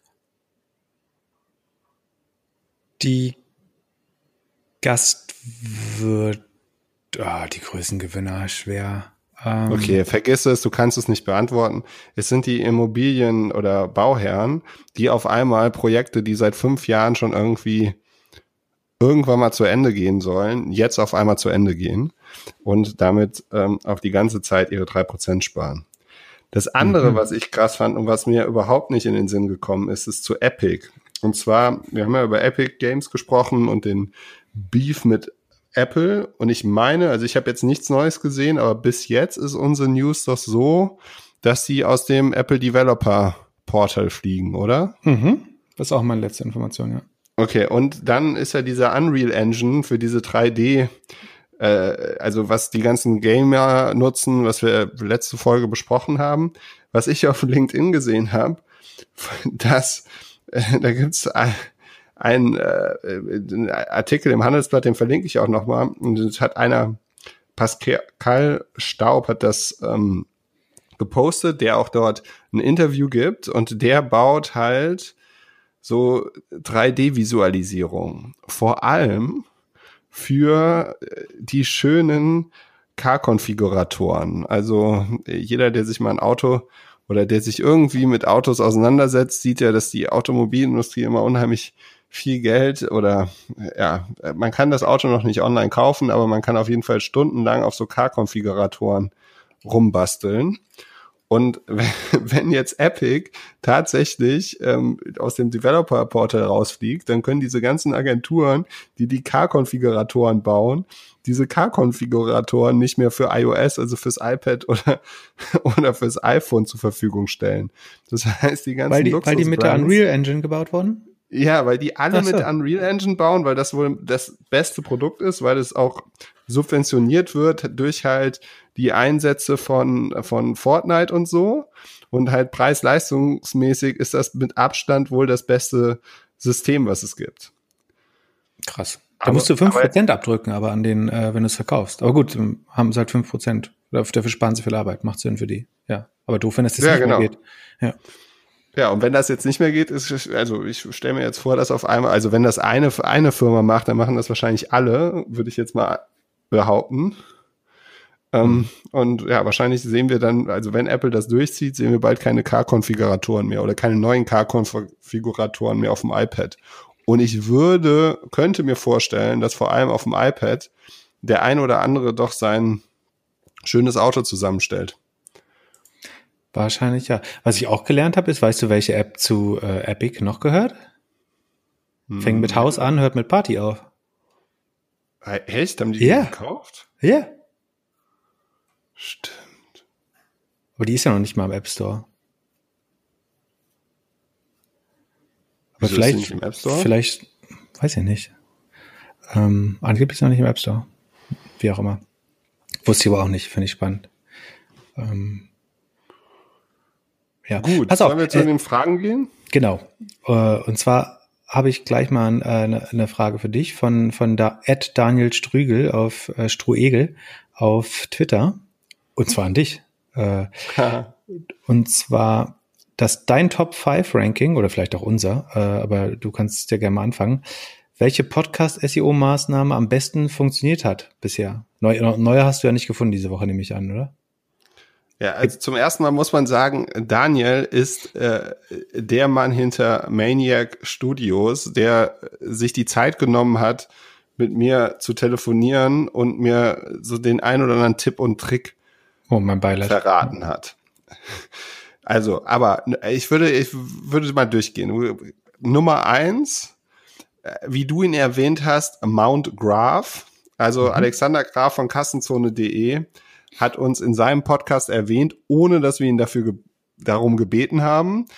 Die Gastwirt, ah, die größten Gewinner, schwer. Ähm, Okay, vergiss es, du kannst es nicht beantworten. Es sind die Immobilien- oder Bauherren, die auf einmal Projekte, die seit fünf Jahren schon irgendwie irgendwann mal zu Ende gehen sollen, jetzt auf einmal zu Ende gehen und damit ähm, auf die ganze Zeit ihre drei Prozent sparen. Das andere, mhm. was ich krass fand und was mir überhaupt nicht in den Sinn gekommen ist, ist zu Epic. Und zwar, wir haben ja über Epic Games gesprochen und den Beef mit Apple. Und ich meine, also ich habe jetzt nichts Neues gesehen, aber bis jetzt ist unsere News doch so, dass sie aus dem Apple Developer Portal fliegen, oder? Mhm. Das ist auch meine letzte Information, ja. Okay, und dann ist ja dieser Unreal Engine für diese drei D, äh, also was die ganzen Gamer nutzen, was wir letzte Folge besprochen haben, was ich auf LinkedIn gesehen habe, dass äh, da gibt's ein, ein äh, Artikel im Handelsblatt, den verlinke ich auch nochmal, und es hat einer, Pascal Staub hat das ähm, gepostet, der auch dort ein Interview gibt und der baut halt so drei D-Visualisierung, vor allem für die schönen Car-Konfiguratoren. Also jeder, der sich mal ein Auto oder der sich irgendwie mit Autos auseinandersetzt, sieht ja, dass die Automobilindustrie immer unheimlich viel Geld oder ja, man kann das Auto noch nicht online kaufen, aber man kann auf jeden Fall stundenlang auf so Car-Konfiguratoren rumbasteln. Und wenn jetzt Epic tatsächlich ähm, aus dem Developer-Portal rausfliegt, dann können diese ganzen Agenturen, die die Car-Konfiguratoren bauen, diese Car-Konfiguratoren nicht mehr für iOS, also fürs iPad oder oder fürs iPhone zur Verfügung stellen. Das heißt, die ganzen weil die, weil die mit der Unreal Engine gebaut wurden? Ja, weil die alle Ach so. mit Unreal Engine bauen, weil das wohl das beste Produkt ist, weil es auch subventioniert wird durch halt die Einsätze von von Fortnite und so. Und halt preis-leistungsmäßig ist das mit Abstand wohl das beste System, was es gibt. Krass. Da aber, musst du fünf Prozent abdrücken, aber an den, äh, wenn du es verkaufst. Aber gut, haben sie halt fünf Prozent. Dafür sparen sie viel Arbeit. Macht Sinn für die. Ja. Aber doof, wenn es das ja, nicht genau. mehr geht. Ja. Ja, und wenn das jetzt nicht mehr geht, ist, also ich stelle mir jetzt vor, dass auf einmal, also wenn das eine, eine Firma macht, dann machen das wahrscheinlich alle, würde ich jetzt mal behaupten. Ähm, und ja, wahrscheinlich sehen wir dann, also wenn Apple das durchzieht, sehen wir bald keine Car-Konfiguratoren mehr oder keine neuen Car-Konfiguratoren mehr auf dem iPad. Und ich würde, könnte mir vorstellen, dass vor allem auf dem iPad der ein oder andere doch sein schönes Auto zusammenstellt. Wahrscheinlich, ja. Was ich auch gelernt habe, ist, weißt du, welche App zu äh, Epic noch gehört? Hm. Fängt mit Haus an, hört mit Party auf. Echt? Haben die ja. die gekauft? Ja. Stimmt. Aber die ist ja noch nicht mal im App Store. Aber Wieso vielleicht, ist die nicht im App Store? Vielleicht, weiß ich nicht. Ähm, angeblich ist noch nicht im App Store. Wie auch immer. Wusste ich aber auch nicht, finde ich spannend. Ähm, Ja. Gut, pass auf. Sollen wir zu äh, den Fragen gehen? Genau. Äh, und zwar habe ich gleich mal äh, eine, eine Frage für dich von von da at Daniel Strügel auf äh, Struegel auf Twitter. Und zwar an dich. Äh, und zwar das dein Top fünf Ranking oder vielleicht auch unser, äh, aber du kannst ja gerne mal anfangen. Welche Podcast-S E O-Maßnahme am besten funktioniert hat bisher? Neu, neue hast du ja nicht gefunden diese Woche, nehme ich an, oder? Ja, also zum ersten Mal muss man sagen, Daniel ist äh, der Mann hinter Maniac Studios, der sich die Zeit genommen hat, mit mir zu telefonieren und mir so den ein oder anderen Tipp und Trick oh, mein Beileid. verraten hat. Also, aber ich würde, ich würde mal durchgehen. Nummer eins, wie du ihn erwähnt hast, Mount Graph. Also mhm. Alexander Graf von Kassenzone punkt de hat uns in seinem Podcast erwähnt, ohne dass wir ihn dafür ge- darum gebeten haben.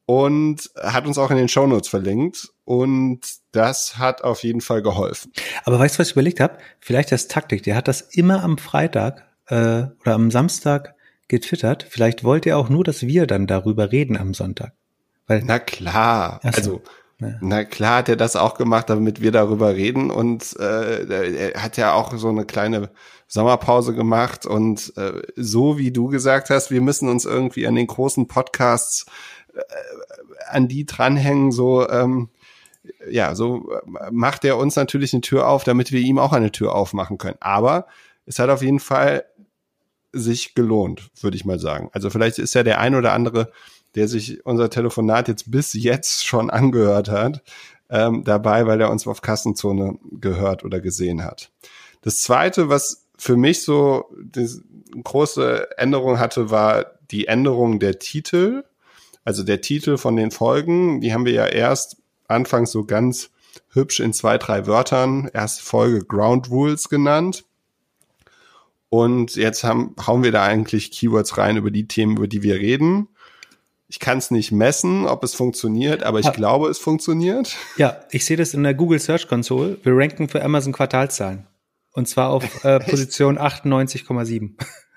und hat uns auch in den Shownotes verlinkt und das hat auf jeden Fall geholfen. Aber weißt du, was ich überlegt habe? Vielleicht das Taktik, der hat das immer am Freitag äh, oder am Samstag getwittert. Vielleicht wollte er auch nur, dass wir dann darüber reden am Sonntag. Weil, na klar, so, also ja. na klar hat er das auch gemacht, damit wir darüber reden und äh, er hat ja auch so eine kleine Sommerpause gemacht und äh, so wie du gesagt hast, wir müssen uns irgendwie an den großen Podcasts äh, an die dranhängen, so ähm, ja, so macht er uns natürlich eine Tür auf, damit wir ihm auch eine Tür aufmachen können. Aber es hat auf jeden Fall sich gelohnt, würde ich mal sagen. Also vielleicht ist ja der ein oder andere, der sich unser Telefonat jetzt bis jetzt schon angehört hat, ähm, dabei, weil er uns auf Kassenzone gehört oder gesehen hat. Das Zweite, was für mich so eine große Änderung hatte, war die Änderung der Titel. Also der Titel von den Folgen, die haben wir ja erst anfangs so ganz hübsch in zwei, drei Wörtern, erste Folge Ground Rules genannt. Und jetzt haben, hauen wir da eigentlich Keywords rein über die Themen, über die wir reden. Ich kann es nicht messen, ob es funktioniert, aber ich ah. glaube, es funktioniert. Ja, ich sehe das in der Google Search Console. Wir ranken für Amazon Quartalszahlen. Und zwar auf äh, Position achtundneunzig Komma sieben.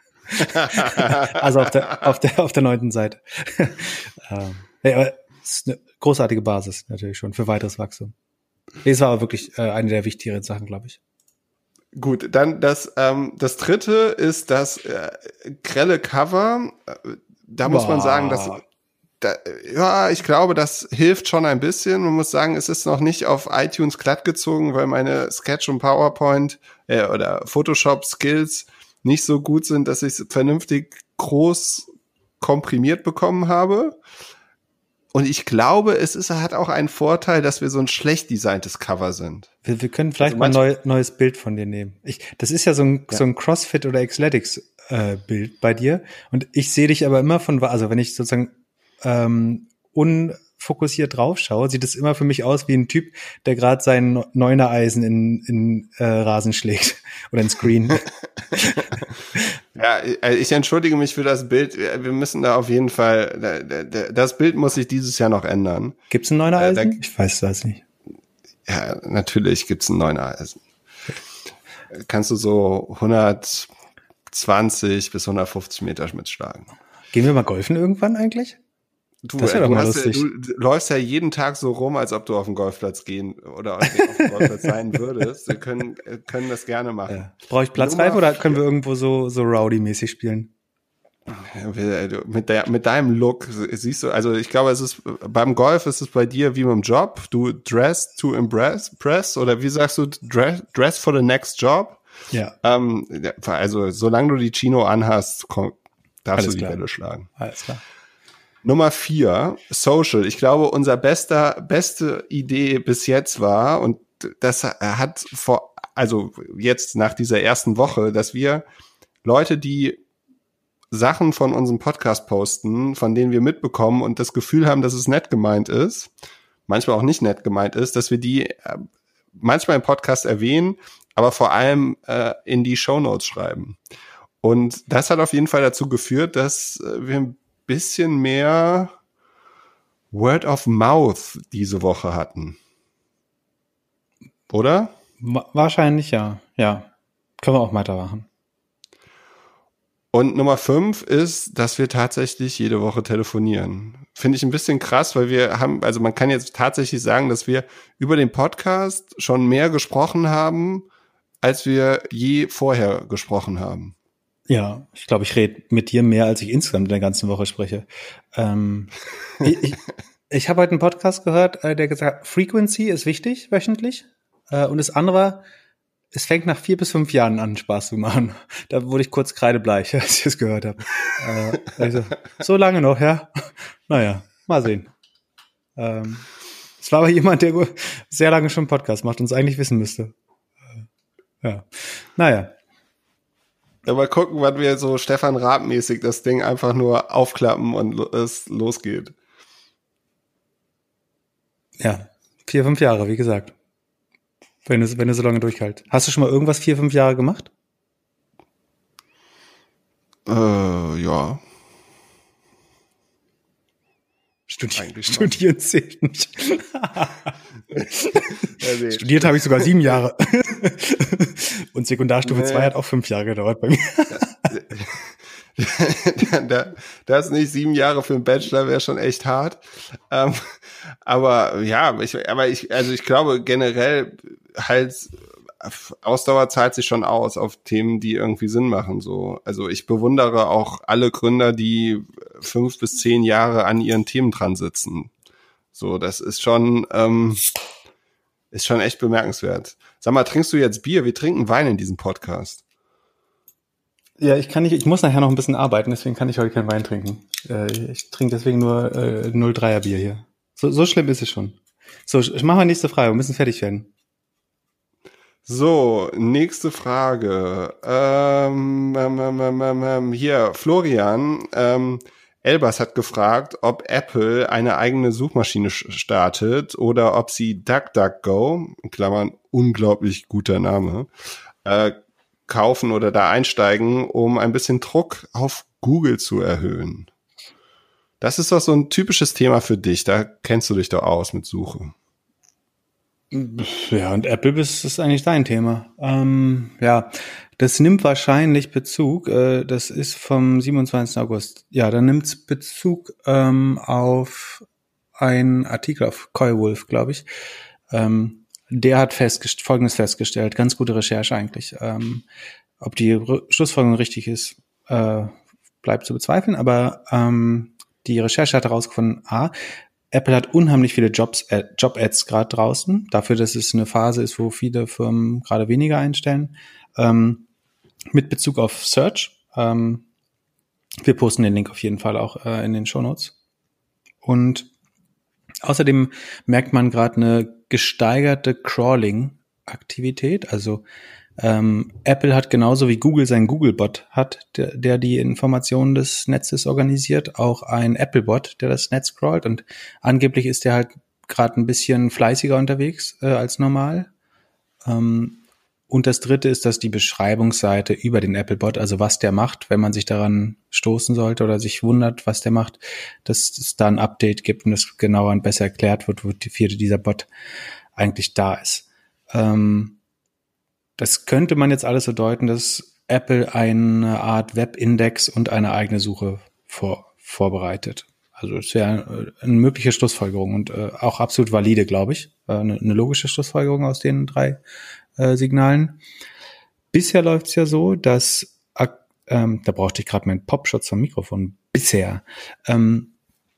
Also auf der, auf der, auf der neunten Seite. ähm, ja, aber das ist eine großartige Basis natürlich schon für weiteres Wachstum. Das war aber wirklich äh, eine der wichtigeren Sachen, glaube ich. Gut, dann das ähm, das dritte ist das äh, grelle Cover. Da muss Boah. man sagen, dass da, ja, ich glaube, das hilft schon ein bisschen. Man muss sagen, es ist noch nicht auf iTunes glattgezogen, weil meine Sketch und PowerPoint äh, oder Photoshop-Skills nicht so gut sind, dass ich es vernünftig groß komprimiert bekommen habe. Und ich glaube, es ist, hat auch einen Vorteil, dass wir so ein schlecht designtes Cover sind. Wir, wir können vielleicht also mal ein neu, neues Bild von dir nehmen. Ich, das ist ja so ein, ja. so ein CrossFit oder Xletics äh, Bild bei dir. Und ich sehe dich aber immer von, also wenn ich sozusagen ähm, unfokussiert drauf schaue, sieht es immer für mich aus wie ein Typ, der gerade sein Neuner-Eisen in, in äh, Rasen schlägt oder in Screen. Ja, ich entschuldige mich für das Bild. Wir müssen da auf jeden Fall, das Bild muss sich dieses Jahr noch ändern. Gibt's ein Neuner-Eisen? Da, ich weiß das nicht. Ja, natürlich gibt's ein Neuner-Eisen. Kannst du so hundertzwanzig bis hundertfünfzig Meter mitschlagen. Gehen wir mal golfen irgendwann eigentlich? Du, das du, hast ja, du läufst ja jeden Tag so rum, als ob du auf dem Golfplatz gehen oder auf dem Golfplatz sein würdest. Wir können, können das gerne machen. Ja. Brauche ich Platzreife oder können wir irgendwo so, so rowdy-mäßig spielen? Mit, der, mit deinem Look siehst du, also ich glaube, es ist beim Golf ist es bei dir wie mit dem Job. Du dress to impress, press, oder wie sagst du, dress, dress for the next job? Ja. Ähm, also solange du die Chino anhast, komm, darfst Alles du die klar. Bälle schlagen. Alles klar. Nummer vier, Social. Ich glaube, unser bester, beste Idee bis jetzt war, und das hat vor, also jetzt nach dieser ersten Woche, dass wir Leute, die Sachen von unserem Podcast posten, von denen wir mitbekommen und das Gefühl haben, dass es nett gemeint ist, manchmal auch nicht nett gemeint ist, dass wir die äh, manchmal im Podcast erwähnen, aber vor allem äh, in die Shownotes schreiben. Und das hat auf jeden Fall dazu geführt, dass äh, wir ein bisschen mehr Word of Mouth diese Woche hatten. Oder? Wahrscheinlich ja. Ja. Können wir auch weitermachen. Und Nummer fünf ist, dass wir tatsächlich jede Woche telefonieren. Finde ich ein bisschen krass, weil wir haben, also man kann jetzt tatsächlich sagen, dass wir über den Podcast schon mehr gesprochen haben, als wir je vorher gesprochen haben. Ja, ich glaube, ich rede mit dir mehr, als ich insgesamt in der ganzen Woche spreche. Ähm, ich ich, ich habe heute einen Podcast gehört, äh, der gesagt hat, Frequency ist wichtig, wöchentlich. Äh, und das andere, es fängt nach vier bis fünf Jahren an, Spaß zu machen. Da wurde ich kurz kreidebleich, als ich das gehört habe. Äh, also, so lange noch, ja? Naja, mal sehen. Ähm, es war aber jemand, der sehr lange schon einen Podcast macht und es eigentlich wissen müsste. Äh, ja, naja. Ja, mal gucken, wann wir so Stefan Raab-mäßig das Ding einfach nur aufklappen und es losgeht. Ja, vier, fünf Jahre, wie gesagt. Wenn du, wenn du so lange durchhältst. Hast du schon mal irgendwas vier, fünf Jahre gemacht? Äh, ja. Studi- Studieren zählt nicht. Ja, nee. Studiert habe ich sogar sieben Jahre. Und Sekundarstufe Nee. zwei hat auch fünf Jahre gedauert bei mir. da, das nicht sieben Jahre für einen Bachelor wäre schon echt hart. Ähm, aber ja, ich, aber ich, also ich glaube generell halt Ausdauer zahlt sich schon aus auf Themen, die irgendwie Sinn machen. So, also ich bewundere auch alle Gründer, die fünf bis zehn Jahre an ihren Themen dran sitzen. So, das ist schon, ähm, ist schon echt bemerkenswert. Sag mal, trinkst du jetzt Bier? Wir trinken Wein in diesem Podcast. Ja, ich kann nicht, ich muss nachher noch ein bisschen arbeiten, deswegen kann ich heute keinen Wein trinken. Äh, ich trinke deswegen nur äh, null Komma dreier Bier hier. So, so schlimm ist es schon. So, ich mache mal nächste Frage, wir müssen fertig werden. So, nächste Frage. Ähm, ähm, ähm, ähm, ähm, hier, Florian, ähm, Elbers hat gefragt, ob Apple eine eigene Suchmaschine startet oder ob sie DuckDuckGo, in Klammern unglaublich guter Name, äh, kaufen oder da einsteigen, um ein bisschen Druck auf Google zu erhöhen. Das ist doch so ein typisches Thema für dich, da kennst du dich doch aus mit Suche. Ja, und Apple ist, ist eigentlich dein Thema. Ähm, ja, das nimmt wahrscheinlich Bezug, äh, das ist vom siebenundzwanzigsten August. Ja, da nimmt es Bezug ähm, auf einen Artikel auf Coywolf, glaube ich. Ähm, der hat festgest- Folgendes festgestellt, ganz gute Recherche eigentlich. Ähm, ob die R- Schlussfolgerung richtig ist, äh, bleibt zu bezweifeln, aber ähm, die Recherche hat herausgefunden, a, Apple hat unheimlich viele Jobs, äh, Job-Ads gerade draußen, dafür, dass es eine Phase ist, wo viele Firmen gerade weniger einstellen. Ähm, mit Bezug auf Search. Ähm, wir posten den Link auf jeden Fall auch äh, in den Shownotes. Und außerdem merkt man gerade eine gesteigerte Crawling-Aktivität. Also ähm, Apple hat genauso wie Google seinen Google-Bot hat, der, der die Informationen des Netzes organisiert, auch einen Apple-Bot, der das Netz crawlt. Und angeblich ist der halt gerade ein bisschen fleißiger unterwegs äh, als normal. Ähm, und das Dritte ist, dass die Beschreibungsseite über den Apple-Bot, also was der macht, wenn man sich daran stoßen sollte oder sich wundert, was der macht, dass es da ein Update gibt und es genauer und besser erklärt wird, wofür dieser Bot eigentlich da ist. Ähm, Das könnte man jetzt alles so deuten, dass Apple eine Art Webindex und eine eigene Suche vor, vorbereitet. Also es wäre eine mögliche Schlussfolgerung und äh, auch absolut valide, glaube ich. Äh, eine, eine logische Schlussfolgerung aus den drei äh, Signalen. Bisher läuft es ja so, dass, ähm, da brauchte ich gerade meinen Popschutz vom Mikrofon, bisher, ähm,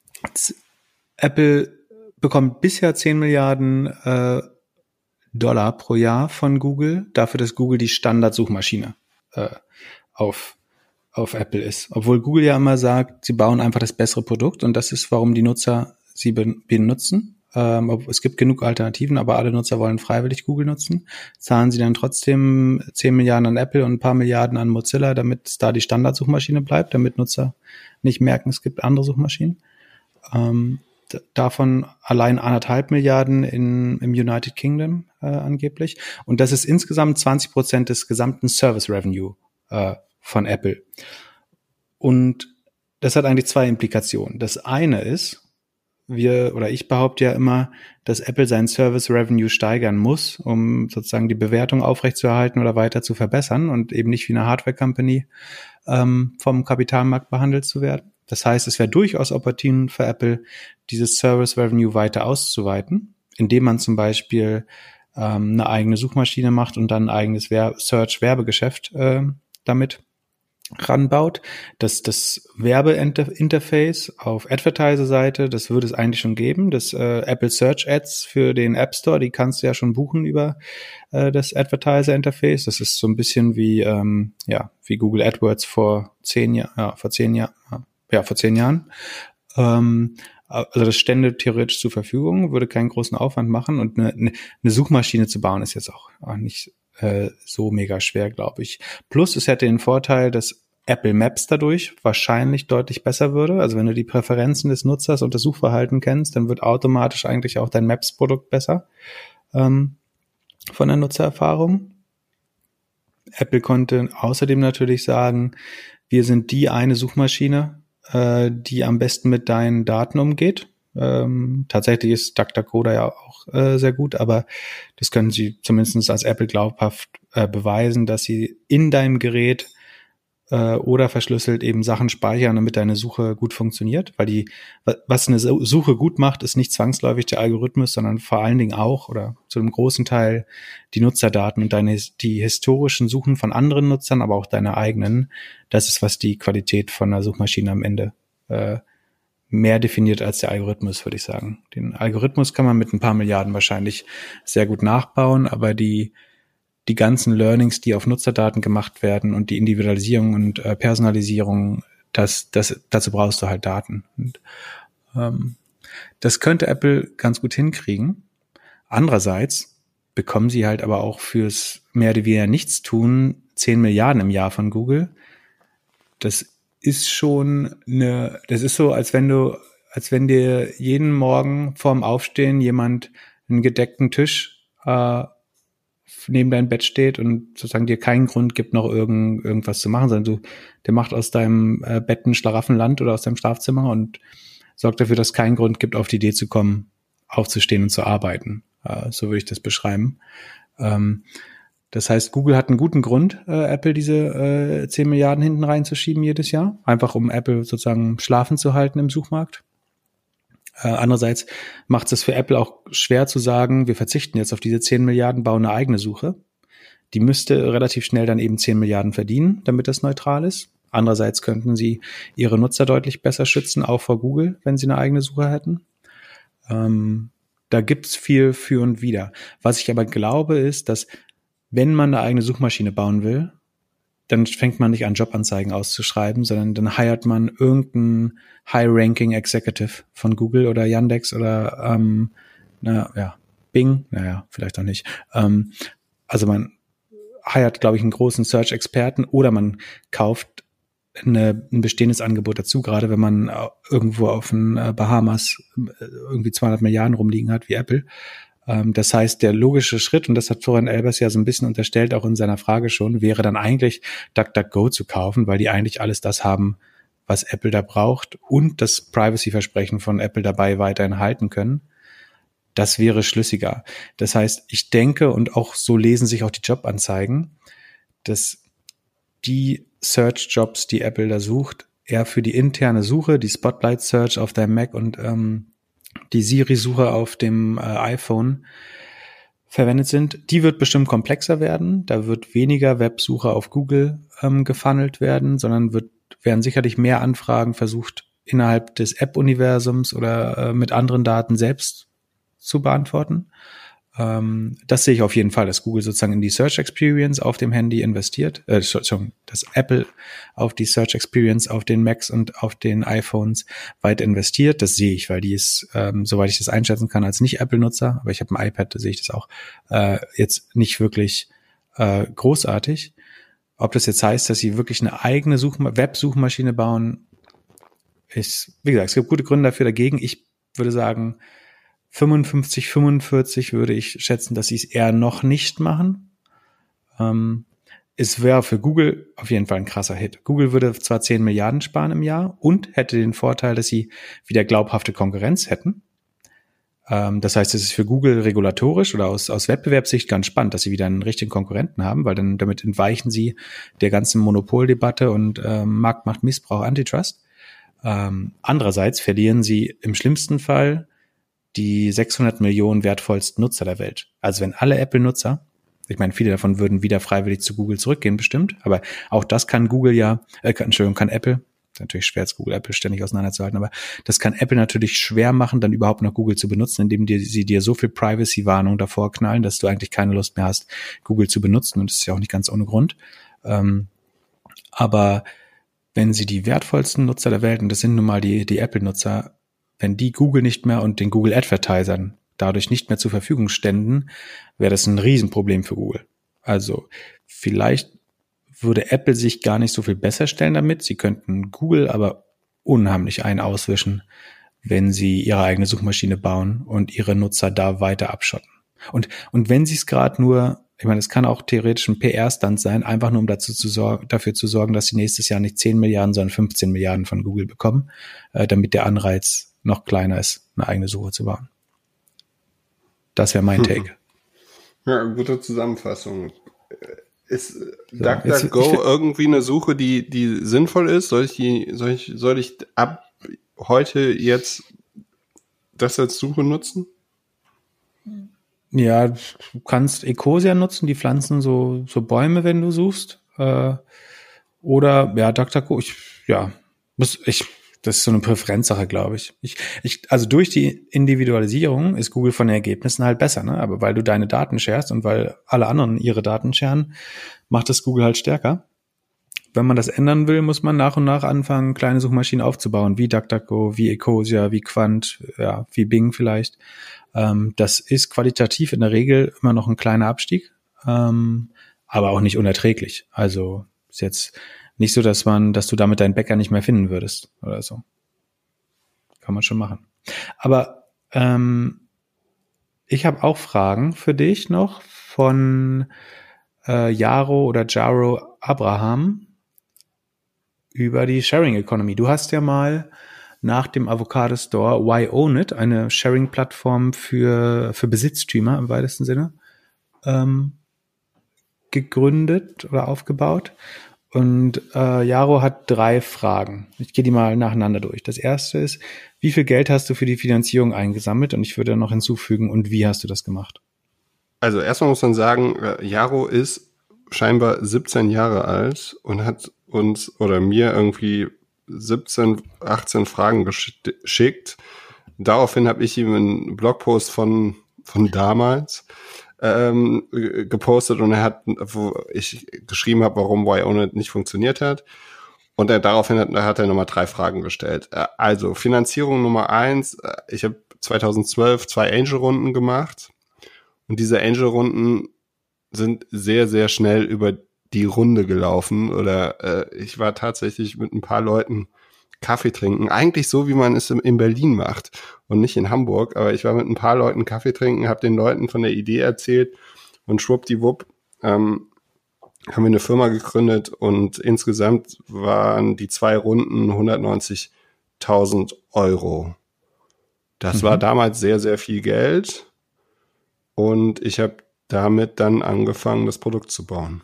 Apple bekommt bisher zehn Milliarden äh, Dollar pro Jahr von Google, dafür, dass Google die Standardsuchmaschine äh, auf, auf Apple ist. Obwohl Google ja immer sagt, sie bauen einfach das bessere Produkt und das ist, warum die Nutzer sie ben- benutzen. Ähm, es gibt genug Alternativen, aber alle Nutzer wollen freiwillig Google nutzen. Zahlen sie dann trotzdem zehn Milliarden an Apple und ein paar Milliarden an Mozilla, damit es da die Standardsuchmaschine bleibt, damit Nutzer nicht merken, es gibt andere Suchmaschinen. Ähm, davon allein anderthalb Milliarden in, im United Kingdom äh, angeblich. Und das ist insgesamt zwanzig Prozent des gesamten Service Revenue äh, von Apple. Und das hat eigentlich zwei Implikationen. Das eine ist, wir oder ich behaupte ja immer, dass Apple seinen Service Revenue steigern muss, um sozusagen die Bewertung aufrechtzuerhalten oder weiter zu verbessern und eben nicht wie eine Hardware-Company ähm, vom Kapitalmarkt behandelt zu werden. Das heißt, es wäre durchaus opportun für Apple, dieses Service Revenue weiter auszuweiten, indem man zum Beispiel ähm, eine eigene Suchmaschine macht und dann ein eigenes Wer- Search-Werbegeschäft äh, damit ranbaut. Das, das Werbeinterface auf Advertiser-Seite, das würde es eigentlich schon geben. Das äh, Apple Search Ads für den App Store, die kannst du ja schon buchen über äh, das Advertiser-Interface. Das ist so ein bisschen wie ähm, ja wie Google AdWords vor zehn Jahren, ja, vor zehn Jahren, ja vor zehn Jahren. Ähm, also das stände theoretisch zur Verfügung, würde keinen großen Aufwand machen und eine, eine Suchmaschine zu bauen ist jetzt auch, auch nicht äh, so mega schwer, glaube ich. Plus es hätte den Vorteil, dass Apple Maps dadurch wahrscheinlich deutlich besser würde. Also wenn du die Präferenzen des Nutzers und das Suchverhalten kennst, dann wird automatisch eigentlich auch dein Maps-Produkt besser ähm, von der Nutzererfahrung. Apple konnte außerdem natürlich sagen, wir sind die eine Suchmaschine, die am besten mit deinen Daten umgeht. Ähm, tatsächlich ist DuckDuckGo da ja auch äh, sehr gut, aber das können sie zumindest als Apple glaubhaft äh, beweisen, dass sie in deinem Gerät äh, oder verschlüsselt eben Sachen speichern, damit deine Suche gut funktioniert, weil die, was eine Suche gut macht, ist nicht zwangsläufig der Algorithmus, sondern vor allen Dingen auch oder zu einem großen Teil die Nutzerdaten und deine die historischen Suchen von anderen Nutzern, aber auch deine eigenen. Das ist, was die Qualität von einer Suchmaschine am Ende äh, mehr definiert als der Algorithmus, würde ich sagen. Den Algorithmus kann man mit ein paar Milliarden wahrscheinlich sehr gut nachbauen, aber die die ganzen Learnings, die auf Nutzerdaten gemacht werden und die Individualisierung und äh, Personalisierung, das, das, dazu brauchst du halt Daten. Und, ähm, das könnte Apple ganz gut hinkriegen. Andererseits bekommen sie halt aber auch fürs mehr oder weniger Nichtstun zehn Milliarden im Jahr von Google. Das ist schon eine, das ist so, als wenn du, als wenn dir jeden Morgen vorm Aufstehen jemand einen gedeckten Tisch äh, neben deinem Bett steht und sozusagen dir keinen Grund gibt, noch irgend, irgendwas zu machen, sondern du, der macht aus deinem äh, Bett ein Schlaraffenland oder aus deinem Schlafzimmer und sorgt dafür, dass es keinen Grund gibt, auf die Idee zu kommen, aufzustehen und zu arbeiten. Äh, so würde ich das beschreiben. Ähm, das heißt, Google hat einen guten Grund, äh, Apple diese äh, zehn Milliarden hinten reinzuschieben jedes Jahr, einfach um Apple sozusagen schlafen zu halten im Suchmarkt. Äh, andererseits macht es für Apple auch schwer zu sagen, wir verzichten jetzt auf diese zehn Milliarden, bauen eine eigene Suche. Die müsste relativ schnell dann eben zehn Milliarden verdienen, damit das neutral ist. Andererseits könnten sie ihre Nutzer deutlich besser schützen, auch vor Google, wenn sie eine eigene Suche hätten. Ähm, da gibt's viel für und wider. Was ich aber glaube, ist, dass wenn man eine eigene Suchmaschine bauen will, dann fängt man nicht an, Jobanzeigen auszuschreiben, sondern dann hiert man irgendeinen High-Ranking Executive von Google oder Yandex oder ähm, na ja, Bing, naja, vielleicht auch nicht. Ähm, also man hiert, glaube ich, einen großen Search-Experten oder man kauft eine, ein bestehendes Angebot dazu, gerade wenn man irgendwo auf den Bahamas irgendwie zweihundert Milliarden rumliegen hat, wie Apple. Das heißt, der logische Schritt, und das hat Florian Elbers ja so ein bisschen unterstellt, auch in seiner Frage schon, wäre dann eigentlich DuckDuckGo zu kaufen, weil die eigentlich alles das haben, was Apple da braucht und das Privacy-Versprechen von Apple dabei weiterhin halten können. Das wäre schlüssiger. Das heißt, ich denke, und auch so lesen sich auch die Jobanzeigen, dass die Search-Jobs, die Apple da sucht, eher für die interne Suche, die Spotlight-Search auf deinem Mac und ähm, die Siri-Suche auf dem äh, iPhone verwendet sind. Die wird bestimmt komplexer werden. Da wird weniger Websuche auf Google ähm, gefunnelt werden, sondern wird, werden sicherlich mehr Anfragen versucht, innerhalb des App-Universums oder äh, mit anderen Daten selbst zu beantworten. Ähm, das sehe ich auf jeden Fall, dass Google sozusagen in die Search Experience auf dem Handy investiert, äh, Entschuldigung, dass Apple auf die Search Experience auf den Macs und auf den iPhones weit investiert. Das sehe ich, weil die ist, ähm, soweit ich das einschätzen kann, als Nicht-Apple-Nutzer, aber ich habe ein iPad, da sehe ich das auch, äh, jetzt nicht wirklich äh, großartig. Ob das jetzt heißt, dass sie wirklich eine eigene Suchma- Web-Suchmaschine bauen, ist, wie gesagt, es gibt gute Gründe dafür dagegen. Ich würde sagen, fünfundfünfzig, fünfundvierzig würde ich schätzen, dass sie es eher noch nicht machen. Ähm, es wäre für Google auf jeden Fall ein krasser Hit. Google würde zwar zehn Milliarden sparen im Jahr und hätte den Vorteil, dass sie wieder glaubhafte Konkurrenz hätten. Ähm, das heißt, es ist für Google regulatorisch oder aus, aus Wettbewerbssicht ganz spannend, dass sie wieder einen richtigen Konkurrenten haben, weil dann damit entweichen sie der ganzen Monopoldebatte und ähm, Marktmachtmissbrauch, Antitrust. Ähm, andererseits verlieren sie im schlimmsten Fall die sechshundert Millionen wertvollsten Nutzer der Welt. Also wenn alle Apple-Nutzer, ich meine, viele davon würden wieder freiwillig zu Google zurückgehen bestimmt, aber auch das kann Google ja, äh, Entschuldigung, kann Apple, ist natürlich schwer, jetzt Google Apple ständig auseinanderzuhalten, aber das kann Apple natürlich schwer machen, dann überhaupt noch Google zu benutzen, indem die, sie dir so viel Privacy-Warnung davor knallen, dass du eigentlich keine Lust mehr hast, Google zu benutzen, und das ist ja auch nicht ganz ohne Grund. Ähm, aber wenn sie die wertvollsten Nutzer der Welt, und das sind nun mal die, die Apple-Nutzer, wenn die Google nicht mehr und den Google-Advertisern dadurch nicht mehr zur Verfügung ständen, wäre das ein Riesenproblem für Google. Also vielleicht würde Apple sich gar nicht so viel besser stellen damit. Sie könnten Google aber unheimlich einen auswischen, wenn sie ihre eigene Suchmaschine bauen und ihre Nutzer da weiter abschotten. Und, und wenn sie es gerade nur, ich meine, es kann auch theoretisch ein P R-Stunt sein, einfach nur um dazu zu sorgen, dafür zu sorgen, dass sie nächstes Jahr nicht zehn Milliarden, sondern fünfzehn Milliarden von Google bekommen, äh, damit der Anreiz noch kleiner ist, eine eigene Suche zu bauen. Das wäre mein Take. Ja, gute Zusammenfassung. Ist So, DuckDuckGo jetzt- ich- irgendwie eine Suche, die, die sinnvoll ist? Soll ich die, soll ich, soll ich ab heute jetzt das als Suche nutzen? Ja, du kannst Ecosia nutzen, die pflanzen so, so Bäume, wenn du suchst. Äh, oder, ja, DuckDuckGo, ich, ja, muss, ich, das ist so eine Präferenzsache, glaube ich. Ich, ich. Also durch die Individualisierung ist Google von den Ergebnissen halt besser, ne? Aber weil du deine Daten sharest und weil alle anderen ihre Daten sharen, macht das Google halt stärker. Wenn man das ändern will, muss man nach und nach anfangen, kleine Suchmaschinen aufzubauen, wie DuckDuckGo, wie Ecosia, wie Quant, ja, wie Bing vielleicht. Ähm, das ist qualitativ in der Regel immer noch ein kleiner Abstieg, ähm, aber auch nicht unerträglich. Also ist jetzt nicht so, dass man, dass du damit deinen Bäcker nicht mehr finden würdest oder so. Kann man schon machen. Aber ähm, ich habe auch Fragen für dich noch von äh, Jaro oder Jaro Abraham über die Sharing Economy. Du hast ja mal nach dem Avocado Store Why Own It, eine Sharing-Plattform für, für Besitztümer im weitesten Sinne, ähm, gegründet oder aufgebaut. Und äh, Jaro hat drei Fragen. Ich gehe die mal nacheinander durch. Das erste ist, wie viel Geld hast du für die Finanzierung eingesammelt? Und ich würde noch hinzufügen, und wie hast du das gemacht? Also erstmal muss man sagen, äh, Jaro ist scheinbar siebzehn Jahre alt und hat uns oder mir irgendwie siebzehn, achtzehn Fragen geschickt. Daraufhin habe ich ihm einen Blogpost von von damals ähm, gepostet und er hat, wo ich geschrieben habe, warum Why Own It nicht funktioniert hat. Und er, daraufhin hat, hat er nochmal drei Fragen gestellt. Also Finanzierung Nummer eins. Ich habe zweitausendzwölf zwei Angel-Runden gemacht und diese Angel-Runden sind sehr, sehr schnell über die Runde gelaufen oder äh, ich war tatsächlich mit ein paar Leuten Kaffee trinken. Eigentlich so, wie man es in Berlin macht und nicht in Hamburg. Aber ich war mit ein paar Leuten Kaffee trinken, habe den Leuten von der Idee erzählt und schwuppdiwupp ähm, haben wir eine Firma gegründet und insgesamt waren die zwei Runden hundertneunzigtausend Euro. Das mhm. war damals sehr, sehr viel Geld und ich habe damit dann angefangen, das Produkt zu bauen.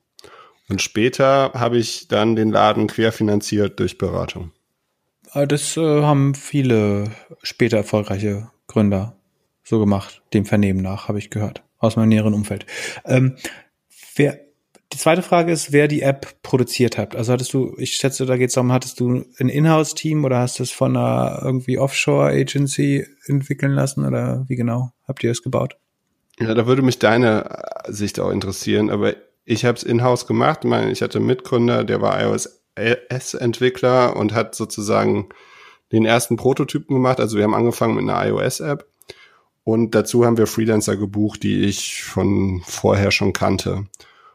Und später habe ich dann den Laden querfinanziert durch Beratung. Das äh, haben viele später erfolgreiche Gründer so gemacht, dem Vernehmen nach, habe ich gehört, aus meinem näheren Umfeld. Ähm, wer, die zweite Frage ist, wer die App produziert hat. Also hattest du, ich schätze, da geht es darum, hattest du ein Inhouse-Team oder hast du es von einer irgendwie Offshore-Agency entwickeln lassen oder wie genau habt ihr das gebaut? Ja, da würde mich deine Sicht auch interessieren, aber ich habe es in-house gemacht. Ich meine, ich hatte einen Mitgründer, der war iOS-Entwickler und hat sozusagen den ersten Prototypen gemacht. Also wir haben angefangen mit einer iOS-App und dazu haben wir Freelancer gebucht, die ich von vorher schon kannte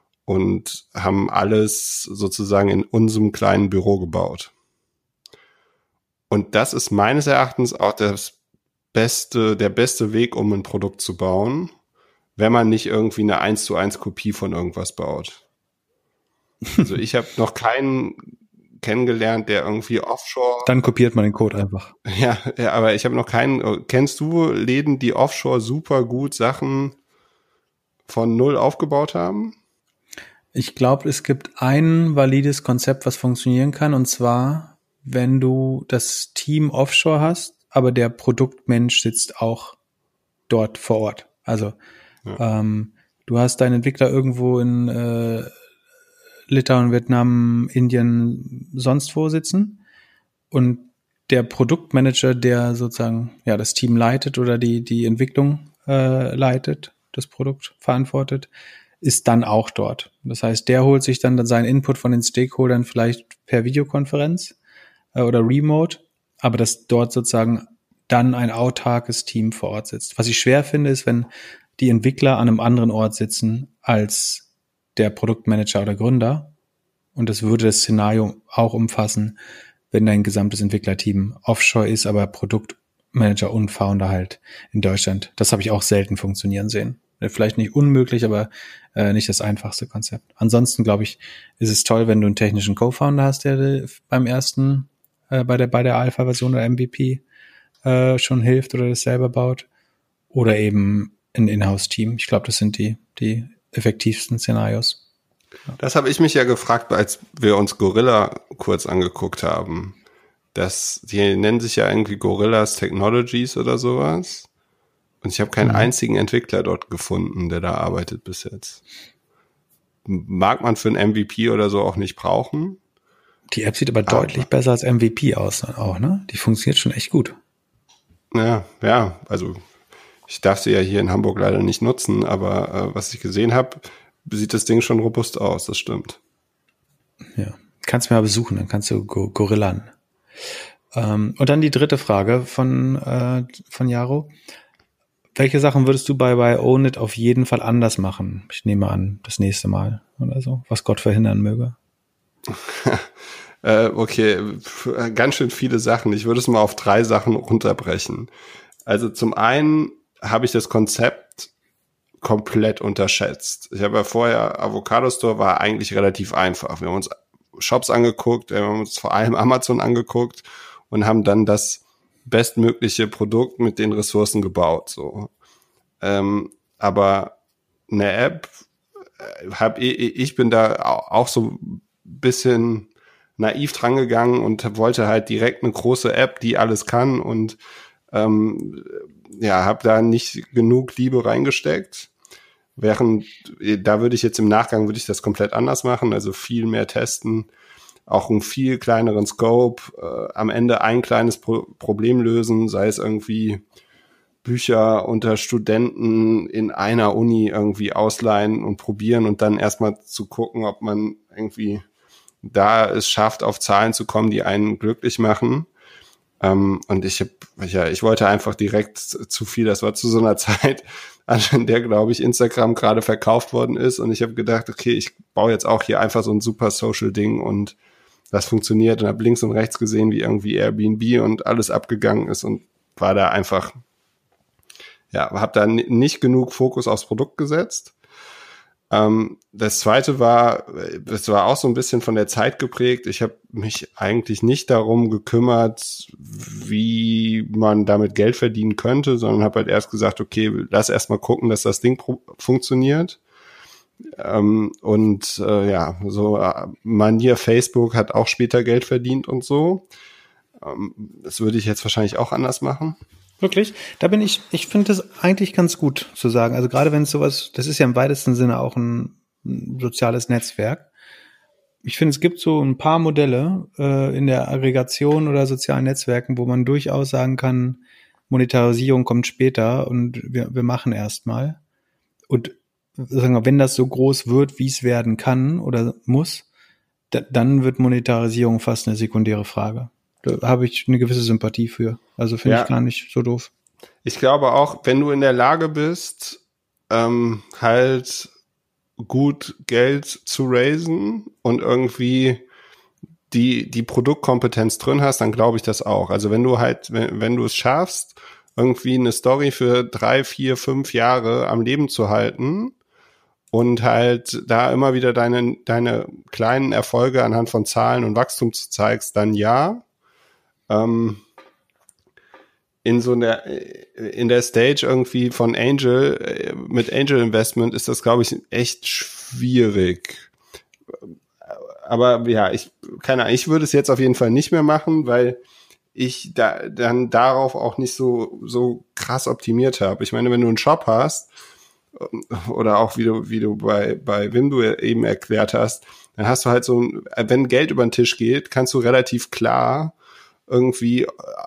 und haben alles sozusagen in unserem kleinen Büro gebaut. Und das ist meines Erachtens auch das beste, der beste Weg, um ein Produkt zu bauen, wenn man nicht irgendwie eine eins zu eins Kopie von irgendwas baut. Also ich habe noch keinen kennengelernt, der irgendwie offshore... Dann kopiert man den Code einfach. Ja, ja, aber ich habe noch keinen... Kennst du Läden, die offshore super gut Sachen von null aufgebaut haben? Ich glaube, es gibt ein valides Konzept, was funktionieren kann, und zwar, wenn du das Team offshore hast, aber der Produktmensch sitzt auch dort vor Ort. Also ja. ähm, du hast deinen Entwickler irgendwo in äh, Litauen, Vietnam, Indien, sonst wo sitzen und der Produktmanager, der sozusagen ja das Team leitet oder die die Entwicklung äh, leitet, das Produkt verantwortet, ist dann auch dort. Das heißt, der holt sich dann seinen Input von den Stakeholdern vielleicht per Videokonferenz äh, oder Remote, aber dass dort sozusagen dann ein autarkes Team vor Ort sitzt. Was ich schwer finde, ist, wenn die Entwickler an einem anderen Ort sitzen als der Produktmanager oder Gründer. Und das würde das Szenario auch umfassen, wenn dein gesamtes Entwicklerteam offshore ist, aber Produktmanager und Founder halt in Deutschland. Das habe ich auch selten funktionieren sehen. Vielleicht nicht unmöglich, aber äh, nicht das einfachste Konzept. Ansonsten, glaube ich, ist es toll, wenn du einen technischen Co-Founder hast, der beim ersten, äh, bei der bei der Alpha-Version oder M V P äh, schon hilft oder das selber baut. Oder eben ein Inhouse-Team. Ich glaube, das sind die, die effektivsten Szenarios. Ja. Das habe ich mich ja gefragt, als wir uns Gorilla kurz angeguckt haben. Das, die nennen sich ja irgendwie Gorillas Technologies oder sowas. Und ich habe keinen mhm. einzigen Entwickler dort gefunden, der da arbeitet bis jetzt. Mag man für ein M V P oder so auch nicht brauchen. Die App sieht aber, aber deutlich besser als M V P aus auch, ne? Die funktioniert schon echt gut. Ja, ja, also ich darf sie ja hier in Hamburg leider nicht nutzen, aber äh, was ich gesehen habe, sieht das Ding schon robust aus, das stimmt. Ja, kannst du mal besuchen, dann kannst du Go- Gorillan. Ähm, und dann die dritte Frage von, äh, von Jaro. Welche Sachen würdest du bei, bei Own It auf jeden Fall anders machen? Ich nehme an, das nächste Mal oder so, was Gott verhindern möge. äh, okay, ganz schön viele Sachen. Ich würde es mal auf drei Sachen runterbrechen. Also zum einen habe ich das Konzept komplett unterschätzt. Ich habe ja vorher, Avocado Store war eigentlich relativ einfach. Wir haben uns Shops angeguckt, wir haben uns vor allem Amazon angeguckt und haben dann das bestmögliche Produkt mit den Ressourcen gebaut. So, ähm, aber eine App, hab ich, ich bin da auch so ein bisschen naiv drangegangen und wollte halt direkt eine große App, die alles kann und ähm, ja, habe da nicht genug Liebe reingesteckt. Während, da würde ich jetzt im Nachgang, würde ich das komplett anders machen, also viel mehr testen, auch einen viel kleineren Scope, äh, am Ende ein kleines Pro- Problem lösen, sei es irgendwie Bücher unter Studenten in einer Uni irgendwie ausleihen und probieren und dann erstmal zu gucken, ob man irgendwie da es schafft, auf Zahlen zu kommen, die einen glücklich machen. Um, und ich hab, ja, ich wollte einfach direkt zu viel. Das war zu so einer Zeit, an der, glaube ich, Instagram gerade verkauft worden ist. Und ich habe gedacht, okay, ich baue jetzt auch hier einfach so ein super Social-Ding und das funktioniert. Und habe links und rechts gesehen, wie irgendwie Airbnb und alles abgegangen ist und war da einfach, ja, habe da n- nicht genug Fokus aufs Produkt gesetzt. Um, das zweite war, das war auch so ein bisschen von der Zeit geprägt. Ich habe mich eigentlich nicht darum gekümmert, wie man damit Geld verdienen könnte, sondern habe halt erst gesagt, okay, lass erst mal gucken, dass das Ding pro- funktioniert. Um, und äh, ja, so äh, Manier Facebook hat auch später Geld verdient und so. Um, das würde ich jetzt wahrscheinlich auch anders machen. Wirklich? Da bin ich, ich finde das eigentlich ganz gut zu sagen. Also gerade wenn es sowas, das ist ja im weitesten Sinne auch ein, ein soziales Netzwerk. Ich finde, es gibt so ein paar Modelle äh, in der Aggregation oder sozialen Netzwerken, wo man durchaus sagen kann, Monetarisierung kommt später und wir, wir machen erstmal. Und sagen wir, wenn das so groß wird, wie es werden kann oder muss, da, dann wird Monetarisierung fast eine sekundäre Frage. Da habe ich eine gewisse Sympathie für. Also finde Ja. ich gar nicht so doof. Ich glaube auch, wenn du in der Lage bist, ähm, halt gut Geld zu raisen und irgendwie die die Produktkompetenz drin hast, dann glaube ich das auch. Also wenn du halt, wenn, wenn du es schaffst, irgendwie eine Story für drei, vier, fünf Jahre am Leben zu halten und halt da immer wieder deine deine kleinen Erfolge anhand von Zahlen und Wachstum zu zeigst, dann ja. Ähm, in so einer, in der Stage irgendwie von Angel, mit Angel Investment ist das, glaube ich, echt schwierig. Aber ja, ich, keine Ahnung, ich würde es jetzt auf jeden Fall nicht mehr machen, weil ich da dann darauf auch nicht so, so krass optimiert habe. Ich meine, wenn du einen Shop hast, oder auch wie du, wie du bei, bei Wim du eben erklärt hast, dann hast du halt so, wenn Geld über den Tisch geht, kannst du relativ klar irgendwie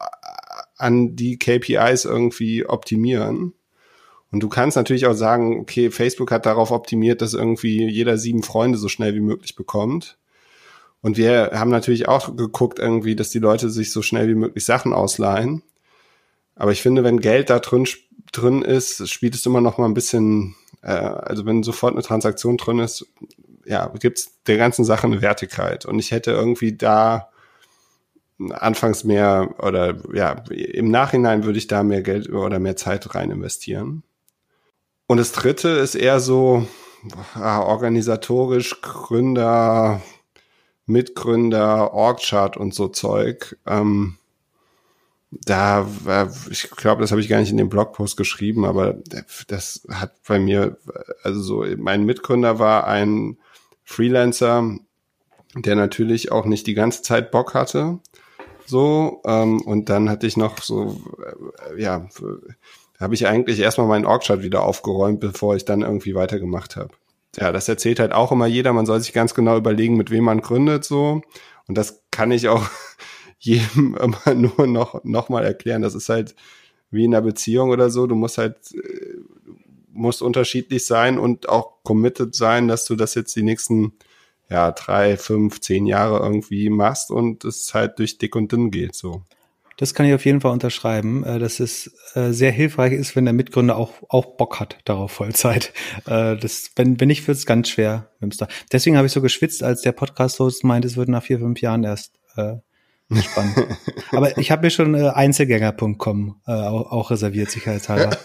an die K P Is irgendwie optimieren. Und du kannst natürlich auch sagen, okay, Facebook hat darauf optimiert, dass irgendwie jeder sieben Freunde so schnell wie möglich bekommt. Und wir haben natürlich auch geguckt irgendwie, dass die Leute sich so schnell wie möglich Sachen ausleihen. Aber ich finde, wenn Geld da drin, drin ist, spielt es immer noch mal ein bisschen, äh, also wenn sofort eine Transaktion drin ist, ja, gibt's der ganzen Sache eine Wertigkeit. Und ich hätte irgendwie da anfangs mehr oder ja, im Nachhinein würde ich da mehr Geld oder mehr Zeit rein investieren. Und das dritte ist eher so ja, organisatorisch Gründer, Mitgründer, Org-Chart und so Zeug. Ähm, da war, ich glaube, das habe ich gar nicht in dem Blogpost geschrieben, aber das hat bei mir, also so, mein Mitgründer war ein Freelancer, der natürlich auch nicht die ganze Zeit Bock hatte, so, ähm, und dann hatte ich noch so, äh, ja, da habe ich eigentlich erstmal meinen Org-Chart wieder aufgeräumt, bevor ich dann irgendwie weitergemacht habe. Ja, das erzählt halt auch immer jeder, man soll sich ganz genau überlegen, mit wem man gründet, so, und das kann ich auch jedem immer nur noch, noch mal erklären. Das ist halt wie in einer Beziehung oder so. Du musst halt, musst unterschiedlich sein und auch committed sein, dass du das jetzt die nächsten, ja, drei, fünf, zehn Jahre irgendwie machst und es halt durch dick und dünn geht, so. Das kann ich auf jeden Fall unterschreiben, dass es sehr hilfreich ist, wenn der Mitgründer auch, auch Bock hat darauf Vollzeit. Das, wenn, wenn nicht, wird es ganz schwer. Deswegen habe ich so geschwitzt, als der Podcast-Host meinte, es wird nach vier, fünf Jahren erst äh, spannend. Aber ich habe mir schon äh, Einzelgänger Punkt com äh, auch, auch reserviert, sicherheitshalber.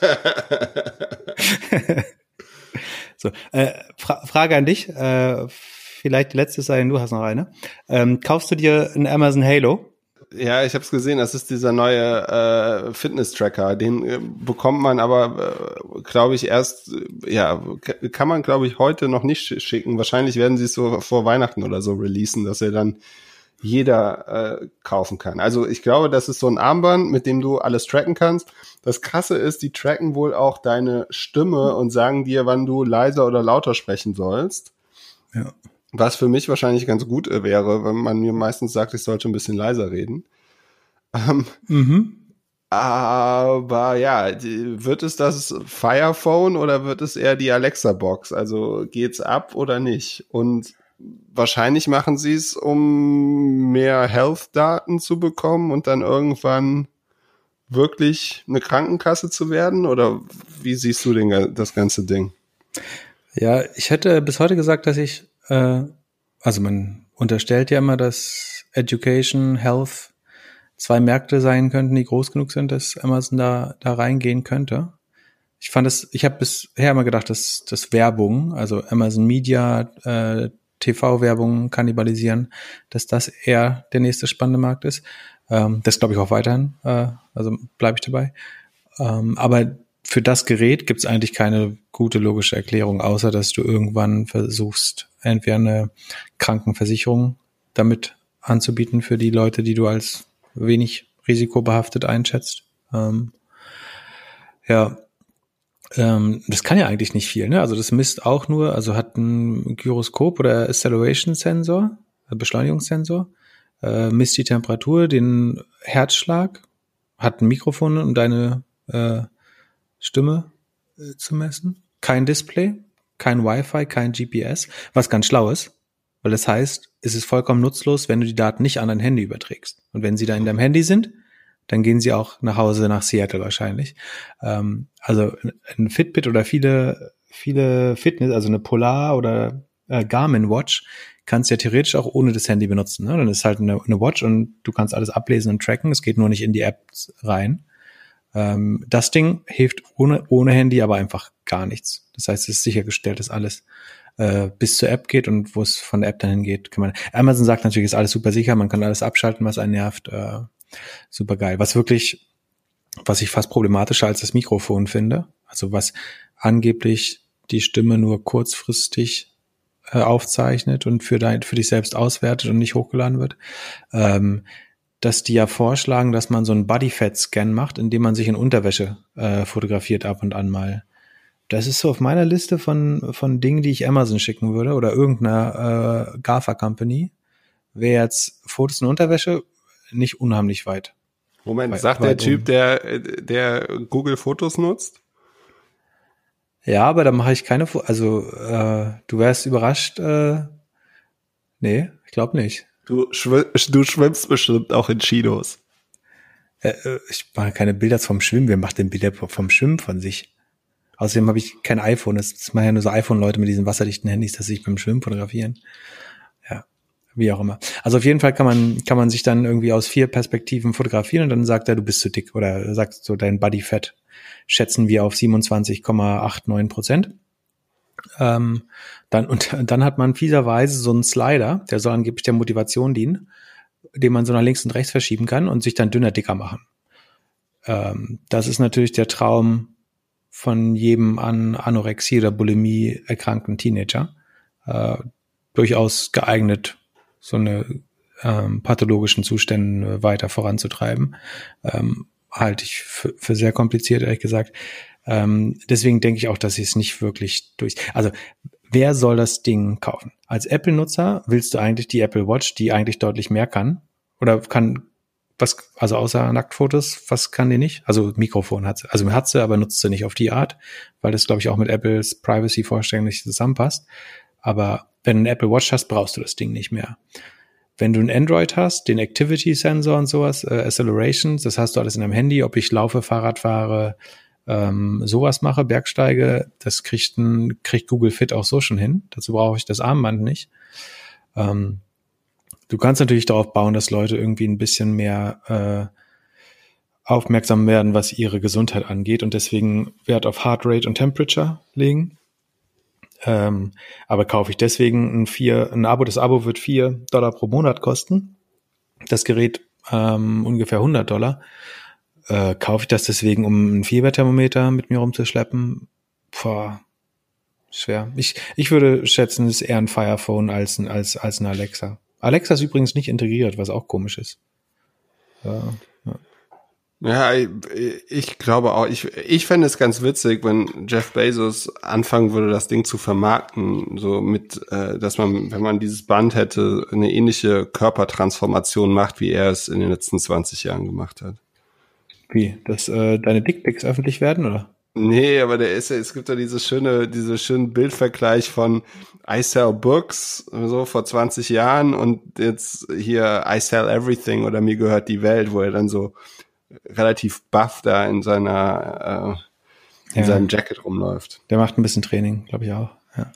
So, äh, Fra- Frage an dich. Äh, vielleicht die letzte sein, du hast noch eine. Ähm, kaufst du dir ein Amazon Halo? Ja, ich habe es gesehen, das ist dieser neue äh, Fitness-Tracker. Den äh, bekommt man aber, äh, glaube ich, erst, äh, ja, k- kann man, glaube ich, heute noch nicht sch- schicken. Wahrscheinlich werden sie es so vor Weihnachten oder so releasen, dass er dann jeder äh, kaufen kann. Also ich glaube, das ist so ein Armband, mit dem du alles tracken kannst. Das Krasse ist, die tracken wohl auch deine Stimme und sagen dir, wann du leiser oder lauter sprechen sollst. Ja. Was für mich wahrscheinlich ganz gut wäre, wenn man mir meistens sagt, ich sollte ein bisschen leiser reden. Ähm, Mhm. Aber ja, die, wird es das Fire Phone oder wird es eher die Alexa-Box? Also geht's ab oder nicht? Und wahrscheinlich machen sie es, um mehr Health-Daten zu bekommen und dann irgendwann wirklich eine Krankenkasse zu werden? Oder wie siehst du den, das ganze Ding? Ja, ich hätte bis heute gesagt, dass ich, äh, also man unterstellt ja immer, dass Education, Health zwei Märkte sein könnten, die groß genug sind, dass Amazon da da reingehen könnte. Ich fand es, ich habe bisher immer gedacht, dass das Werbung, also Amazon Media, äh, T V-Werbung kannibalisieren, dass das eher der nächste spannende Markt ist. Ähm, das glaube ich auch weiterhin, äh, also bleibe ich dabei. Ähm, aber für das Gerät gibt es eigentlich keine gute logische Erklärung, außer dass du irgendwann versuchst, entweder eine Krankenversicherung damit anzubieten für die Leute, die du als wenig risikobehaftet einschätzt. Ähm, ja, ähm, das kann ja eigentlich nicht viel, ne? Also das misst auch nur, also hat ein Gyroskop oder Acceleration-Sensor, Beschleunigungssensor, äh, misst die Temperatur, den Herzschlag, hat ein Mikrofon, um deine äh, Stimme äh, zu messen. Kein Display, kein Wi-Fi, kein G P S, was ganz schlau ist, weil das heißt, es ist vollkommen nutzlos, wenn du die Daten nicht an dein Handy überträgst. Und wenn sie da in deinem Handy sind, dann gehen sie auch nach Hause nach Seattle wahrscheinlich. Ähm, also ein Fitbit oder viele viele Fitness, also eine Polar oder äh, Garmin Watch, kannst du ja theoretisch auch ohne das Handy benutzen. Ne? Dann ist halt eine, eine Watch und du kannst alles ablesen und tracken. Es geht nur nicht in die Apps rein. Ähm, das Ding hilft ohne ohne Handy aber einfach gar nichts. Das heißt, es ist sichergestellt, dass alles äh, bis zur App geht und wo es von der App dann hingeht, kann man. Amazon sagt natürlich, ist alles super sicher, man kann alles abschalten, was einen nervt. Äh, super geil. Was wirklich, was ich fast problematischer als das Mikrofon finde, also was angeblich die Stimme nur kurzfristig äh, aufzeichnet und für dein, für dich selbst auswertet und nicht hochgeladen wird, ähm, dass die ja vorschlagen, dass man so einen Bodyfat-Scan macht, indem man sich in Unterwäsche äh, fotografiert ab und an mal. Das ist so auf meiner Liste von von Dingen, die ich Amazon schicken würde oder irgendeiner äh, GAFA-Company. Wäre jetzt Fotos in Unterwäsche nicht unheimlich weit. Moment, weit, sagt weit der Typ, um. der der Google Fotos nutzt? Ja, aber da mache ich keine Fotos. Also äh, du wärst überrascht. Äh, nee, ich glaube nicht. Du, schw- du schwimmst bestimmt auch in Chinos. Äh, ich mache keine Bilder vom Schwimmen. Wer macht denn Bilder vom Schwimmen von sich? Außerdem habe ich kein iPhone. Das, das machen ja nur so iPhone-Leute mit diesen wasserdichten Handys, dass sie sich beim Schwimmen fotografieren. Ja, wie auch immer. Also auf jeden Fall kann man kann man sich dann irgendwie aus vier Perspektiven fotografieren und dann sagt er, du bist zu dick. Oder sagst so, dein Body Fat schätzen wir auf siebenundzwanzig Komma neunundachtzig Prozent. Ähm, dann, und dann hat man fieserweise so einen Slider, der soll angeblich der Motivation dienen, den man so nach links und rechts verschieben kann und sich dann dünner, dicker machen. Ähm, das ist natürlich der Traum von jedem an Anorexie oder Bulimie erkrankten Teenager. Äh, durchaus geeignet, so eine ähm, pathologischen Zustände weiter voranzutreiben. Ähm, halte ich für, für sehr kompliziert, ehrlich gesagt. Ähm, deswegen denke ich auch, dass sie es nicht wirklich durch... Also, wer soll das Ding kaufen? Als Apple-Nutzer willst du eigentlich die Apple Watch, die eigentlich deutlich mehr kann? Oder kann, was, also außer Nacktfotos, was kann die nicht? Also Mikrofon hat sie, also hat sie, aber nutzt sie nicht auf die Art, weil das, glaube ich, auch mit Apples Privacy-Vorstellungen nicht zusammenpasst. Aber wenn du einen Apple Watch hast, brauchst du das Ding nicht mehr. Wenn du ein Android hast, den Activity-Sensor und sowas, äh, Accelerations, das hast du alles in deinem Handy, ob ich laufe, Fahrrad fahre, ähm, sowas mache, Bergsteige, das kriegt, ein, kriegt Google Fit auch so schon hin. Dazu brauche ich das Armband nicht. Ähm, du kannst natürlich darauf bauen, dass Leute irgendwie ein bisschen mehr äh, aufmerksam werden, was ihre Gesundheit angeht und deswegen Wert auf Heart Rate und Temperature legen. Ähm, aber kaufe ich deswegen ein vier, ein Abo, das Abo wird vier Dollar pro Monat kosten. Das Gerät ähm, ungefähr hundert Dollar. Äh, kaufe ich das deswegen, um ein Fieberthermometer mit mir rumzuschleppen? Boah, schwer. Ich, ich würde schätzen, es ist eher ein Fire Phone als ein, als, als ein Alexa. Alexa ist übrigens nicht integriert, was auch komisch ist. Ja, ja. Ja, ich, ich glaube auch, ich, ich fände es ganz witzig, wenn Jeff Bezos anfangen würde, das Ding zu vermarkten, so mit, äh, dass man, wenn man dieses Band hätte, eine ähnliche Körpertransformation macht, wie er es in den letzten zwanzig Jahren gemacht hat. Wie? Dass äh, deine Dickpics öffentlich werden, oder? Nee, aber der ist ja, es gibt ja diese schöne, diese schönen Bildvergleich von I sell books, so vor zwanzig Jahren und jetzt hier I sell everything oder mir gehört die Welt, wo er dann so relativ buff da in seiner, äh, in ja. seinem Jacket rumläuft. Der macht ein bisschen Training, glaube ich auch, ja.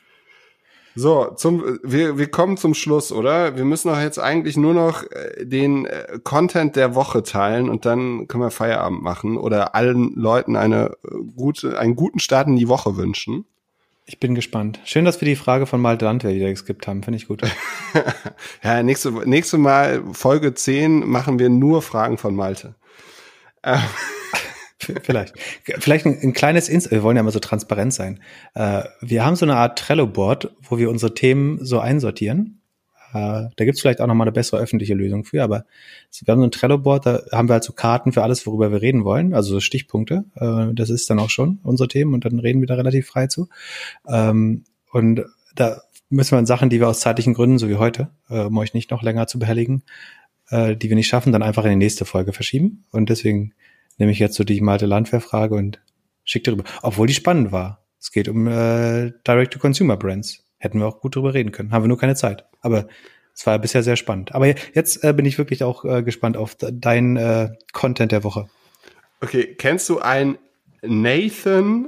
So, zum, wir, wir kommen zum Schluss, oder? Wir müssen doch jetzt eigentlich nur noch den Content der Woche teilen und dann können wir Feierabend machen oder allen Leuten eine gute, einen guten Start in die Woche wünschen. Ich bin gespannt. Schön, dass wir die Frage von Malte Landwehr wieder geskippt haben. Finde ich gut. Ja, nächste, nächste Mal, Folge zehn, machen wir nur Fragen von Malte. Vielleicht. Vielleicht ein, ein kleines Ins, wir wollen ja immer so transparent sein. Äh, wir haben so eine Art Trello-Board, wo wir unsere Themen so einsortieren. Äh, da gibt's vielleicht auch noch mal eine bessere öffentliche Lösung für, aber wir haben so ein Trello-Board, da haben wir halt so Karten für alles, worüber wir reden wollen, also so Stichpunkte. Äh, das ist dann auch schon unsere Themen und dann reden wir da relativ frei zu. Ähm, und da müssen wir an Sachen, die wir aus zeitlichen Gründen, so wie heute, äh, um euch nicht noch länger zu behelligen, äh, die wir nicht schaffen, dann einfach in die nächste Folge verschieben. Und deswegen nehme ich jetzt so die Malte Landwehr-Frage und schicke darüber. Obwohl die spannend war. Es geht um äh, Direct-to-Consumer-Brands. Hätten wir auch gut drüber reden können. Haben wir nur keine Zeit. Aber es war bisher sehr spannend. Aber jetzt äh, bin ich wirklich auch äh, gespannt auf deinen äh, Content der Woche. Okay, kennst du einen Nathan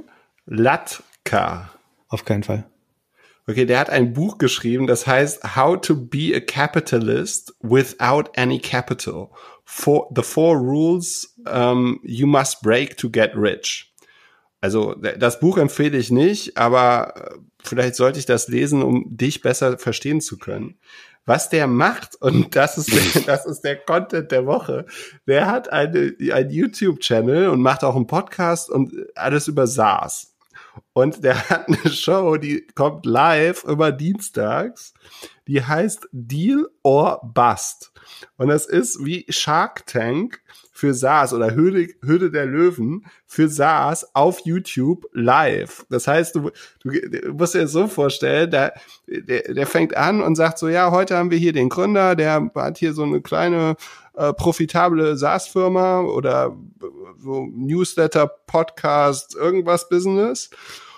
Latka? Auf keinen Fall. Okay, der hat ein Buch geschrieben, das heißt How to be a Capitalist without any capital. For, the four rules um, you must break to get rich. Also das Buch empfehle ich nicht, aber vielleicht sollte ich das lesen, um dich besser verstehen zu können. Was der macht, und das ist der, das ist der Content der Woche, der hat eine, einen YouTube-Channel und macht auch einen Podcast und alles über SaaS. Und der hat eine Show, die kommt live immer dienstags, die heißt Deal or Bust. Und das ist wie Shark Tank für SaaS oder Höhle, Höhle der Löwen für SaaS auf YouTube live. Das heißt, du, du, du musst dir das so vorstellen, der, der, der fängt an und sagt so, ja, heute haben wir hier den Gründer, der hat hier so eine kleine äh, profitable SaaS-Firma oder so Newsletter, Podcast, irgendwas Business.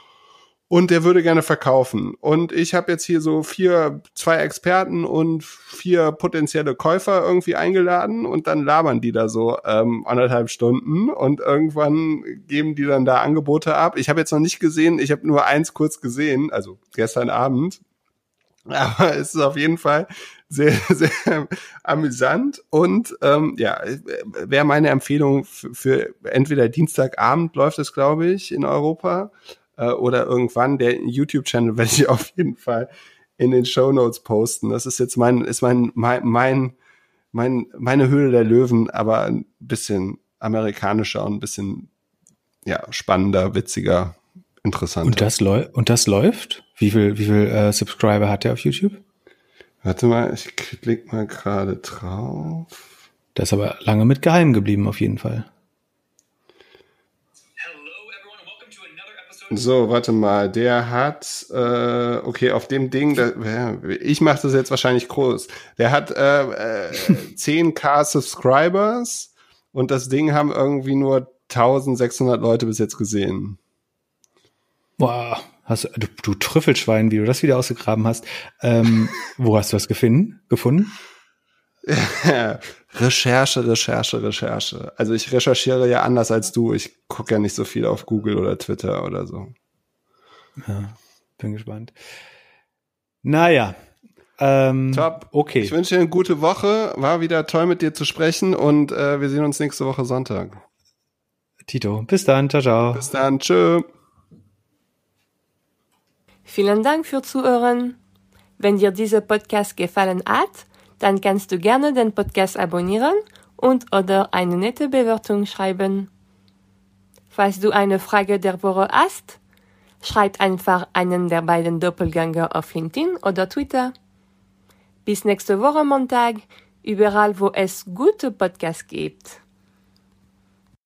Und der würde gerne verkaufen. Und ich habe jetzt hier so vier, zwei Experten und vier potenzielle Käufer irgendwie eingeladen und dann labern die da so ähm, anderthalb Stunden und irgendwann geben die dann da Angebote ab. Ich habe jetzt noch nicht gesehen, ich habe nur eins kurz gesehen, also gestern Abend. Aber es ist auf jeden Fall sehr, sehr amüsant und ähm, ja, wäre meine Empfehlung für, für entweder Dienstagabend läuft es, glaube ich, in Europa, oder irgendwann, der YouTube-Channel werde ich auf jeden Fall in den Shownotes posten. Das ist jetzt mein, ist mein, mein, mein, mein, meine Höhle der Löwen, aber ein bisschen amerikanischer und ein bisschen ja, spannender, witziger, interessanter. Und das, läu- und das läuft? Wie viel, wie viel äh, Subscriber hat der auf YouTube? Warte mal, ich klick mal gerade drauf. Der ist aber lange mit geheim geblieben, auf jeden Fall. So, warte mal, der hat, äh, okay, auf dem Ding, da, ich mache das jetzt wahrscheinlich groß, der hat äh, äh, zehn K Subscribers und das Ding haben irgendwie nur eintausendsechshundert Leute bis jetzt gesehen. Wow, hast, du, du Trüffelschwein, wie du das wieder ausgegraben hast. Ähm, wo hast du das gefunden? gefunden? Recherche, Recherche, Recherche. Also ich recherchiere ja anders als du. Ich gucke ja nicht so viel auf Google oder Twitter oder so. Ja, bin gespannt. Naja. Ähm, Top. Okay. Ich wünsche dir eine gute Woche. War wieder toll mit dir zu sprechen und äh, wir sehen uns nächste Woche Sonntag. Tito, bis dann. Ciao, ciao. Bis dann. Tschö. Vielen Dank für Zuhören. Wenn dir dieser Podcast gefallen hat, dann kannst du gerne den Podcast abonnieren und oder eine nette Bewertung schreiben. Falls du eine Frage der Woche hast, schreib einfach einen der beiden Doppelgänger auf LinkedIn oder Twitter. Bis nächste Woche Montag, überall wo es gute Podcasts gibt.